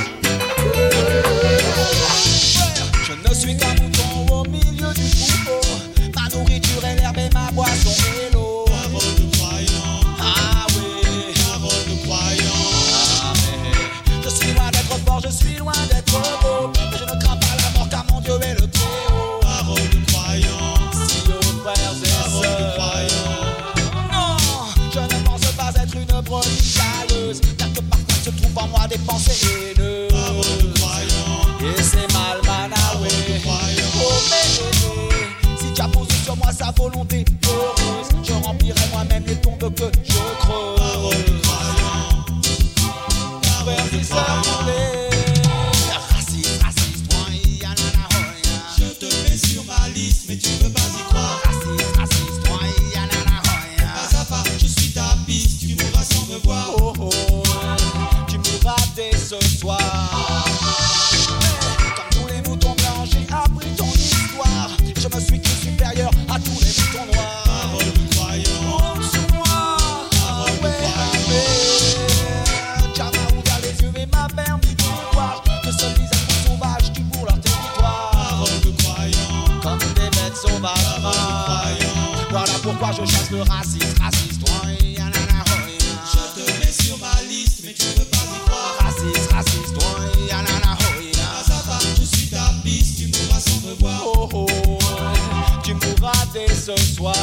Je ne suis qu'un mouton au milieu du troupeau. Ma nourriture est l'herbe et ma boisson est l'eau. Parole de croyant. Ah oui, parole de croyant. Ah mais je suis loin d'être fort, je suis loin d'être beau, mais je ne crains pas la mort car mon Dieu est le Très-Haut. Parole de croyant. Si aux frères et sœurs. Non, je ne pense pas être une brebis galeuse, car que parfois se trouvent en moi des pensées haineuses. Parole de croyant. Et c'est mal manawé. Oh mais si tu as posé sur moi sa volonté heureuse, je remplirai moi-même les tombes que je creuse. Parole de croyant. Frères et sœurs moulés. Raciste, raciste, toi, yanana, hoya. Je te mets sur ma liste, mais tu peux pas y croire. Raciste, raciste, toi, yanana, hoya. Pas à pas, je suis ta piste, tu mourras sans me voir. Oh oh, tu mourras dès ce soir. Comme tous les moutons blancs, j'ai appris ton histoire. Je me suis cru supérieur à tous les moutons noirs. Parole de croyant. Oh, sur moi. Parole de croyant. Dieu m'a ouvert les yeux et m'a permis de voir que seuls les animaux sauvages tuent pour leur territoire. Parole de croyant. Comme des bêtes sauvages. Parole de croyant. Voilà pourquoi je chasse le raciste, raciste. Oh, yanana, oh, yanana. Je te mets sur ma liste, mais tu peux pas y croire. Raciste, raciste. Oh, yanana, oh, yanana. Pas à pas, je suis ta piste, tu mourras sans me voir. Oh, oh, tu mourras dès ce soir.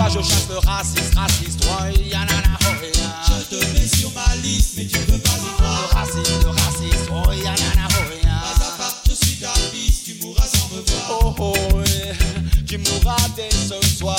toi je chasse le raciste, raciste, ouais, yanana, oh, ya. Je te mets sur ma liste, mais tu peux pas y croire. Le raciste, le raciste, oh, yanana, oh, ya. Pas à part, je suis ta piste, tu mourras sans me voir. Oh, oh, ouais, tu mourras dès ce soir.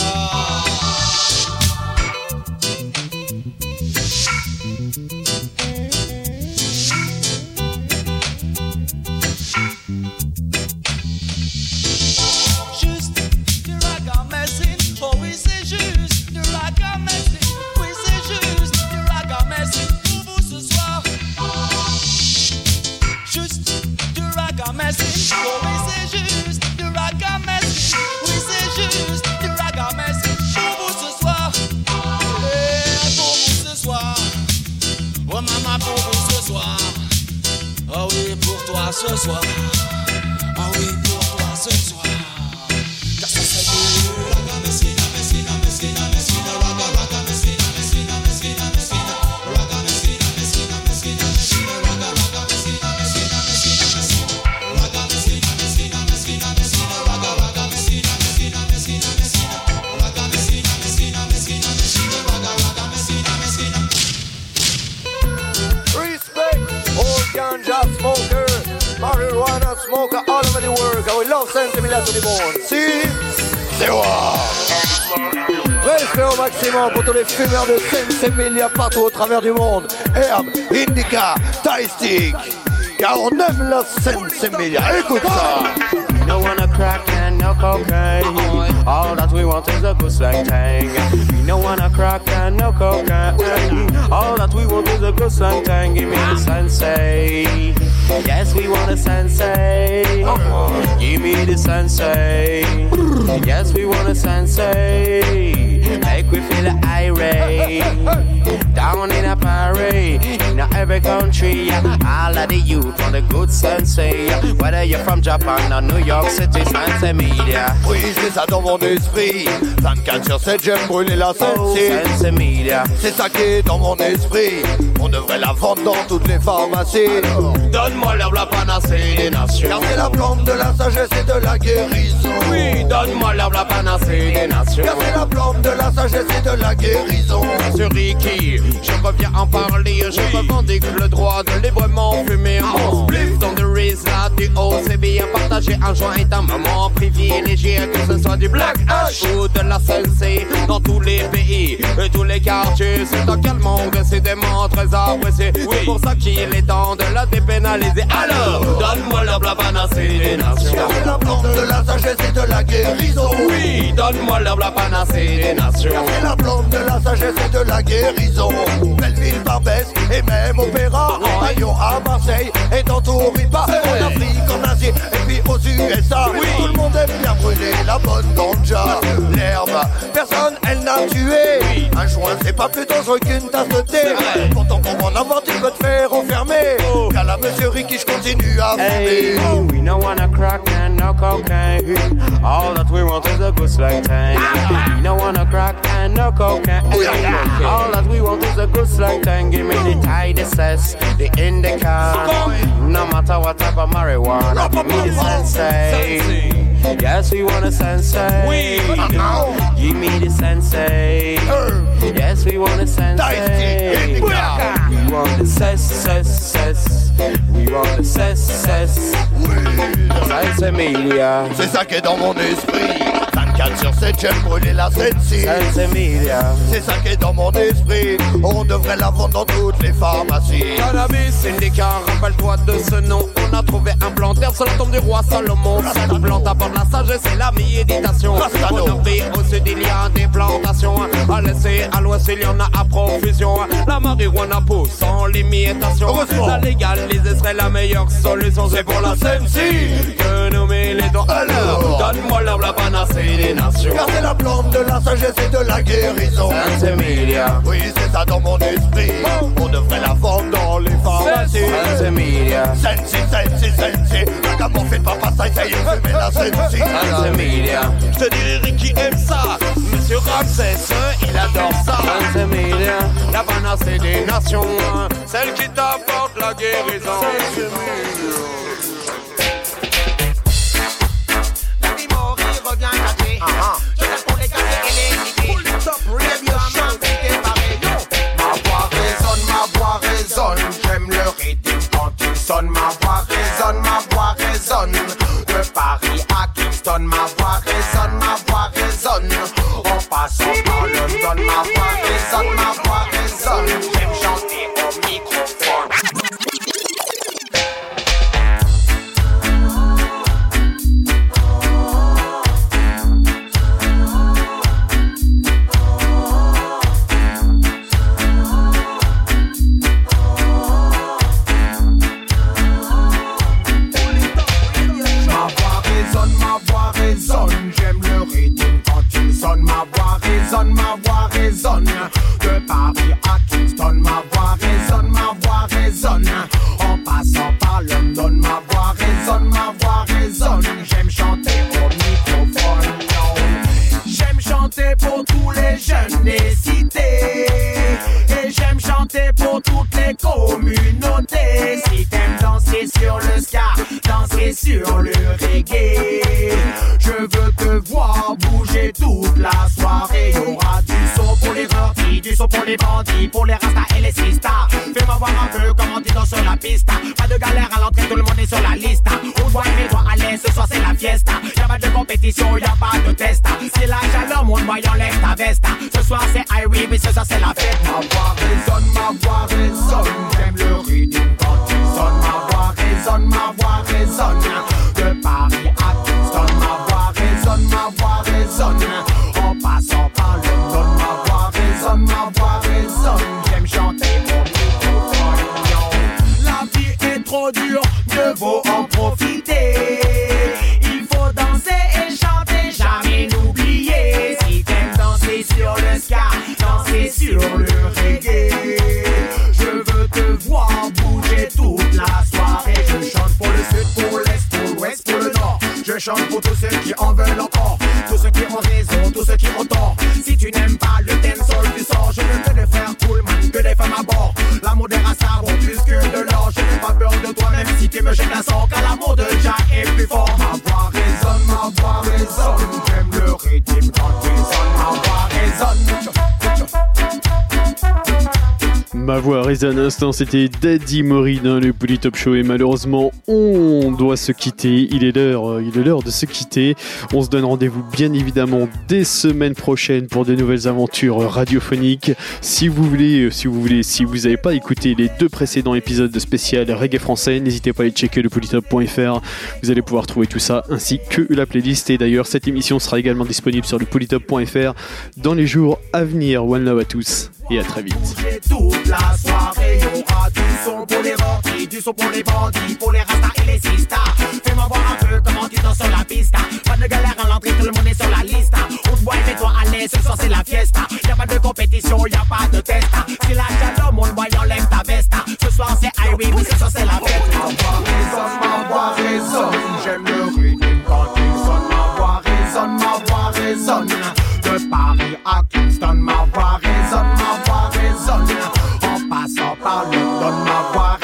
Ce soir, ah oui, pour toi ce soir, car ça c'est du raga messina, messina, messina, messina, raga, raga messina, messina, messina, messina, raga messina, messina, messina, messina, raga, raga messina, messina, messina, messina, raga messina, messina, messina, messina, raga, raga messina, messina, messina, messina, raga messina, messina, messina, messina, raga, raga messina, messina. Respect all ganja smokers. Marijuana smoker all over the world, and we love Saint Emilia to the bone. Si, c'est moi. Respect au maximum pour tous les fumeurs de Saint Emilia partout au travers du monde. Herbe, indica, Thai stick, car on aime la Saint Emilia. Écoute ça. No wanna crack and no cocaine. All that we want is a good slang tang. We don't wanna crack and no cocaine. All that we want is a good slang tang. Give me the sensei. Yes, we want a sensei. Give me the sensei. Yes, we want a sensei. Make we feel irate. Down in a parade, in every country, all of the youth want a good sensei. Whether you're from Japan or New York City, Sensei Media. Oui, c'est ça dans mon esprit. vingt-quatre sur sept, j'aime brûler la Sensei. Oh, Sensei Media. C'est ça qui est dans mon esprit. On devrait la vendre dans toutes les pharmacies. Alors, donne-moi l'herbe, la panacée des nations. Car c'est la plante de la sagesse et de la guérison. Oui, donne-moi l'herbe, la panacée des nations. Car c'est la plante de la sagesse et de la guérison. Sur Ricky, je reviens en parler. Je revendique le droit de librement fumer mon spliff dans the Riz, là du haut. C'est bien partager un joint est un moment privilégié, que ce soit du Black Ash ou de la Sensei. Dans tous les pays et tous les quartiers, c'est un quel monde décidément très apprécié. Oui, c'est pour ça qu'il est temps de la dépénaliser. Alors, donne-moi l'herbe, la panacée des nations. Car c'est la plante de la sagesse et de la guérison. Oui, donne-moi l'herbe, la panacée des nations. Car c'est la plante de la sagesse et de la guérison. Belleville, Barbès et même Opéra. À Lyon, à Marseille et dans tout Ripa. En Afrique, en Asie et puis aux U S A. Oui. Tout le monde aime bien brûler la bonne ganja. L'herbe, personne elle n'a tué. Oui. Un joint c'est pas plus dangereux qu'une tasse de thé. Pourtant pour en avoir tu peux te faire enfermer. Oh. Car la monsieur Ricky je continue à fumer. Hey, oh. We don't wanna crack and no cocaine. All that we want is a good slang tang. We don't wanna crack and no cocaine. Oh, yeah, yeah. All that we want is a good slang tang. Give me the Thai, the cess, the indica. No matter what type of marijuana. Give me the sensei. Yes, we want a sensei. Oui. Give me the sensei. Yes, we want a sensei. We want the cess, cess, cess. We want the cess, cess. Sensei Media. C'est ça qui est dans mon esprit. vingt-quatre sur sept, j'aime brûler la Sensei. Sensei Media. C'est ça qui est dans mon esprit. On devrait la vendre dans toutes les pharmacies. Cannabis indica, rappelle-toi de ce nom. On a trouvé un plan terre sur la tombe du roi Salomon. Cette plante apporte la sagesse et la méditation. Au nord et au sud il y a des plantations. À l'est et à l'ouest il y en a à profusion. La marijuana pousse sans limitation. La légaliser serait la meilleure solution. C'est pour la Sensei que nous militons. Alors, donne-moi l'herbe, la panacée des nations. Car c'est la plante de la sagesse et de la guérison. Sensei Media. Oui, c'est ça dans mon esprit. On devrait la vendre dans les pharmacies. Sensei Media. Sensei, Sensei, Sensei. La gamme fait pas ça, ça y est, fumer la Sensei. Sensei Media. Je te dirais Ricky aime ça. Monsieur Ramsès, il adore ça. Sensei Media. La panacée des nations, celle qui t'apporte la guérison. Sensei Media. Revient gâté. Je reste pour les casser et les niquer. En passant par London, ma voix résonne, ma voix résonne. J'aime chanter au microphone. J'aime le rythme quand il sonne, ma voix résonne, ma voix résonne. De Paris à Kingston, ma voix résonne, ma voix résonne. En passant par London, ma voix résonne, ma voix résonne. J'aime chanter au microphone, j'aime chanter pour tous les jeunes des cités. Et j'aime chanter pour toutes les communautés. Si t'aimes danser sur le ska, danser sur le reggae. Je veux te voir bouger toute la soirée. Y'aura du son pour les rortis, du son pour les bandits, pour les rastas et les sistas. Fais-moi voir un peu comment tu danses sur la piste. Pas de galère à l'entrée, tout le monde est sur la liste. On doit aimer, doit aller, ce soir c'est la fiesta. Y'a pas de compétition, y'a pas de test. C'est la chaleur, mon boy, enlève ta veste. Ce soir c'est I oui, oui, ce soir c'est la fête. Ma voix résonne, ma voix résonne. J'aime le rythme quand tu sonnes. Ma voix résonne, ma voix résonne. De Paris à Kingston, ma voix résonne, ma voix résonne. En passant par London, ma voix résonne, ma voix résonne. J'aime chanter pour microphone. La vie est trop dure, mieux vaut en profiter. Il faut danser et chanter, jamais n'oublier. Si t'aimes danser sur le ska, danser sur le reggae. Je veux te voir bouger toute la soirée. Je chante pour le sud, pour l'est, pour l'ouest, pour le nord. Je chante pour tous ceux qui en veulent encore. Tous ceux qui ont raison, tous ceux qui ont tort. Si tu n'aimes pas le dancehall du sort, je veux que des frères cool man, que des femmes à bord. L'amour des rastas vaut plus que de l'or. Je n'ai pas peur de toi même si tu me jettes la sang. Car l'amour de Jah est plus fort. Ma voix résonne, ma voix résonne. J'aime le rythme quand il sonne. Ma voix résonne. Ma voix résonne un instant, c'était Daddy Mori dans le Bully Top Show et malheureusement on doit se quitter, il est l'heure, il est l'heure de se quitter. On se donne rendez-vous bien évidemment dès semaine prochaine pour de nouvelles aventures radiophoniques. Si vous voulez, si vous voulez, si vous n'avez pas écouté les deux précédents épisodes de spécial reggae français, n'hésitez pas à aller checker le polytop point f r. Vous allez pouvoir trouver tout ça ainsi que la playlist. Et d'ailleurs cette émission sera également disponible sur le polytop point f r dans les jours à venir. One love à tous et à très vite. Toute la soirée, y'aura du son pour les rortis, du son pour les bandits, pour les rastas et les sistas. Fais-moi voir un peu comment tu danses sur la piste. Pas de galère à l'entrée, tout le monde est sur la liste. On te boit et mets-toi à l'aise, ce soir c'est la fiesta. Y'a pas de compétition, y'a pas de test. Si la chaleur, mon boy, enlève ta veste. Ce soir c'est I oui, oui, ce soir c'est la fête. Ma voix résonne, ma voix résonne. J'aime le rythme quand il sonne. Ma voix résonne, ma voix résonne. De Paris à Kingston, ma voix résonne, ma voix résonne. En passant par London, ma voix